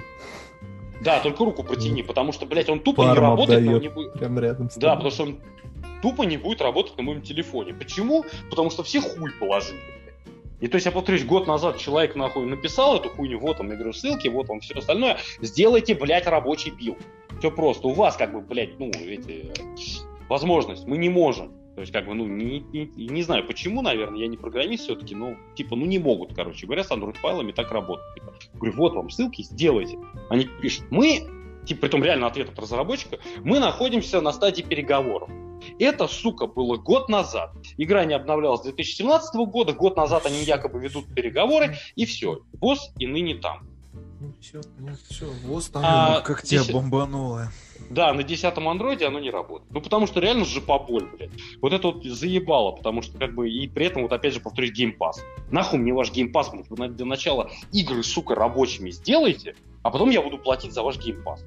Да, только руку протяни, потому что, блядь, он тупо не работает. Не будет... Прям рядом с да, потому что он тупо не будет работать на моем телефоне. Почему? Потому что все хуй положили. И то есть, я повторюсь, год назад человек нахуй написал эту хуйню, вот он, я говорю, ссылки, вот он, все остальное. Сделайте, блядь, рабочий билд. Все просто. У вас, как бы, блядь, ну, эти... возможность. Мы не можем. То есть, как бы, ну, не, не, не знаю почему, наверное, я не программист все-таки, но, типа, ну, не могут, короче говоря, с Android-файлами так работать. Типа, говорю, вот вам ссылки, сделайте. Они пишут, мы, типа, притом реально ответ от разработчика, мы находимся на стадии переговоров. Это, сука, было год назад. Игра не обновлялась с две тысячи семнадцатого года, год назад они якобы ведут переговоры, и все. ВОЗ и ныне там. Ну, все, нет, все, ВОЗ там. А, как тебя десят... бомбануло. Да, на десятом андроиде оно не работает. Ну, потому что реально же поболь, блядь. Вот это вот заебало, потому что, как бы, и при этом, вот опять же, повторюсь, геймпас. Нахуй мне ваш геймпас, блядь, вы для начала игры, сука, рабочими сделайте, а потом я буду платить за ваш геймпас.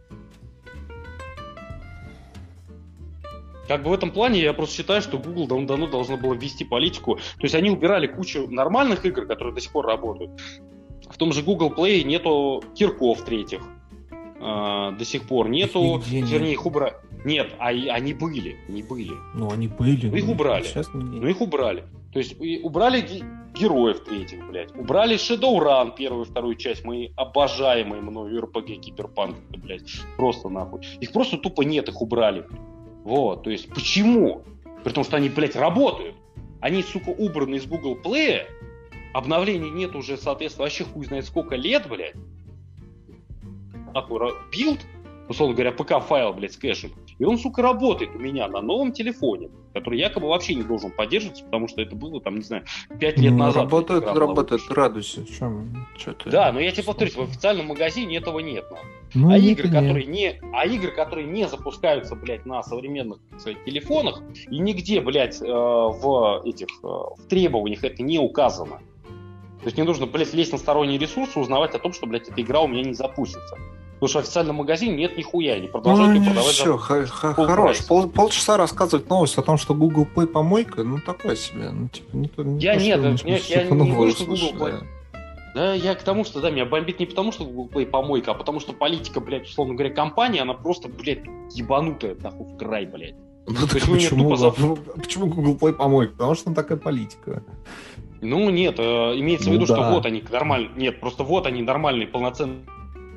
Как бы в этом плане я просто считаю, что Google давно должно было ввести политику. То есть они убирали кучу нормальных игр, которые до сих пор работают. В том же Google Play нету кирков третьих. А, до сих пор нету. Их вернее, их убрали. Нет, а, они были. Они были. Ну, они были. Ну, их убрали. Сейчас не... Ну, их убрали. То есть убрали героев третьих, блядь. Убрали Shadowrun, первую и вторую часть, мои обожаемые мною эр пи джи Киберпанк, блядь. Просто нахуй. Их просто тупо нет, их убрали. Вот, то есть, почему? При том, что они, блядь, работают. Они, сука, убраны из Google Play, обновлений нет уже, соответственно, вообще хуй знает сколько лет, блядь. Нахуй, билд, условно говоря, ПК-файл, блядь, с кэшем. И он, сука, работает у меня на новом телефоне, который якобы вообще не должен поддерживаться, потому что это было, там, не знаю, пять лет ну, назад. Работает, работает, радуйся. В чем? Что-то... Да, но я тебе повторюсь, в официальном магазине этого нет. Ну, а, игры, которые не, а игры, которые не запускаются, блядь, на современных своих телефонах, и нигде, блядь, э, в этих э, в требованиях это не указано. То есть мне нужно, блядь, лезть на сторонние ресурсы, узнавать о том, что, блядь, эта игра у меня не запустится. Потому что в официальном магазине нет нихуя, они продолжают ну, ее продавать. Все, х- х- хорош. Пол, полчаса рассказывать новость о том, что Google Play помойка, ну такое себе. Ну, типа, не то, не я то, нет, что, я, что, я не говорю, что Google Play. Да, я к тому, что, да, меня бомбит не потому, что Google Play помойка, а потому что политика, блядь, условно говоря, компании, она просто, блядь, ебанутая, нахуй, в край, блядь. Ну, так почему, за... почему Google Play помойка? Потому что там такая политика. Ну, нет, э, имеется ну, в виду, да. что вот они нормальные, нет, просто вот они нормальные, полноценные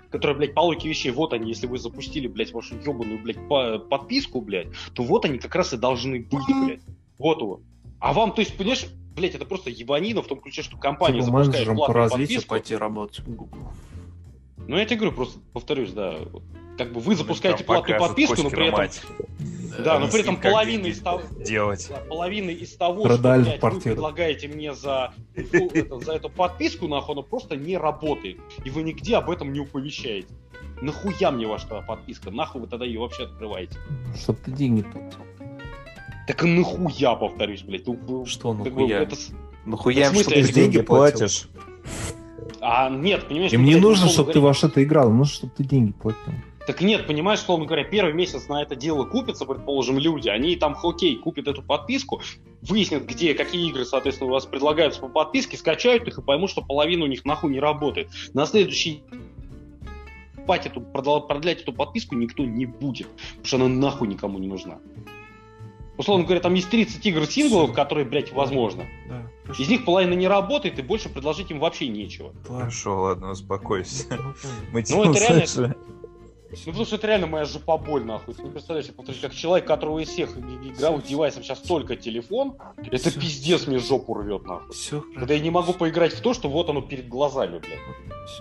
которые, блядь, по логике вещей, вот они, если вы запустили, блядь, вашу ебаную, блядь, по- подписку, блядь, то вот они как раз и должны быть, блядь. Вот его. А вам, то есть, понимаешь, блядь, это просто ебанина в том ключе, что компания типа запускает менеджером по платную развитию подписку. пойти работать в Google. Ну, я тебе говорю, просто повторюсь, да. Как бы вы Ну, запускаете там платную покажут подписку, но Коськину при этом... мать. Да, но при этом Объясним, как половина деньги из того... делать. Да, половина из того, Продали что, блядь, вы квартиру. предлагаете мне за, ну, это, за эту подписку, нахуй, оно просто не работает. И вы нигде об этом не уповещаете. Нахуя мне ваша подписка? Нахуй вы тогда ее вообще открываете? Чтоб ты деньги платил. Так и нахуя, повторюсь, блядь. Ну, Что как бы нахуя? это с- Нахуя в им, смысле, что ты эти деньги платишь? А, нет, понимаешь... Им ну, не блядь, нужно, условно чтобы ты говоря, во что-то играл, нужно, чтобы ты деньги платил. Так нет, понимаешь, словно говоря, первый месяц на это дело купятся, предположим, люди, они там, окей, купят эту подписку, выяснят, где, какие игры, соответственно, у вас предлагаются по подписке, скачают их и поймут, что половина у них нахуй не работает. На следующий эту, продлять эту подписку никто не будет, потому что она нахуй никому не нужна. Условно говоря, там есть тридцать игр синглов, которые, блядь, возможно. Да, Из них половина не работает, и больше предложить им вообще нечего. Хорошо, ладно, успокойся. Мы Ну, это тебя реально- услышали. Ну, потому что это реально моя жопа боль, нахуй. Ты не представляешь, я повторюсь, как человек, которого из всех игровых девайсов сейчас только телефон, это Всё. пиздец мне жопу рвет, нахуй. Все Когда я не могу поиграть в то, что вот оно перед глазами, блядь. Все.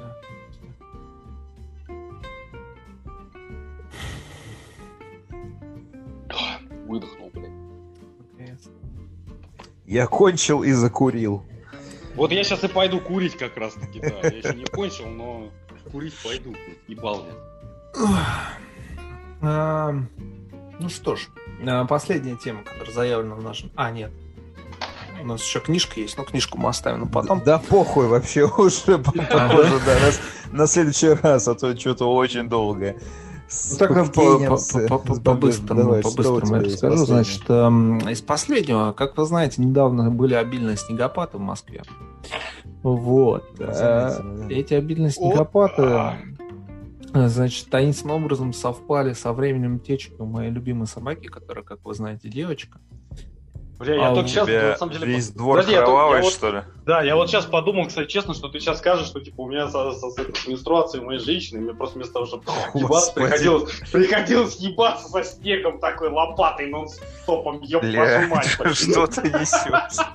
Выдохнул, блядь. Я кончил и закурил. Вот я сейчас и пойду курить как раз таки, да. Я еще не кончил, но курить пойду, блядь. Ебал я. А, ну что ж, а, последняя тема, которая заявлена в нашем... А, нет. У нас еще книжка есть, но книжку мы оставим на потом. Да похуй вообще уже, похоже, да, на, на следующий раз, а то что-то очень долго. Ну, тогда по- по- по- по-быстрому, по-быстрому я расскажу. Значит, эм, из последнего, как вы знаете, недавно были обильные снегопады в Москве. Вот. Э, Эти обильные снегопады, э, значит, таинственным образом совпали со временем течки у моей любимой собаки, которая, как вы знаете, девочка. Бля, я А только у сейчас, тебя на самом деле... весь двор Подожди, я только- кровавый, я вот- что ли? Да, я вот сейчас подумал, кстати, честно, что ты сейчас скажешь, что типа у меня со, со- с, этой, с менструацией у моей женщины, мне просто вместо того, чтобы ебаться, Господи. приходилось, приходилось ебаться со снегом такой лопатой нон-стопом, ёб вашу мать. Бля, что ты несешь?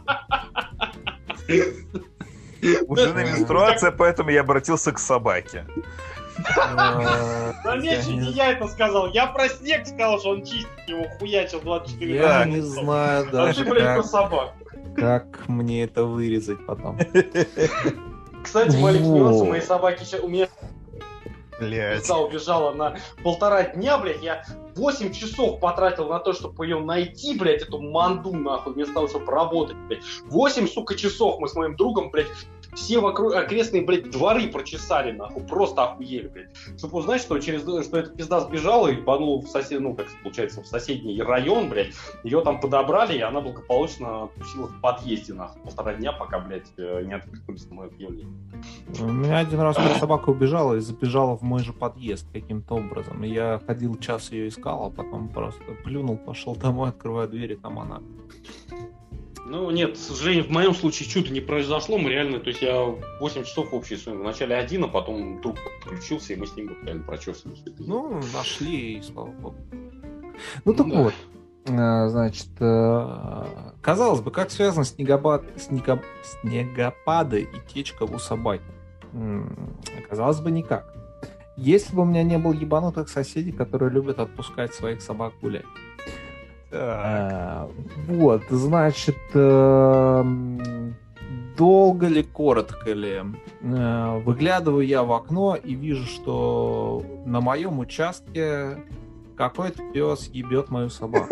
У жены менструация, поэтому я обратился к собаке. Заметьте, не я это сказал, я про снег сказал, что он чистит его хуячил двадцать четыре Я года. не знаю А даже, ты, блядь, про как, собак. как мне это вырезать потом. Кстати, маленький нюанс, у Во. моей собаки сейчас, у меня Блять. пизда убежала на полтора дня, блядь, я восемь часов потратил на то, чтобы ее найти, блядь, эту манду, нахуй, вместо того, чтобы работать, блядь. восемь, сука, часов мы с моим другом, блядь, все вокруг окрестные, блядь, дворы прочесали, нахуй, просто охуели, блядь. Чтобы узнать, что через, что эта пизда сбежала и ебанула в сосед, ну, как получается, в соседний район, блядь, ее там подобрали, и она благополучно тусила в подъезде, нахуй, полтора дня, пока, блядь, не откликнулись на мое объявление. У меня один раз моя собака убежала и забежала в мой же подъезд каким-то образом. И я ходил час ее искал, а потом просто плюнул, пошел домой, открываю дверь, и там она. Ну, нет, к сожалению, в моем случае чудо не произошло, мы реально, то есть я восемь часов общий сон, вначале один, а потом друг подключился, и мы с ним вот реально прочесывали все это. Ну, нашли, и слава богу. Ну, так Да. вот. э, Значит, э, казалось бы, как связаны снегопад, снего- снегопады и течка у собаки? М, Казалось бы, никак. Если бы у меня не было ебанутых соседей, которые любят отпускать своих собак гулять. Так. А, Вот, значит, эм, долго ли, коротко ли, э, выглядываю я в окно и вижу, что на моем участке какой-то пес ебет мою собаку.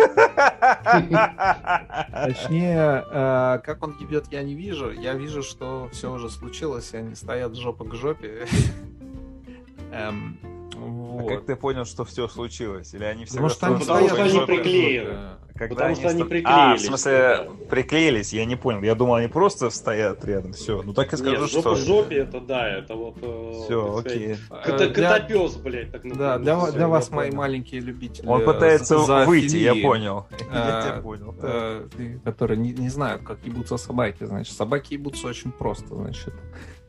Точнее, э, как он ебет, я не вижу. Я вижу, что все уже случилось, и они стоят жопа к жопе. Эм, А вот. как ты понял, что все случилось? Или они все Потому что они Потому стоят что они жопа к жопе. приклеены. Когда Потому что они ста- приклеились. А, в смысле, приклеились, я не понял. Я думал, они просто стоят рядом. Все, ну так и скажу, Нет, что... жопа в жопе, это да, это вот... э, Все, так сказать, окей. кота- Э, для- Котопес, блядь, так Да, называемый. для, ва- Всё, для я вас, понял. мои маленькие любители. Он пытается э, за- выйти, я зоофилии, понял. Я э, тебя понял. так. э, которые не, не знают, как ебутся собаки. Значит, собаки ебутся очень просто. Значит,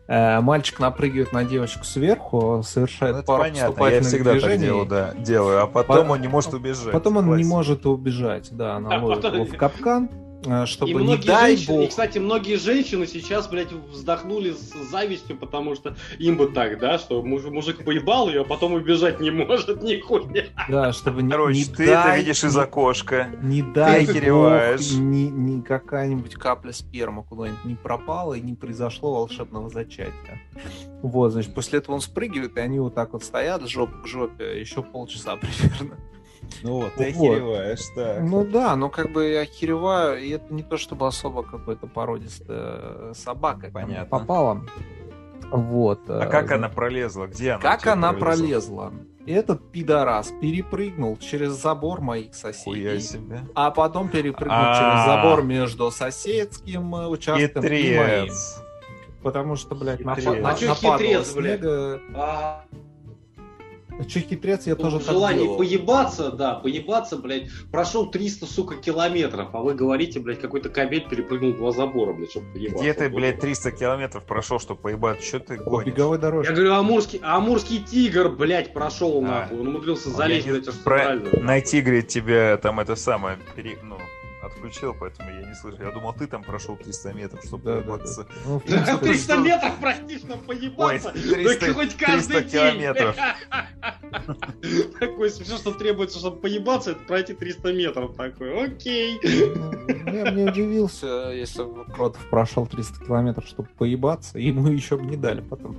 Мальчик напрыгивает на девочку сверху, совершает ну, пару понятно, вступательных я всегда движений. Так делаю, да, делаю, а потом По... он не может убежать. Потом он Классик. не может убежать, да, она А ловит потом... его в капкан. Чтобы и не многие дай женщины, бог... и, кстати, многие женщины сейчас, блядь, вздохнули с завистью, потому что им бы так, да, что муж, мужик поебал ее, а потом убежать не может нихуя. Да, чтобы не, Короче, не ты дай, это видишь из окошка. Не дай ты бог, ни, ни какая-нибудь капля спермы куда-нибудь не пропала и не произошло волшебного зачатия. Вот, значит, после этого он спрыгивает, и они вот так вот стоят жопу к жопе еще полчаса примерно. Ну вот, ты вот. охереваешь, так. Ну да, но как бы я охереваю, и это не то чтобы особо какой-то породистая собака Понятно. попала. Вот. А как она пролезла? Где она? Как она пролезла? Этот пидорас перепрыгнул через забор моих соседей, себе. А потом перепрыгнул А-а-а. через забор между соседским участком хитрец. И моим. Потому что, блядь, напа- а что хитрец, блядь? А... Че хитрец, я ну, тоже в желании так делал. поебаться, да, поебаться, блядь, прошел триста, сука, километров, а вы говорите, блядь, какой-то кобель перепрыгнул два забора, блядь, чтобы поебаться. Где ты, блядь, триста километров прошел, чтобы поебаться? Что ты гонишь? Беговой дорожке. Я говорю, амурский, амурский тигр, блядь, прошел, а, нахуй, он умудрился залезть, я блядь, аж про... На тигре тебя там это самое, пере... ну... отключил, поэтому я не слышал. Я думал, ты там прошел триста метров, чтобы да, поебаться. Да, да. Ну, принципе, триста метров, прости, чтобы поебаться. Ой, триста, да хоть каждый триста километров. Такое все, что требуется, чтобы поебаться, это пройти триста метров. Такой, окей. Я не удивился, если Кротов прошел триста километров, чтобы поебаться, и ему еще бы не дали потом.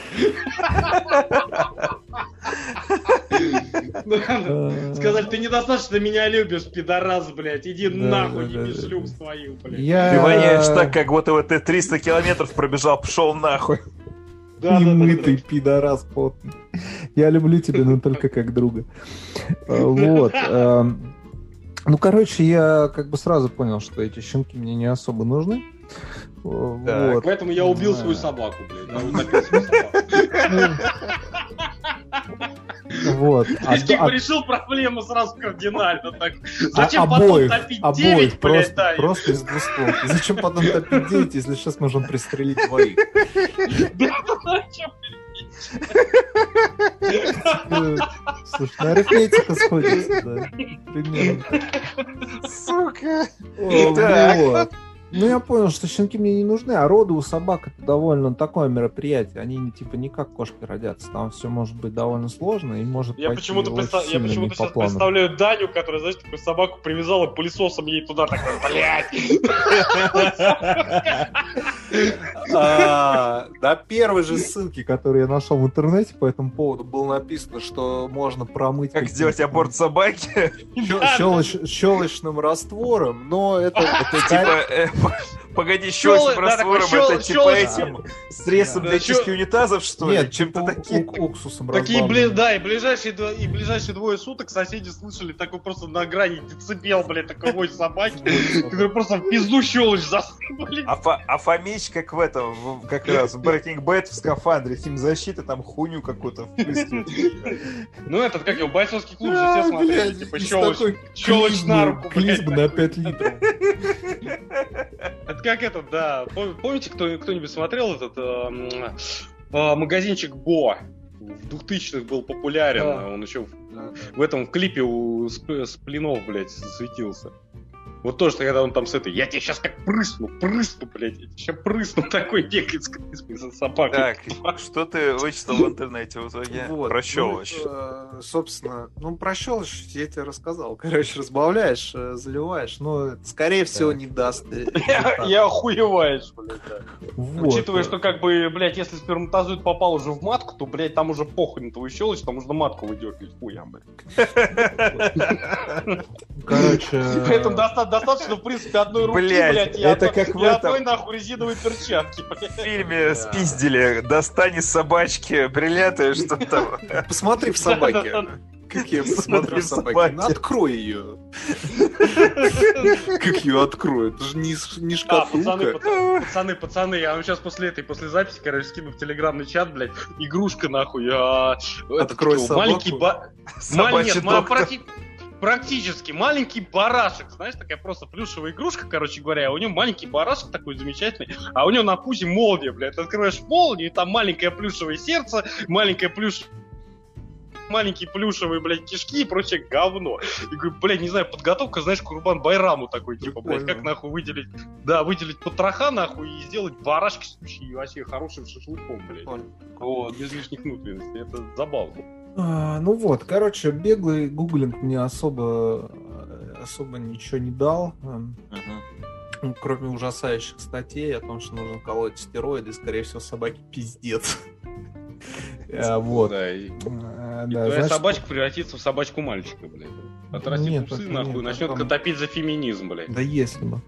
Сказали, ты недостаточно меня любишь, пидорас, блядь, иди нахуй, не шлюх свою, блядь. Ты воняешь так, как будто вот ты триста километров пробежал, пошел нахуй. Да, немытый да, да, да. пидорас потный. Я люблю тебя, но только как друга. Вот. Ну, короче, я как бы сразу понял, что эти щенки мне не особо нужны. Вот. Поэтому я убил свою собаку, блядь. Я утопил свою собаку. Вот. А, типа а... решил проблему сразу кардинально. Так. Зачем а, потом обоих, топить обоих, девять, просто, блядь, да? Просто из двустволки. Зачем потом топить девять, если сейчас можем пристрелить двоих? Слушай, на арифметика сходится, да. Примерно. Сука. Вот. Ну, я понял, что щенки мне не нужны, а роды у собак это довольно такое мероприятие. Они типа не как кошки родятся. Там все может быть довольно сложно и может я пойти почему-то очень представ... Я почему-то сейчас плану. представляю Даню, которая, знаешь, такую собаку привязала пылесосом ей туда, такой, блядь! На первой же ссылке, которую я нашел в интернете по этому поводу, было написано, что можно промыть... Как сделать аборт собаки? Щелочным раствором, но это... Типа... Погоди, щелочным раствором, это типа этим средством для чистки унитазов, что ли? Нет, чем-то таким уксусом. Такие, блин, да, и ближайшие и ближайшие двое суток соседи слышали такой просто на грани децибел, блядь, такой вой собаки, который просто в пизду щелочь засыпали. А Фомич, как в этом, как раз в Breaking Bad в скафандре, химзащиты, там хуйню какую-то впрыскивают. Ну этот, как его, бойцовский клуб же все смотрели, типа щелочь на руку, блядь. Клизма на пять литров. Это как этот, да. Помните, кто, кто-нибудь смотрел этот э, э, магазинчик Бо? В двухтысячных был популярен. Да. Он еще да. в, в этом в клипе у Сплинов, блядь, засветился. Вот то, что когда он там с этой, я тебе сейчас как прысну, прысну, блядь, я тебе сейчас прысну, такой бегает с собакой. Так, что ты вычитал в интернете в итоге? Вот, про щелочь. Ну, э, собственно, ну про щелочь я тебе рассказал. Короче, разбавляешь, э, заливаешь, но скорее всего не даст. Я охуеваешь, блядь, да. Учитывая, что как бы, блядь, если сперматозоид попал уже в матку, то, блядь, там уже похуй на твою щелочь, там нужно матку выдергивать, хуям, блядь. Короче... Поэтому достаточно Достаточно, в принципе, одной руки, блядь, блядь, и, это одно, как и в этом... одной, нахуй, резиновой перчатки, блядь. В фильме спиздили, достань из собачки бриллианты, что там. Посмотри в собаке. Как я посмотрю в собаке? Ну, открой ее. Как ее открою? Это же не шкатулка. Пацаны, пацаны, я вам сейчас после этой, после записи, короче, скину в телеграмный чат, блядь, игрушка, нахуй. Открой собаку. Маленький ба... Маленький, практически маленький барашек, знаешь, такая просто плюшевая игрушка, короче говоря, у него маленький барашек такой замечательный, а у него на пузе молния, блядь, ты открываешь молнию, и там маленькое плюшевое сердце, маленькое плюшевое маленькие плюшевые, блядь, кишки и прочее говно. И говорю, блядь, не знаю, подготовка, знаешь, к Курбан-Байраму такой, типа, блядь, как нахуй выделить, да, выделить потроха, нахуй, и сделать барашки сущие, вообще хорошим шашлыком, блядь. Вот, без лишних внутренностей, это забавно. А, ну вот, короче, беглый гуглинг мне особо, особо ничего не дал. Uh-huh. Кроме ужасающих статей о том, что нужно колоть стероиды, скорее всего, собаке пиздец. Вот. Да, и, а, и да, твоя значит... собачка превратится в собачку мальчика, блядь. Отрастит нет, усы, нахуй, нет, начнет потом... котопить за феминизм, блядь. Да если бы.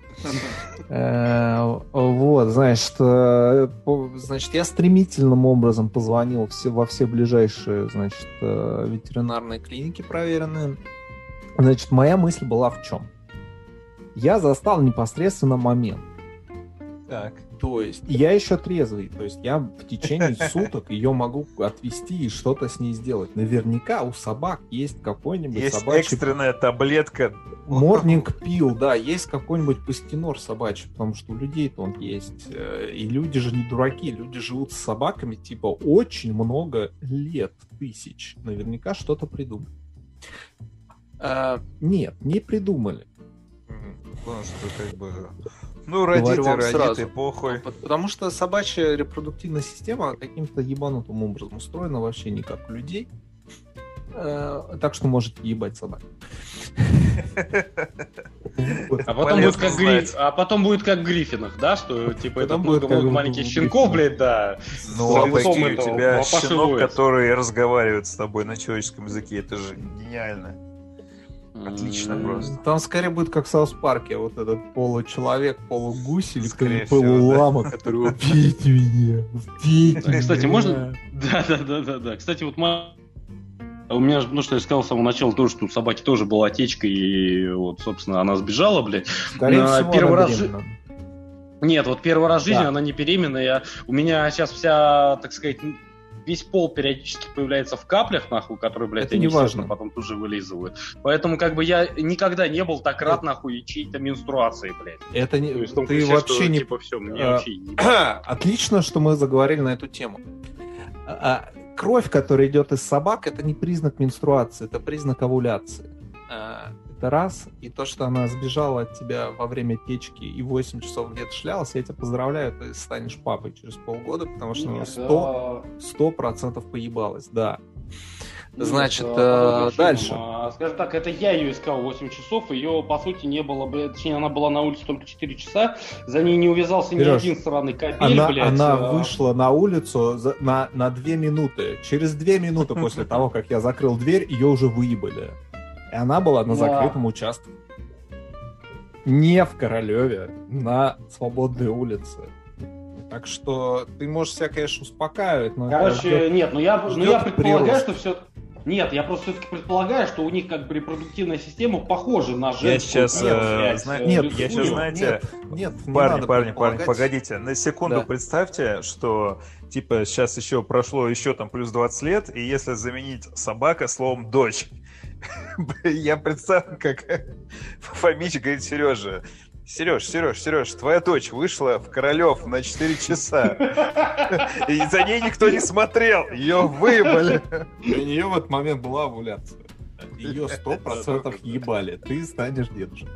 Вот, значит, значит, я стремительным образом позвонил во все ближайшие, значит, ветеринарные клиники проверенные. Значит, моя мысль была в чем? Я застал непосредственно момент. Так. То есть я еще трезвый, то есть я в течение суток ее могу отвезти и что-то с ней сделать. Наверняка у собак есть какой-нибудь есть собачий... экстренная таблетка. Morning pill, да, есть какой-нибудь пастенор собачий, потому что у людей-то он есть. И люди же не дураки, люди живут с собаками типа очень много лет, тысяч. Наверняка что-то придумали. А, нет, не придумали. Потому что как бы... Ну, родите, родите, похуй. Потому что собачья репродуктивная система каким-то ебанутым образом устроена вообще не как у людей. Так что можете ебать собак. А потом будет как Гриф, а потом будет как в Гриффинах, да, что типа это будет много маленьких щенков, блядь, да. Ну, а такие у тебя щенок, который разговаривает с тобой на человеческом языке, это же гениально. Отлично просто. Там скорее будет как в Саус Парке, вот этот получеловек, полугусь или полулама, да. Который убейте меня, убейте меня. Кстати, можно... Да-да-да-да. Кстати, вот у меня, ну что я сказал с самого начала, тоже, что у собаки тоже была отечка, и вот, собственно, она сбежала, блядь. Скорее всего, первый она раз... беременна. Нет, вот первый раз в жизни да. Она не беременная. У меня сейчас вся, так сказать... Весь пол периодически появляется в каплях, нахуй, которые, блядь, это они важно. Потом тут же вылизывают. Поэтому, как бы, я никогда не был так рад, нахуй, чьей-то менструации, блядь. Это не... есть, ты ключе, вообще что, не... Типа, все, мне а... вообще не... Отлично, что мы заговорили на эту тему. А, кровь, которая идет из собак, это не признак менструации, это признак овуляции. А, это раз. И то, что она сбежала от тебя во время течки и восемь часов где-то шлялась, я тебя поздравляю, ты станешь папой через полгода, потому что она сто процентов поебалась, да. Значит, Нет, э, дальше. А, скажем так, это я ее искал восемь часов, ее, по сути, не было, блядь, точнее, она была на улице только четыре часа, за ней не увязался ни Сереж, один сраный кабель, она, блядь. Она а... вышла на улицу за, на, на две минуты. Через две минуты после того, как я закрыл дверь, ее уже выебали. И она была на закрытом участке. Не в Королеве, на свободной улице. Так что ты можешь себя, конечно, успокаивать, но... Короче, ждет, нет, ну я, ну я предполагаю, прирост. что все... Нет, я просто все-таки предполагаю, что у них как бы репродуктивная система похожа на женскую. Я сейчас, нет, э, зна... нет, я сейчас, знаете, нет, нет, парни, парни, парни, погодите, на секунду да. представьте, что типа сейчас еще прошло еще там плюс двадцать лет, и если заменить собака словом дочь, я представлю, как Фомич говорит: Сережа, Сереж, Сереж, Сереж, твоя дочь вышла в Королев на четыре часа. И за ней никто не смотрел. Ее выебали. Для нее в этот момент была овуляция. Ее сто процентов ебали. Ты станешь дедушкой.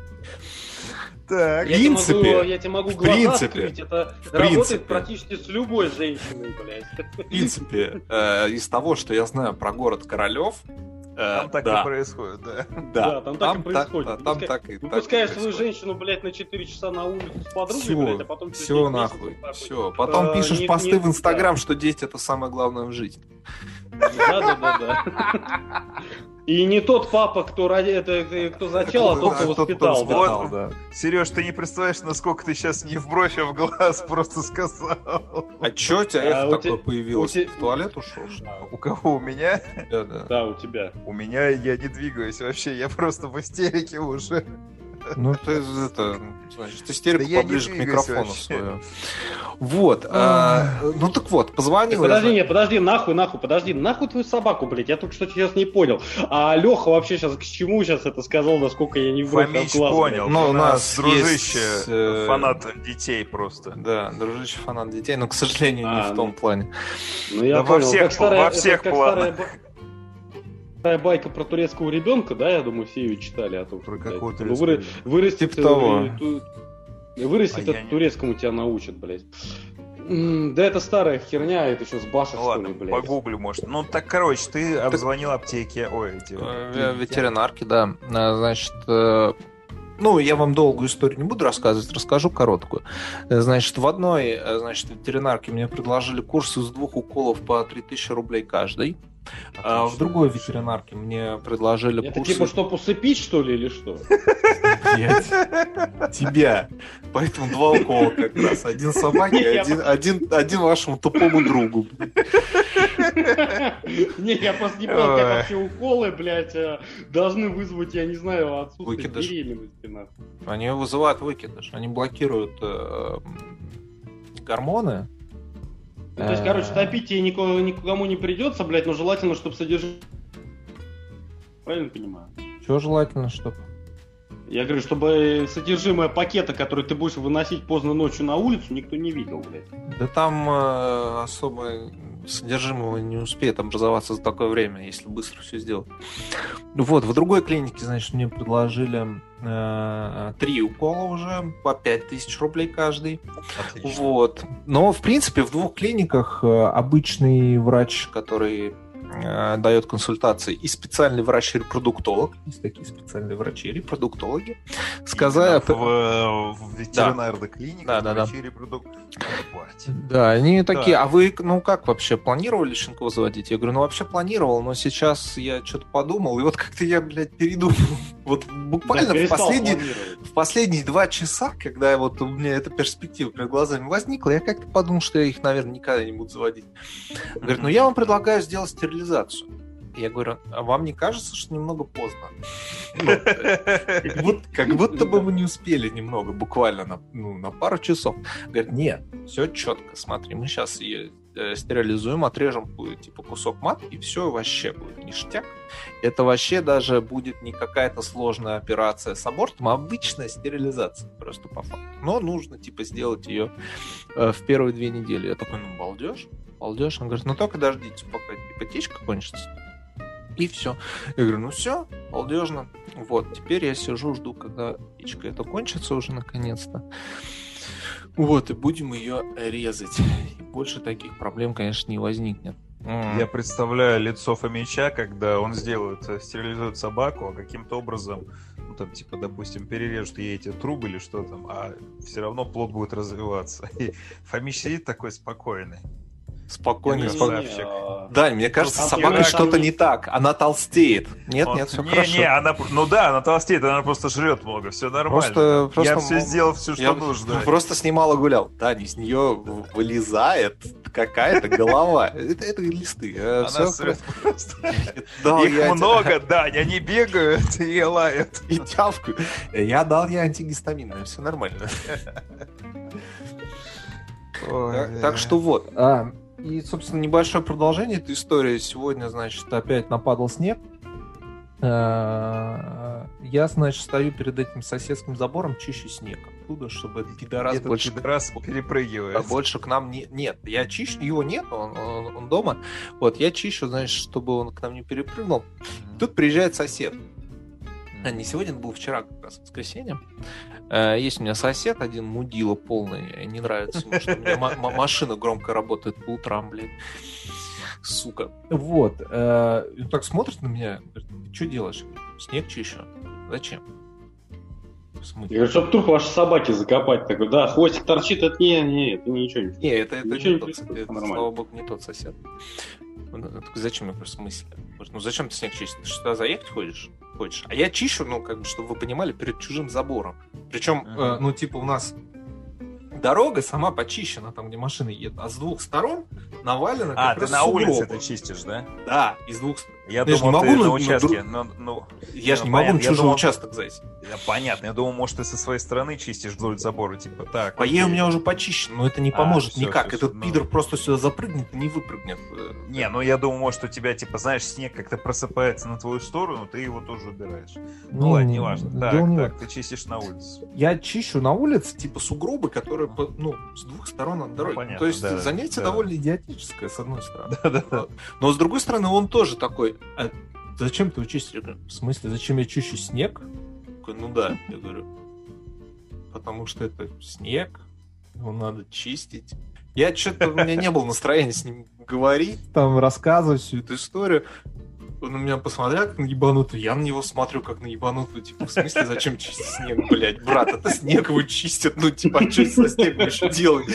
Так, я, принципе, тебе могу, я тебе могу глаза принципе, открыть, это в работает принципе. практически с любой женщиной, блядь. В принципе, э, из того, что я знаю про город Королев, Там э, так да. и происходит, да. Да, да там, там так и происходит. Так, там так и Выпускаешь так свою женщину, блядь, на четыре часа на улицу с подругой, все, блядь, а потом... все нахуй, все. Потом а, пишешь не, посты не, в Инстаграм, да. что дети — это самое главное в жизни. Да-да-да. И не тот папа, кто ради это, кто зачал, а тот, кто воспитал. Вот, да. Сереж, ты не представляешь, насколько ты сейчас не в бровь, а в глаз просто сказал. А чё у тебя а, это у такое te... появилось? Те... В туалет ушел? У кого? У меня? Да, да. Да, у тебя. У меня я не двигаюсь вообще, я просто в истерике уже. Ну, ты это, значит, истерику поближе к микрофону свою. Вот. Ну так вот, позвонил. Подожди, нет, подожди, нахуй, нахуй, подожди, нахуй твою собаку, блядь, я только что сейчас не понял. А Леха вообще сейчас к чему сейчас это сказал, насколько я не в бровь Фомич понял, но у нас дружище, фанат детей просто. Да, дружище фанат детей, но, к сожалению, не в том плане. Ну я во всех планах. Такая байка про турецкого ребенка, да, я думаю, все ее читали. А то, про какого турецкого? Вырастет, типа того. Вырастет, а это турецкому не... тебя научат, блядь. Да это старая херня, это еще с Баша, ну, что ладно, ли, блядь. Погуглю, может. Ну так, короче, ты обзвонил аптеки, ой, эти... Ветеринарки, да. Значит, ну, я вам долгую историю не буду рассказывать, расскажу короткую. Значит, в одной, значит, ветеринарке мне предложили курс из двух уколов по три тысячи рублей каждый. А в другой ветеринарке мне предложили это курсы... типа, чтоб усыпить, что ли, или что? Нет, тебя. Поэтому два укола как раз. Один собаке, один, один, один вашему тупому другу. Не, я просто не понял, как вообще уколы, блядь, должны вызвать, я не знаю, отсутствие беременности. Они вызывают выкидыш. Они блокируют гормоны. Ну, то есть, короче, топить тебе никому, никому не придется, блядь, но желательно, чтобы содержимое... Правильно понимаю? Чего желательно, чтобы? Я говорю, чтобы содержимое пакета, который ты будешь выносить поздно ночью на улицу, никто не видел, блядь. Да там э, особо содержимого не успеет образоваться за такое время, если быстро все сделать. Вот, в другой клинике, значит, мне предложили э, три укола уже по пять тысяч рублей каждый. Отлично. Вот. Но, в принципе, в двух клиниках э, обычный врач, который э, дает консультации, и специальный врач-репродуктолог, есть такие специальные врачи-репродуктологи, сказали... В, в ветеринарной да. клинике да, да, врачи-репродуктологи. Да, они да. такие, а вы, ну как вообще, планировали щенков заводить? Я говорю, ну вообще планировал, но сейчас я что-то подумал, и вот как-то я, блядь, передумал. Вот буквально да, в, последние, в последние два часа, когда вот у меня эта перспектива перед глазами возникла, я как-то подумал, что я их, наверное, никогда не буду заводить. Говорит, ну я вам предлагаю сделать стерилизацию. Я говорю, а вам не кажется, что немного поздно? Ну, как, будто, как будто бы мы не успели немного, буквально на, ну, на пару часов. Говорит, нет, все четко, смотри, мы сейчас ее э, стерилизуем, отрежем типа кусок матки, и все вообще будет ништяк. Это вообще даже будет не какая-то сложная операция с абортом, а обычная стерилизация, просто по факту. Но нужно типа сделать ее э, в первые две недели. Я такой, ну балдеж, балдеж. Он говорит, ну только дождитесь, пока типа течка кончится. И все. Я говорю, ну все, балдежно. Вот, теперь я сижу, жду, когда птичка это кончится уже наконец-то. Вот, и будем ее резать. И больше таких проблем, конечно, не возникнет. Я представляю лицо Фомича, когда он сделает, стерилизует собаку, а каким-то образом, ну там, типа, допустим, перережут ей эти трубы или что там, а все равно плод будет развиваться. И Фомич сидит такой спокойный. Спокойный, спокойный. Да, мне кажется, с собакой что-то не так. Она толстеет. Нет, Он, нет, все не, хорошо. Не, она, ну да, она толстеет, она просто жрет много, все нормально. Просто, просто я все сделал, все, что я нужно. Просто снимала гулял. Да, из нее вылезает какая-то голова. Это, это листы. Она срет просто. Их много, да, они бегают и лают. И тявкают. Я дал ей антигистаминное, все нормально. Так что вот. И, собственно, небольшое продолжение этой истории. Сегодня, значит, опять нападал снег. Я, значит, стою перед этим соседским забором, чищу снег оттуда, чтобы этот пидорас Этот больше... пидорас перепрыгивает. А больше к нам не... Нет, я чищу, его нет, он, он, он дома. Вот, я чищу, значит, чтобы он к нам не перепрыгнул. Mm-hmm. Тут приезжает сосед. А не сегодня, это было вчера, как раз, воскресенье. Есть у меня сосед один, мудила полный. Не нравится ему, что у меня м- машина громко работает по утрам, блядь. Сука. Вот. И так смотрит на меня. Говорит, ты что делаешь? Снег чищу. Зачем? Я говорю, чтобы труп вашей собаки закопать. Такой, да, хвостик торчит, это не, не, это ничего не... Не, это, это не, не тот, это, это, слава богу, не тот сосед. Зачем, я говорю, в смысле? Ну зачем ты снег чистишь? Ты что, заехать хочешь? Хочешь? А я чищу, ну, как бы, чтобы вы понимали, перед чужим забором. Причем, uh-huh. э, ну, типа, у нас дорога сама почищена, там, где машины едут, а с двух сторон навалено... А, ты на улице это чистишь, да? Да, из двух... Я, я думал, не могу ты на, на участке. Но, ну, я ну, же не могу на чужой думал, участок зайти. Понятно, я думал, может, ты со своей стороны чистишь вдоль забора, типа так. По ей у меня уже почищено, но это не поможет а, все, никак. Все, Этот все, пидор ну... просто сюда запрыгнет и не выпрыгнет. Не, ну я думаю, может, у тебя, типа, знаешь, снег как-то просыпается на твою сторону, ты его тоже убираешь. Ну, ну ладно, не важно. Так, не так, ты чистишь на улице. Я чищу на улице, типа, сугробы, которые, ну, с двух сторон от дороги. Ну, понятно, то есть да, занятие да. довольно идиотическое, с одной стороны. Да, да, да. Но с другой стороны, он тоже такой... Зачем ты чистишь? В смысле, зачем я чищу снег? Такой, ну да, я говорю. Потому что это снег, его надо чистить. Я что-то, у меня не было настроения с ним говорить, там, рассказывать всю эту историю. Он на меня посмотрел как на ебанутую, я на него смотрю как на ебанутую. Типа, в смысле, зачем чистить снег, блядь? Брат, это снег его чистят, ну, типа, а что со снегом еще делать?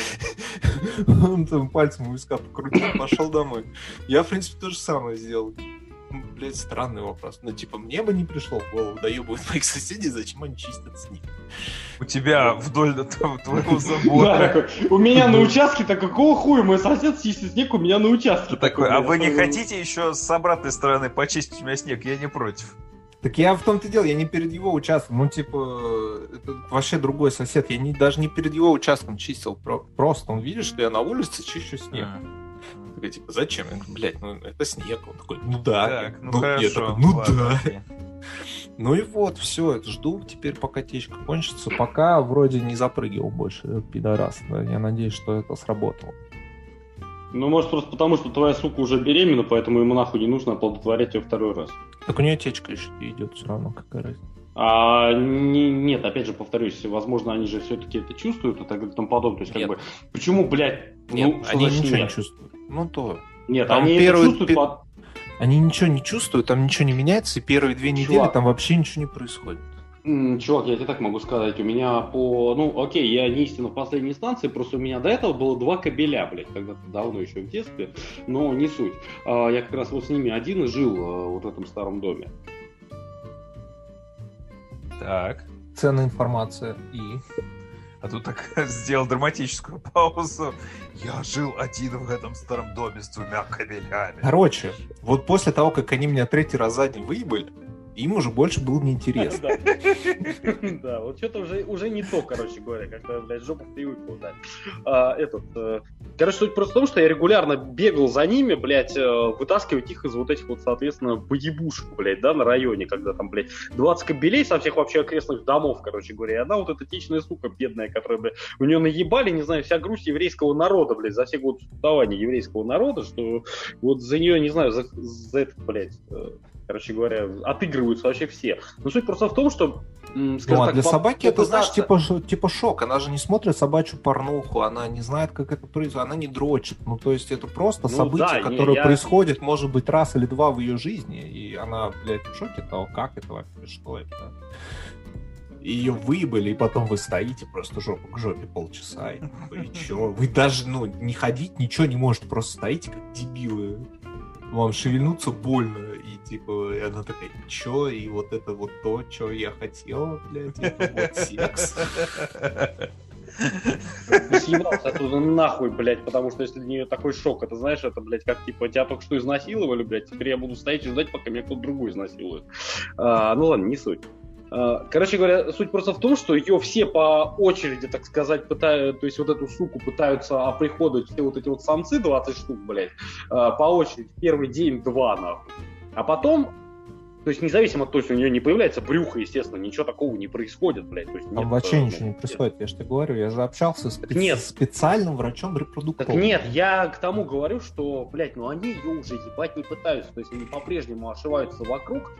Он там пальцем у виска покрутил, пошел домой. Я, в принципе, то же самое сделал. Блять, странный вопрос. Ну, типа, мне бы не пришло в голову, доебывают моих соседей, зачем они чистят снег? У тебя вдоль твоего забора. У меня на участке, так какого хуя мой сосед чистит снег у меня на участке? Такой, а вы не хотите еще с обратной стороны почистить у меня снег? Я не против. Так я в том-то и дело, я не перед его участком, ну, типа, это вообще другой сосед, я не, даже не перед его участком чистил, просто он видит, что я на улице чищу снег. Такой, типа, зачем? Я говорю, блядь, ну это снег. Он такой, ну да. Так, ну, ну хорошо. Я такой, ну ладно. Да. Ну и вот, все, жду теперь, пока течка кончится. Пока вроде не запрыгивал больше, пидорас. Да? Я надеюсь, что это сработало. Ну, может, просто потому, что твоя сука уже беременна, поэтому ему нахуй не нужно оплодотворять ее второй раз. Так у нее течка еще идет все равно, какая разница. А, не, нет, опять же, повторюсь, возможно, они же все-таки это чувствуют и так далее и тому подобное. То есть, как нет. бы, почему, блядь, нет, ну, они ничего нет? не чувствуют. Ну, то... Нет, там они первые, это чувствуют... Пи... Под... Они ничего не чувствуют, там ничего не меняется, и первые две недели Чувак. там вообще ничего не происходит. М, чувак, я тебе так могу сказать, у меня по... Ну, окей, я не истинно в последней инстанции, просто у меня до этого было два кобеля, блядь, когда-то давно еще в детстве, но не суть. А, я как раз вот с ними один и жил а, вот в этом старом доме. Так. Ценная информация и... А тут так сделал драматическую паузу. Я жил один в этом старом доме с двумя кабелями. Короче, вот после того, как они меня третий раз за день выебали, им уже больше было неинтересно. Да, вот что-то уже не то, короче говоря, как-то, блядь, жопу ты выпал, да. Этот, короче, суть просто в том, что я регулярно бегал за ними, блядь, вытаскивать их из вот этих вот, соответственно, боебушек, блядь, да, на районе, когда там, блядь, двадцать кобелей со всех вообще окрестных домов, короче говоря, и одна вот эта течная сука бедная, которая, блядь, у нее наебали, не знаю, вся грусть еврейского народа, блядь, за все годы существования еврейского народа, что вот за нее, не знаю, за, за это, блядь... Короче говоря, отыгрываются вообще все. Но суть просто в том, что... Ну, а так, для собаки это, знаешь, типа, типа шок. Она же не смотрит собачью порнуху, она не знает, как это происходит, она не дрочит. Ну, то есть это просто ну, событие, да, которое я... происходит, может быть, раз или два в ее жизни, и она, блядь, в шоке того, как это вообще, что это. И ее выебали, и потом вы стоите просто жопу к жопе полчаса, и, и чё? Вы даже, ну, не ходить, ничего не можете, просто стоите как дебилы. Вам шевельнуться больно, и типа, и она такая, чё, и вот это вот то, чё я хотела, блядь, это вот секс. Ты съебался оттуда нахуй, блядь, потому что если для нее такой шок, это знаешь, это, блядь, как типа тебя только что изнасиловали, блядь, теперь я буду стоять и ждать, пока меня кто-то другой изнасилует. А, ну ладно, не суть. Короче говоря, суть просто в том, что ее все по очереди, так сказать, пытают, то есть вот эту суку пытаются оприходовать все вот эти вот самцы, двадцать штук, блядь, по очереди, первый день два, нахуй. А потом, то есть независимо от того, что у нее не появляется брюхо, естественно, ничего такого не происходит, блядь. То есть нет, там вообще ничего не происходит, я же тебе говорю, я же общался с специ... специальным врачом-репродуктором. Так нет, я к тому говорю, что, блядь, ну они ее уже ебать не пытаются, то есть они по-прежнему ошиваются вокруг.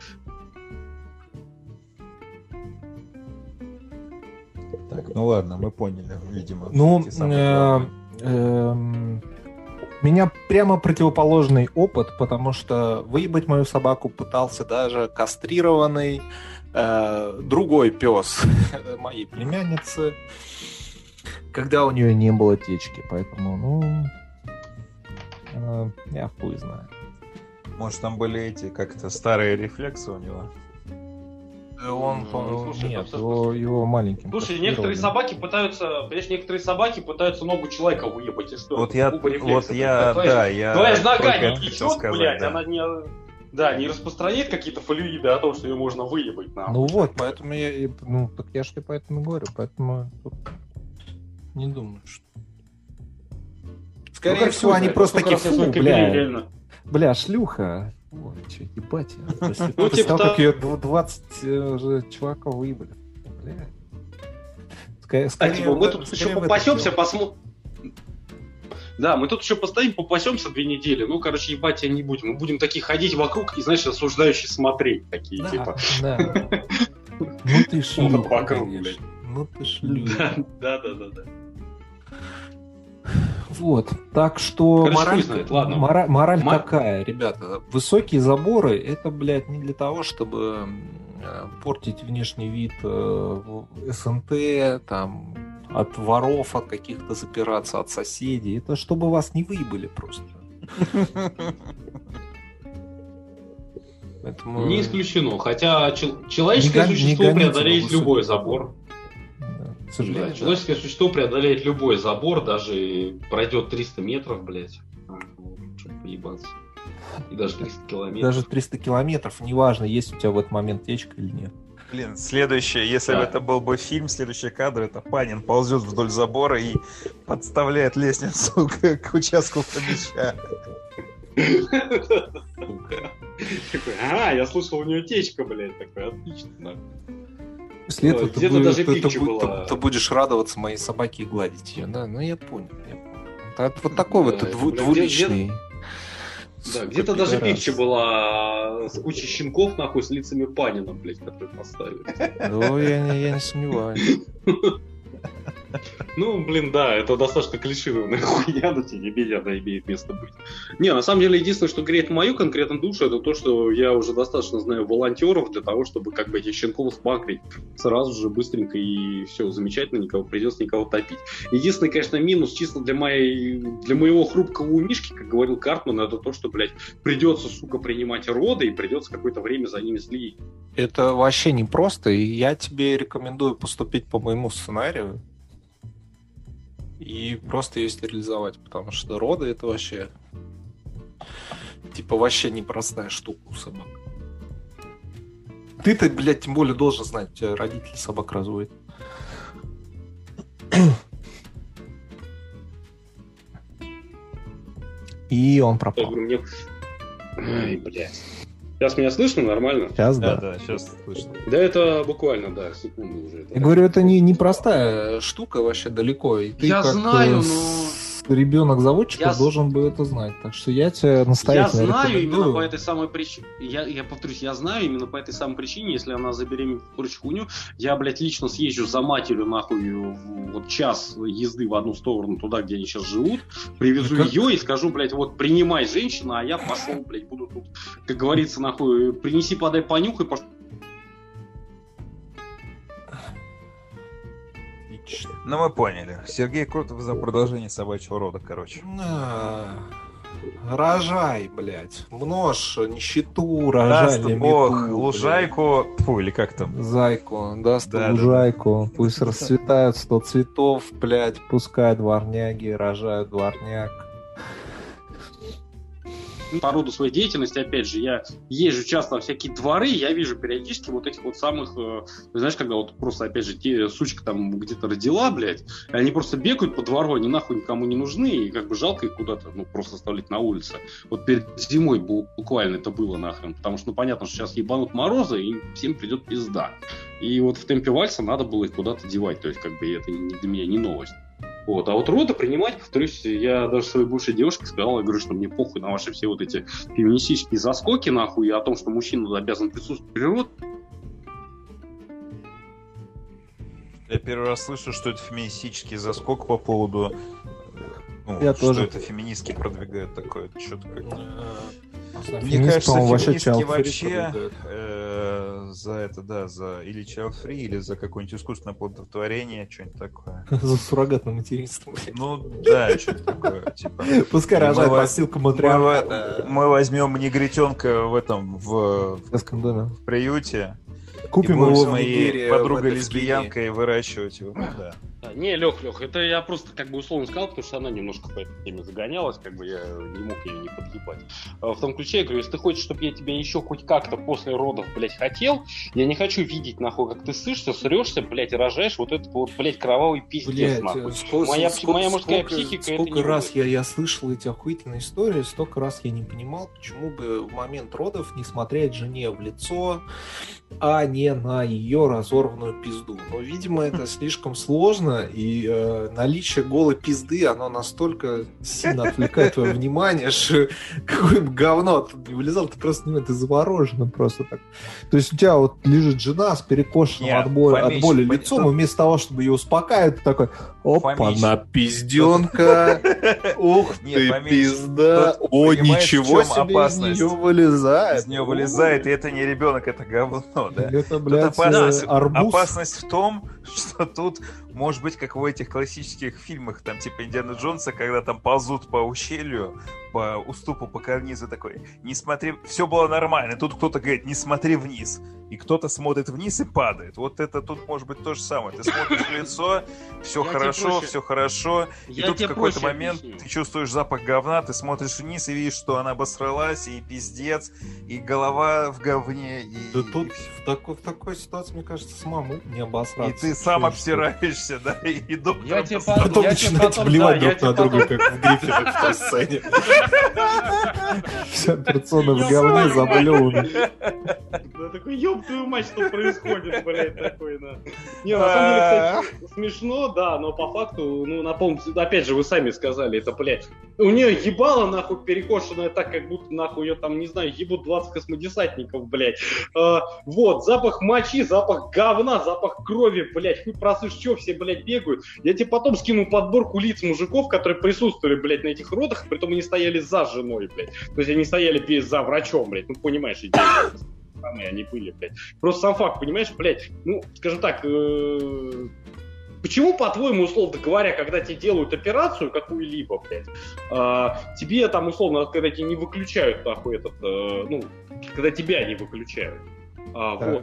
Так, ну ладно, мы поняли, видимо. Ну, э, э, у меня прямо противоположный опыт, потому что выебать мою собаку пытался даже кастрированный э, другой пес моей племянницы, когда у нее не было течки, поэтому, ну, э, я хуй знаю. Может, там были эти, как-то старые рефлексы у него? Он, ну, слушай, нет, его, его маленьким. Слушай, некоторые собаки пытаются, понимаешь, некоторые собаки пытаются ногу человека выебать, и что? Вот я, вот я, твоя, да, я... Твоя же нога не течет, блядь, да. Она не... Да, не распространяет какие-то фолиоиды о том, что ее можно выебать. Нахуй. Ну вот, поэтому я, ну, так я ж тебе поэтому и говорю, поэтому тут не думаю, что... Скорее ну, всего, они просто такие, фу, бля, бля, шлюха. Ой, что, ебать. После ну, типа того, как ее двадцать уже чуваков выебали. Бля. Скорее, а, типа, мы тут еще попасемся, посмотрим. Да, мы тут еще постоим, попасемся две недели. Ну, короче, ебать тебя не будем. Мы будем такие ходить вокруг и, знаешь, осуждающие смотреть. Такие, да, типа. Да. Ну ты шлюха. Ну ты шлюха. Да, да, да, да. Вот, так что короче, мораль, знает. Ладно. Мораль, мораль Мор... такая, ребята. Высокие заборы, это, блядь, не для того, чтобы портить внешний вид СНТ, там, от воров, от каких-то запираться, от соседей. Это чтобы вас не выебали просто. Поэтому... Не исключено. Хотя человеческое не существо не преодолеет любой забор. Да, да, человеческое да. существо преодолеет любой забор, даже пройдет триста метров, блядь. Чтобы поебаться. И даже триста километров. Даже триста километров, неважно, есть у тебя в этот момент течка или нет. Блин, следующее, если да. бы это был бы фильм, следующий кадр, это Панин ползет вдоль забора и подставляет лестницу к, к участку Фомича. А, я слышал, у нее течка, блядь, такая, отлично. После этого где-то ты, даже ты, ты, была... ты, ты будешь радоваться моей собаке и гладить ее, да? Ну я понял. Я понял. Это вот такой да, вот дву- двуличный. Где, да, где-то даже пикча была с кучей щенков, нахуй, с лицами Панина, блядь, которые поставили. Ну, я не, я не сомневаюсь. Ну, блин, да, это достаточно клишированная хуйня, но тем не менее она имеет место быть. Не, на самом деле, единственное, что греет мою конкретно душу, это то, что я уже достаточно знаю волонтеров для того, чтобы как бы этих щенков спакрить сразу же быстренько и все, замечательно, никого придется никого топить. Единственный, конечно, минус чисто для моей, для моего хрупкого умишки, как говорил Картман, это то, что, блядь, придется, сука, принимать роды и придется какое-то время за ними следить. Это вообще непросто, и я тебе рекомендую поступить по моему сценарию. И просто ее стерилизовать, потому что роды это вообще типа вообще непростая штука у собак. Ты-то, блядь, тем более должен знать, у тебя родители собак разводят. И он пропал. Я говорю, мне... Ай, блядь. Сейчас меня слышно нормально? Сейчас, да. Да, да, сейчас слышно. Да, это буквально, да, секунду уже. Я говорю, это не непростая штука вообще далеко. И ты я как знаю, но... ребенок заводчика я... должен бы это знать. Так что я тебе настоятельно Я знаю рекомендую. именно по этой самой причине. Я, я повторюсь, я знаю именно по этой самой причине, если она забеременеет в прочь хуйню, я, блядь, лично съезжу за матерью, нахуй, вот час езды в одну сторону туда, где они сейчас живут, привезу как... ее и скажу, блядь, вот принимай женщина, а я пошел, блядь, буду тут, как говорится, нахуй, принеси, подай, понюхай, пошел. Ну, мы поняли. Сергей Крутов за продолжение собачьего рода, короче. А, рожай, блядь. Множь нищету, рожай. Даст Бог лужайку, фу, или как там? Зайку, даст да, лужайку. Да, да. Пусть расцветают сто цветов, блядь. Пускай дворняги рожают дворняк. По роду своей деятельности, опять же, я езжу часто во всякие дворы, я вижу периодически вот этих вот самых, э, знаешь, когда вот просто, опять же, те, сучка там где-то родила, блядь, и они просто бегают по двору, они нахуй никому не нужны, и как бы жалко их куда-то, ну, просто оставлять на улице. Вот перед зимой буквально это было нахрен, потому что, ну, понятно, что сейчас ебанут морозы, и всем придет пизда. И вот в темпе вальса надо было их куда-то девать, то есть, как бы, это для меня не новость. Вот. А вот роды принимать, повторюсь, я даже своей бывшей девушке сказал, я говорю, что мне похуй на ваши все вот эти феминистические заскоки, нахуй, и о том, что мужчина обязан присутствовать при роде. Я первый раз слышу, что это феминистический заскок по поводу... Ну, я что тоже. это феминистки продвигают такое, что-то как-то... Мне Феминист, кажется, феминистки вообще э, за это, да, за или child free, или за какое-нибудь искусственное плодотворение, что-нибудь такое. За суррогатное материнство. Ну, да, что-то такое, типа. Пускай рожает по ссылкам матриархата. Мы возьмем негритенка в этом, в приюте. Купим его с моей подругой-лесбиянкой выращивать его. Да. Да, Не, Лех, Лех, это я просто как бы условно сказал, потому что она немножко по этой теме загонялась, как бы я не мог ее не подъебать. В том ключе, я говорю, если ты хочешь, чтобы я тебя еще хоть как-то после родов, блядь, хотел, я не хочу видеть, нахуй, как ты сышься, срешься, блядь, и рожаешь вот этот вот, блядь, кровавый пиздец, блядь, нахуй. Сколько, моя, сколько, моя мужская сколько, психика сколько это не раз я, я слышал эти охуительные истории, столько раз я не понимал, почему бы в момент родов не смотреть жене в лицо, а не на ее разорванную пизду. Но, видимо, это слишком сложно, и э, наличие голой пизды, оно настолько сильно отвлекает твое внимание, что какое бы говно тут не вылезал, ты просто не ты заворожен просто так. То есть у тебя вот лежит жена с перекошенным от боли, от боли лицом, и вместо того, чтобы ее успокаивать, ты такой, опа, на пизденка, ух ты, пизда, о, ничего себе, из нее вылезает. Из нее вылезает, и это не ребенок, это говно, да? Это, блядь, опасность, арбуз. Опасность в том, что тут может быть, как в этих классических фильмах, там, типа Индиана Джонса, когда там ползут по ущелью, по уступу, по карнизу такой, не смотри, все было нормально, тут кто-то говорит, не смотри вниз, и кто-то смотрит вниз и падает. Вот это тут может быть то же самое. Ты смотришь в лицо, все хорошо, все хорошо, и тут в какой-то момент ты чувствуешь запах говна, ты смотришь вниз и видишь, что она обосралась, и пиздец, и голова в говне. И... Да тут в такой, в такой ситуации, мне кажется, самому не обосраться. И ты сам обсираешься, да, и, и доктор... Я тебе потом начинаете блевать друг на друга, как в Гриффинах в той сцене. Вся операционная в говне заблевана. Да такой, ёб твою мать, что происходит, блядь, такой, да. Не, на самом деле, кстати, смешно, да, но по факту, ну, напомню, опять же, вы сами сказали, это, блядь, у нее ебало, нахуй, перекошенное так, как будто, нахуй, ее там, не знаю, ебут двадцать космодесантников, блядь. А, вот, запах мочи, запах говна, запах крови, блядь, хуй просышь, чё, все, блядь, бегают. Я тебе потом скину подборку лиц мужиков, которые присутствовали, блядь, на этих родах, притом они стояли за женой, блядь. То есть они стояли за врачом, блядь, ну, понимаешь, идея. Они были, блядь. Просто сам факт, понимаешь, блядь, ну, скажем так, э- почему, по-твоему, условно говоря, когда тебе делают операцию какую-либо, блядь, э- тебе там, условно, когда тебе не выключают, нахуй, этот, э- ну, когда тебя не выключают, а, вот,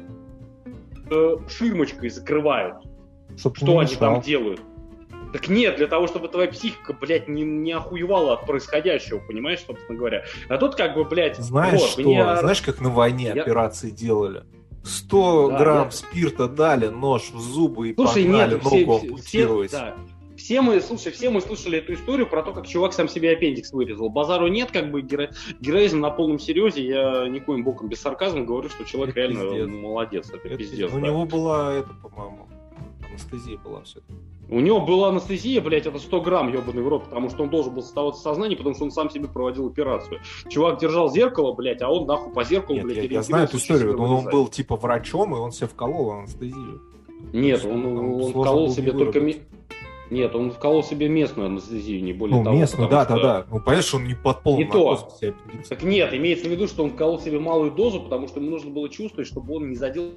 э- ширмочкой закрывают, Чтоб что они там делают? Так нет, для того, чтобы твоя психика, блядь, не, не охуевала от происходящего, понимаешь, собственно говоря. А тут как бы, блядь... Знаешь вот, что? мне... Знаешь, как на войне я... операции делали? сто да, грамм я... спирта дали, нож в зубы и слушай, погнали нет, ногу все, ампутировать. все, да. Все мы, слушай, все мы слышали эту историю про то, как чувак сам себе аппендикс вырезал. Базару нет, как бы геро... героизм на полном серьезе. Я никоим боком без сарказма говорю, что человек это реально пиздец. Молодец. Это, это пиздец. У да. него была, это, по-моему, анестезия была все-таки. У него была анестезия, блядь, это сто грамм, ебаный в рот, потому что он должен был оставаться в сознании, потому что он сам себе проводил операцию. Чувак держал зеркало, блядь, а он нахуй по зеркалу, Нет, блядь, я, я знаю эту историю, но он был типа врачом, и он себе вколол анестезию. Нет, он, он, он вколол себе только... Ми... Нет, он вколол себе местную анестезию, не более ну, того. Ну, местную, да, что... да, да. Ну, понятно, что он не под полным наркозом себе аппендикс. Так нет, имеется в виду, что он вколол себе малую дозу, потому что ему нужно было чувствовать, чтобы он не задел...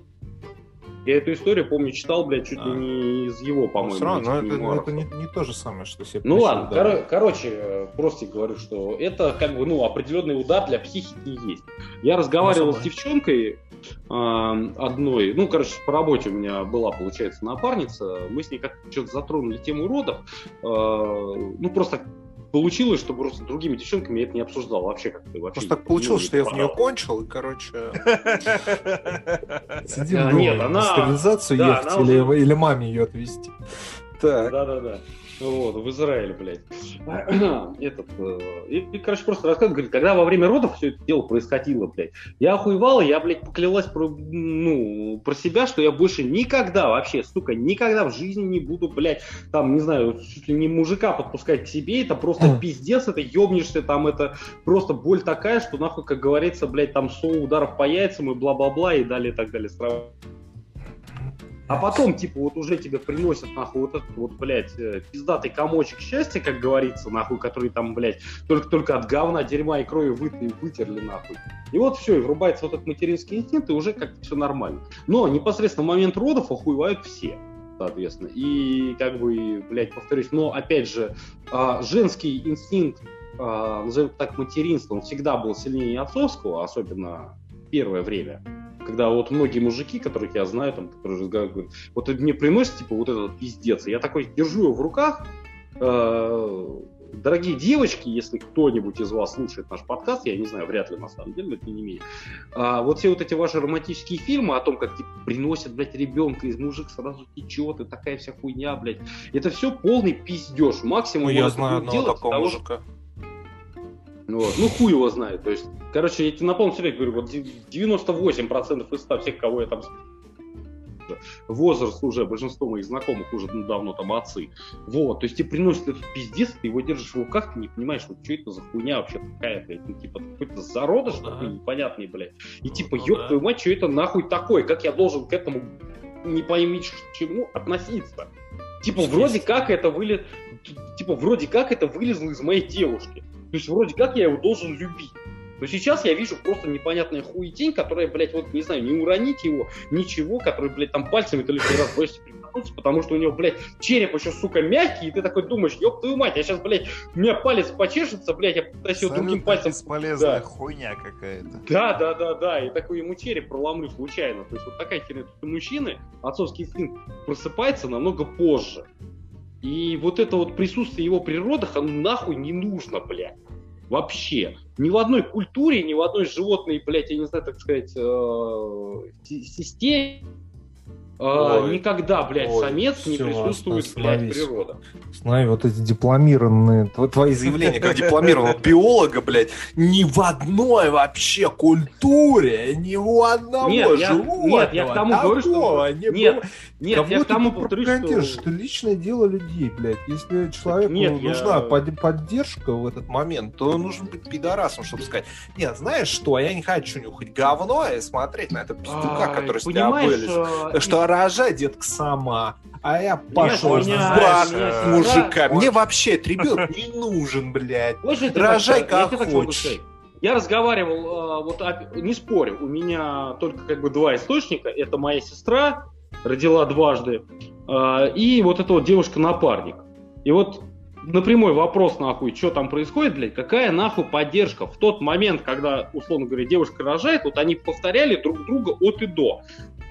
Я эту историю, помню, читал, блядь, чуть ли а. не из его, по-моему. Ну, равно, но это, это не, не то же самое, что себе Ну пришел, ладно, да. кор- короче, просто говорю, что это как бы, ну, определенный удар для психики есть. Я разговаривал с девчонкой э, одной, ну, короче, по работе у меня была, получается, напарница, мы с ней как-то что-то затронули тему родов, э, ну, просто... Получилось, что просто другими девчонками я это не обсуждал вообще как-то. Вообще, просто так получилось, что я в нее кончил, и, короче... Сидим дома, на стерилизацию ехать или маме ее отвезти. Так. Да-да-да. Вот, в Израиле, блядь. Этот, э, и, и, короче, просто рассказывает, говорит, когда во время родов все это дело происходило, блядь, я охуевала, я, блядь, поклялась про, ну, про себя, что я больше никогда, вообще, сука, никогда в жизни не буду, блядь, там, не знаю, чуть ли не мужика подпускать к себе, это просто пиздец, это ёбнешься, там, это просто боль такая, что, нахуй, как говорится, блядь, там, сто ударов по яйцам и бла-бла-бла, и далее, и так далее, сразу. А потом, типа, вот уже тебе приносят, нахуй, вот этот вот, блядь, пиздатый комочек счастья, как говорится, нахуй, который там, блядь, только-только от говна, дерьма и крови вы- вытерли, нахуй. И вот все, и врубается вот этот материнский инстинкт, и уже как-то все нормально. Но непосредственно в момент родов охуевают все, соответственно. И, как бы, блядь, повторюсь, но, опять же, женский инстинкт, назовем так, материнства, он всегда был сильнее отцовского, особенно в первое время. когда вот многие мужики, которых я знаю, там, которые разговаривают, вот мне приносят, типа, вот этот пиздец, и я такой держу его в руках. Дорогие девочки, если кто-нибудь из вас слушает наш подкаст, я не знаю, вряд ли на самом деле, но тем не менее, а, вот все вот эти ваши романтические фильмы о том, как типа, приносят, блядь, ребенка, из мужик сразу течет, и такая вся хуйня, блядь, это все полный пиздеж. Максимум... Ну, я знаю одного такого того, мужика. Вот. Ну, хуй его знает. То есть, короче, я тебе на полном серьезе говорю, вот девяносто восемь процентов из ста всех, кого я там... Возраст уже, большинство моих знакомых уже ну, давно там отцы. Вот, то есть тебе приносят этот пиздец, ты его держишь в руках, ты не понимаешь, вот что это за хуйня вообще такая, блядь, ну типа какой-то зародыш ну, такой да. непонятный, блядь. И типа, ну, ёб да. твою мать, что это нахуй такое, как я должен к этому не пойми к чему относиться. Типа, Что вроде есть? как это вылез, типа, вроде как это вылезло из моей девушки. То есть, вроде как я его должен любить. Но сейчас я вижу просто непонятная хуетень, которая, блядь, вот, не знаю, не уронить его, ничего, который, блядь, там пальцами то лишний раз боишься прикоснуться, потому что у него, блядь, череп еще, сука, мягкий, и ты такой думаешь, ёб твою мать, я сейчас, блядь, у меня палец почешется, блядь, я пытаюсь его другим пальцем... бесполезная да. хуйня какая-то. Да, да, да, да, и такой ему череп проломлю случайно. То есть вот такая херня. У мужчины отцовский инстинкт просыпается намного позже. И вот это вот присутствие его в природах, оно нахуй не нужно, блядь. Вообще. Ни в одной культуре, ни в одной животной, блядь, я не знаю, так сказать, системе Ой, никогда, блядь, ой, самец не присутствует, блядь, природа. Знаю, вот эти дипломированные, твои заявления как дипломированного биолога, блядь, ни в одной вообще культуре, ни у одного нет, животного. Нет, я к тому говорю, что... Не нет, было. нет, Кого я к тому повторю, что... что личное дело людей, блядь. Если человеку нет, нужна я... поддержка в этот момент, то нужно быть пидорасом, чтобы сказать, нет, знаешь что, я не хочу нюхать говно и смотреть на этот пиздюка, который с тебя вылез. А... Что рожай, детка, сама. А я пошел с мужика. Мне вообще этот ребенок не нужен, блядь. Рожай как хочешь. Я разговаривал, вот не спорю, у меня только как бы два источника. Это моя сестра, родила дважды, и вот эта вот девушка-напарник. И вот на прямой вопрос, нахуй, что там происходит, блядь, какая нахуй поддержка? В тот момент, когда, условно говоря, девушка рожает, вот они повторяли друг друга от и до.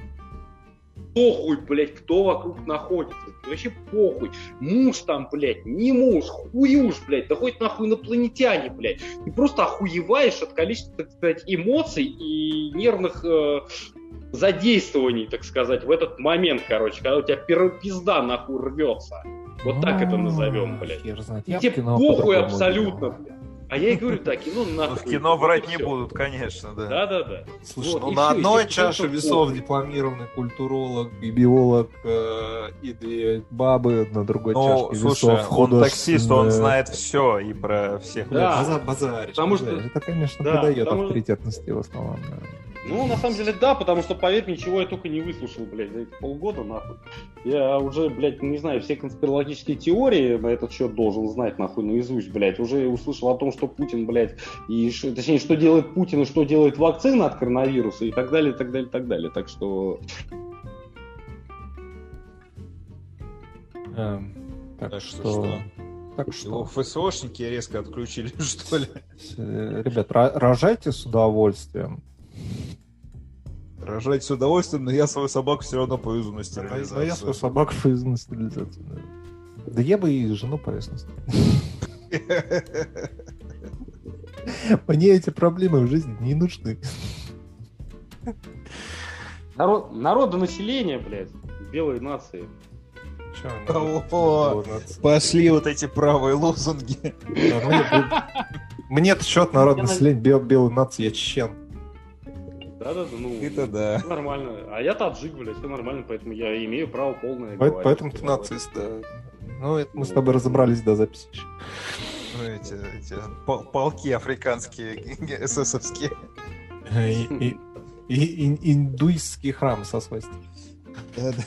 Похуй, блядь, кто вокруг находится. Вообще похуй. Муж там, блядь, не муж, хуюш, блядь, да хоть нахуй инопланетяне, блядь. Ты просто охуеваешь от количества, так сказать, эмоций и нервных э, задействований, так сказать, в этот момент, короче, когда у тебя пизда нахуй рвется. Вот так это назовем, блядь. И тебе похуй абсолютно, блядь. А я и говорю, да, кино нахуй. В кино врать не будут, конечно, да. Да-да-да. Слушай, вот, ну на одной чаше весов дипломированный культуролог и биолог э, и две бабы, на другой ну, чашке слушай, весов он таксист, он знает все и про всех. Да, базар, базаришь, потому базаришь. что... Это, конечно, да, придает потому... авторитетности в основном. Да. Ну, на самом деле, да, потому что, поверь, ничего я только не выслушал, блядь, за эти полгода, нахуй. Я уже, блядь, не знаю, все конспирологические теории на этот счет должен знать, нахуй, наизусть, блядь. Уже услышал о том, что Путин, блядь, и, точнее, что делает Путин и что делает вакцина от коронавируса и так далее, и так далее, и так далее. Так что... Эм, так, так что... что? Так что? Его ФСОшники резко отключили, что ли? Ребят, рожайте с удовольствием. Рожать с удовольствием, но я свою собаку все равно повезу на стерилизацию. Но я свою собаку повезу на стерилизацию. Да, да я бы и жену повез на стерилизацию. Мне эти проблемы в жизни не нужны. Народ, народонаселение, блядь, белой нации. О, о, пошли вот эти правые лозунги. Мне-то счет народного населения белой нации, я чечен. Да-да-да, ну, это да. Нормально. А я таджик, блядь, все нормально, поэтому я имею право полное По- говорить. Поэтому ты нацист, да. Ну, это мы с тобой разобрались до записи еще. Ну, эти, эти пол- полки африканские, эсэсовские. И, и, и, и индуистский храм со свастикой. Да-да.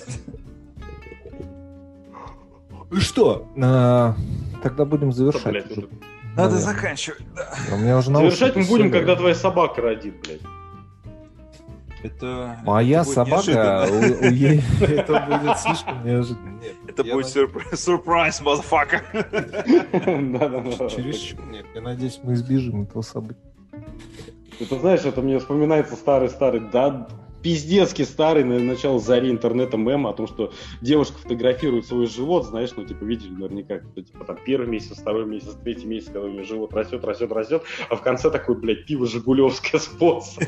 И что? А, тогда будем завершать. Что, блядь, надо наверное. заканчивать, да. У меня уже завершать мы будем, когда твоя собака родит, блядь. Это, Моя это собака, это будет слишком неожиданно. Это будет сюрприз, motherfucker. Чересчур. Нет, я надеюсь, мы избежим этого события. Ты знаешь, это мне вспоминается старый-старый пиздецкий старый, на начало зари интернета мем о том, что девушка фотографирует свой живот, знаешь, ну, типа, видели наверняка, что, типа, там, первый месяц, второй месяц, третий месяц, когда у нее живот растет, растет, растет, а в конце такой, блядь, пиво жигулевское с поцом.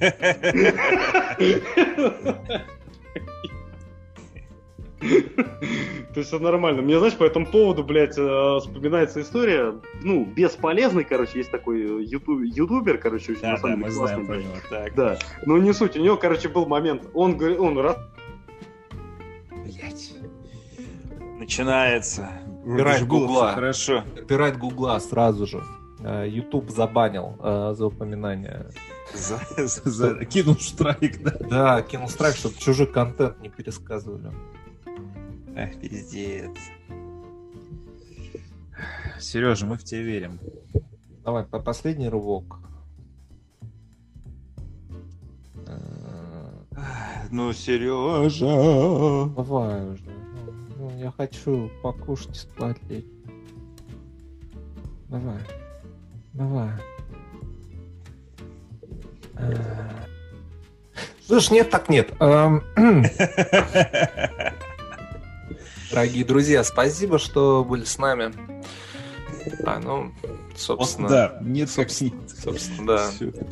То есть это нормально. Мне, знаешь, по этому поводу, блядь, вспоминается история, ну, бесполезный, короче, есть такой ютуб, ютубер, короче, очень, да, на самом да, деле, мы классный. Знаем про него, так. Да, но не суть, у него, короче, был момент, он говорит, он раз... Блядь. Начинается. Копирайт Гугла. Хорошо. Копирайт Гугла сразу же. YouTube забанил э, за упоминание. За, за, за... Кинул страйк, да? Да, кинул страйк, чтобы чужой контент не пересказывали. Ах, пиздец. Сережа, мы в тебя верим. Давай, по последний рывок. Ну, Сережа. Давай уже. Ну, я хочу покушать и спать лечь. Давай. Давай. Что ж, нет, так нет. Дорогие друзья, спасибо, что были с нами. А, ну, собственно... Вот, да, нет, как нет. Собственно, да.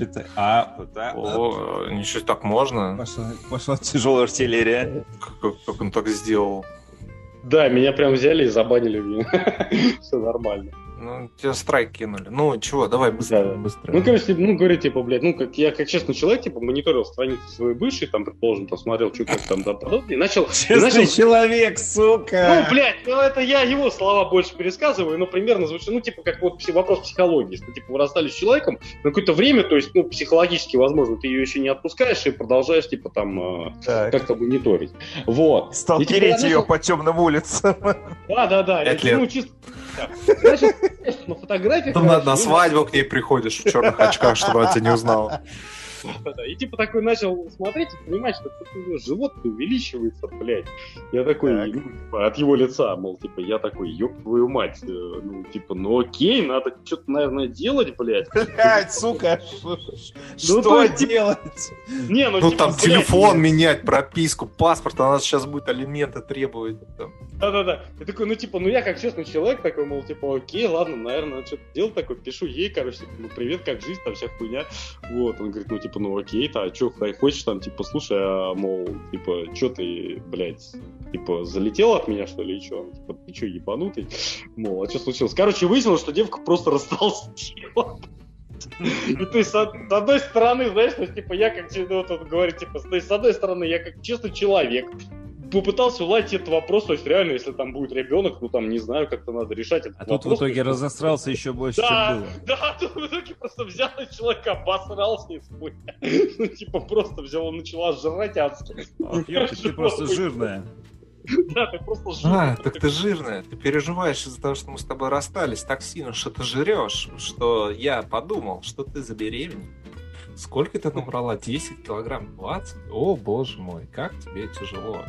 А, да. О, да. Ничего так можно. Пошла, пошла тяжелая артиллерия. Как, как он так сделал? Да, меня прям взяли и забанили. Все нормально. Ну, тебя страйк кинули. Ну, чего, давай быстро, да. быстро. Ну, короче, ну, говорю, типа, блядь, ну, как я, как честный человек, типа, мониторил страницу своей бывшей, там, предположим, посмотрел, что как там, да, подобное, и начал... Честный начал... человек, сука! Ну, блядь, ну, это я его слова больше пересказываю, но примерно звучит, ну, типа, как вот вопрос психологии, что, типа, вы расстались с человеком на какое-то время, то есть, ну, психологически, возможно, ты ее еще не отпускаешь и продолжаешь, типа, там, э, как-то мониторить. Вот. Стал и, типа, тереть начал... ее по темным улицам. Да-да-да. Ну, чисто... Значит, на фотографиях... Потом на, на свадьбу к ней приходишь в черных очках, чтобы она тебя не узнала. И типа такой начал смотреть и понимать, что живот увеличивается, блядь. Я такой, ну, от его лица, мол, типа, я такой, ёб твою мать. Ну, типа, ну окей, надо что-то, наверное, делать, блядь. Блядь, сука, что делать? Не, ну, там телефон менять, прописку, паспорт, она сейчас будет алименты требовать. Да-да-да. Я такой, ну, типа, ну, я как честный человек, такой, мол, типа, окей, ладно, наверное, надо что-то делать такое. Пишу ей, короче, ну, привет, как жизнь, там вся хуйня. Вот, он говорит, ну, типа, ну, окей-то, а что, хочешь там, типа, слушай, а, мол, типа, что ты, блядь, типа, залетел от меня, что ли, и что? Типа, ты что, ебанутый? Мол, а что случилось? Короче, выяснилось, что девка просто растолстела. И то есть, с одной стороны, знаешь, то есть, типа, я как, ну, вот он говорит, типа, то есть, с одной стороны, я как честный человек попытался уладить этот вопрос, то есть, реально, если там будет ребенок, ну, там, не знаю, как-то надо решать этот а вопрос. А тут в итоге разосрался еще больше, да, чем было. Да, тут в итоге просто взял человека, обосрался и хуй. Ну, типа, просто взял и начала жрать адски. Ах, ёпта, ты просто жирная. Да, ты просто жирная. А, так ты жирная. Ты переживаешь из-за того, что мы с тобой расстались так сильно, что ты жрешь, что я подумал, что ты забеременела. Сколько ты набрала? десять килограмм? двадцать? О, боже мой, как тебе тяжело.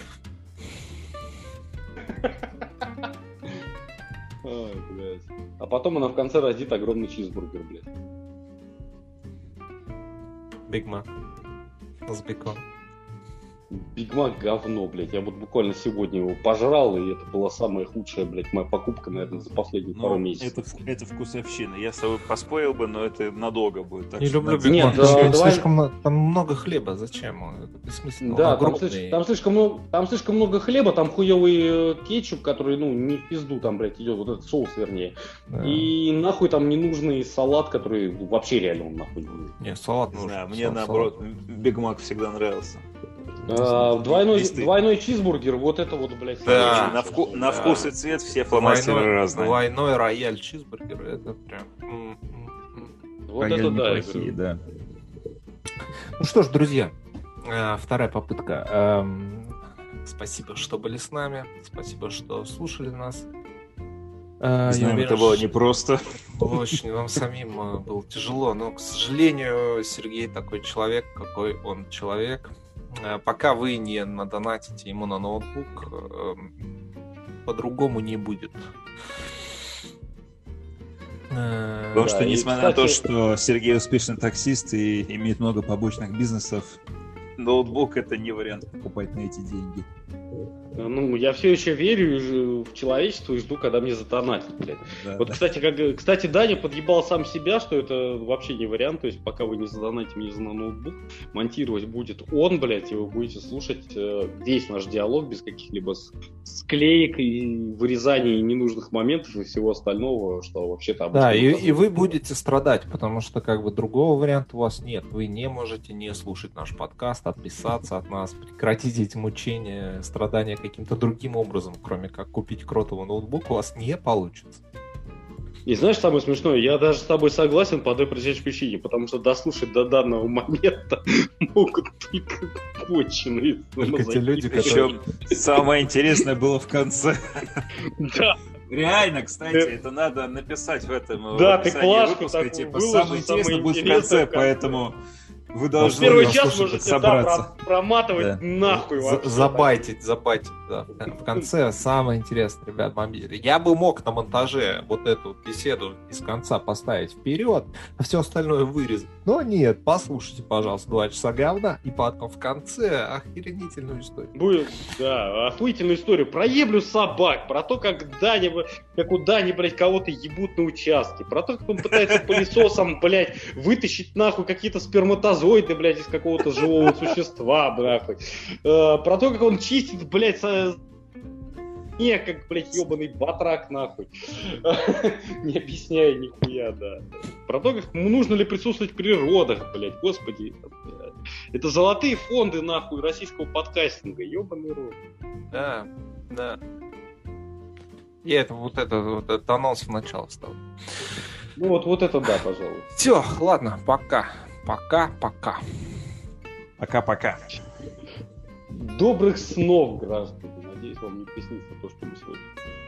Ой, блядь. А потом она в конце родит огромный чизбургер, блядь. Биг Мак. С беконом. Биг Мак говно, блядь. Я вот буквально сегодня его пожрал, и это была самая худшая, блядь, моя покупка, наверное, за последние ну, пару месяцев. Это, это вкусовщина. Я с тобой поспорил бы, но это надолго будет. Так не люблю надо... Биг Мак. Да, давай... Слишком там много хлеба. Зачем? Это бессмысленно. Да, там, слиш... там, слишком много... там слишком много хлеба, там хуёвый кетчуп, который, ну, не в пизду там, блядь, идет, вот этот соус, вернее. Да. И нахуй там ненужный салат, который вообще реально он нахуй нужен. Не, салат не нужен. знаю, мне салат. Наоборот, Биг Мак всегда нравился. А, двойной, двойной чизбургер, вот это вот, блядь. Да, на, вку, на да. вкус и цвет все фломастеры двойной, разные. Двойной рояль чизбургер, это прям... Вот рояль это да, неплохие, да. Ну что ж, друзья, вторая попытка. Спасибо, что были с нами, спасибо, что слушали нас. Знаем, Я уверен, это было непросто. Было очень, нам самим было тяжело, но, к сожалению, Сергей такой человек, какой он человек. Пока вы не надонатите ему на ноутбук, по-другому не будет. Потому да, что, несмотря кстати... на то, что Сергей успешный таксист и имеет много побочных бизнесов, ноутбук это не вариант покупать на эти деньги. Ну, я все еще верю в человечество и жду, когда мне задонатят, блядь. Да, вот, да. Кстати, как, кстати, Даня подъебал сам себя, что это вообще не вариант. То есть, пока вы не задонатите мне за ноутбук, монтировать будет он, блядь, и вы будете слушать э, весь наш диалог без каких-либо склеек и вырезаний ненужных моментов и всего остального, что вообще-то... Да, и, и вы будете страдать, потому что, как бы, другого варианта у вас нет. Вы не можете не слушать наш подкаст, отписаться от нас, прекратить эти мучения, страдания каким-то другим образом, кроме как купить кротовый ноутбук, у вас не получится. И знаешь, самое смешное, я даже с тобой согласен по одной простейшей причине, потому что дослушать до данного момента могут только конченые. Только те люди, которые... Самое интересное было в конце. Да. Реально, кстати, это надо написать в этом да, ты плашку выпуска, типа, самое интересное будет в конце, поэтому... Вы должны в первый час можете собраться. Да, проматывать да. нахуй вообще. Забайтить, забайтить, да. В конце самое интересное, ребят, бомбили. Я бы мог на монтаже вот эту беседу из конца поставить вперед, а все остальное вырезать. Но нет, послушайте, пожалуйста, два часа говна, и потом в конце охренительную историю. Будет, да, охуительную историю. Про еблю собак, про то, как Дани, как у Дани, блядь, кого-то ебут на участке, про то, как он пытается пылесосом, блядь, вытащить нахуй какие-то сперматозоиды, блядь, из какого-то живого существа, нахуй. Э, про то, как он чистит, блядь, со... не, как, блядь, ебаный батрак, нахуй. Не объясняя нихуя, да. Про то, как нужно ли присутствовать в природах, блядь, господи. Блядь. Это золотые фонды, нахуй, российского подкастинга, ебаный рот. Да, да. Я это вот это вот этот анонс в начало ставлю. Ну вот, вот это да, пожалуй. Все, ладно, пока. Пока-пока. Пока-пока. Добрых снов, граждане. Надеюсь, вам не приснится то, что мы сегодня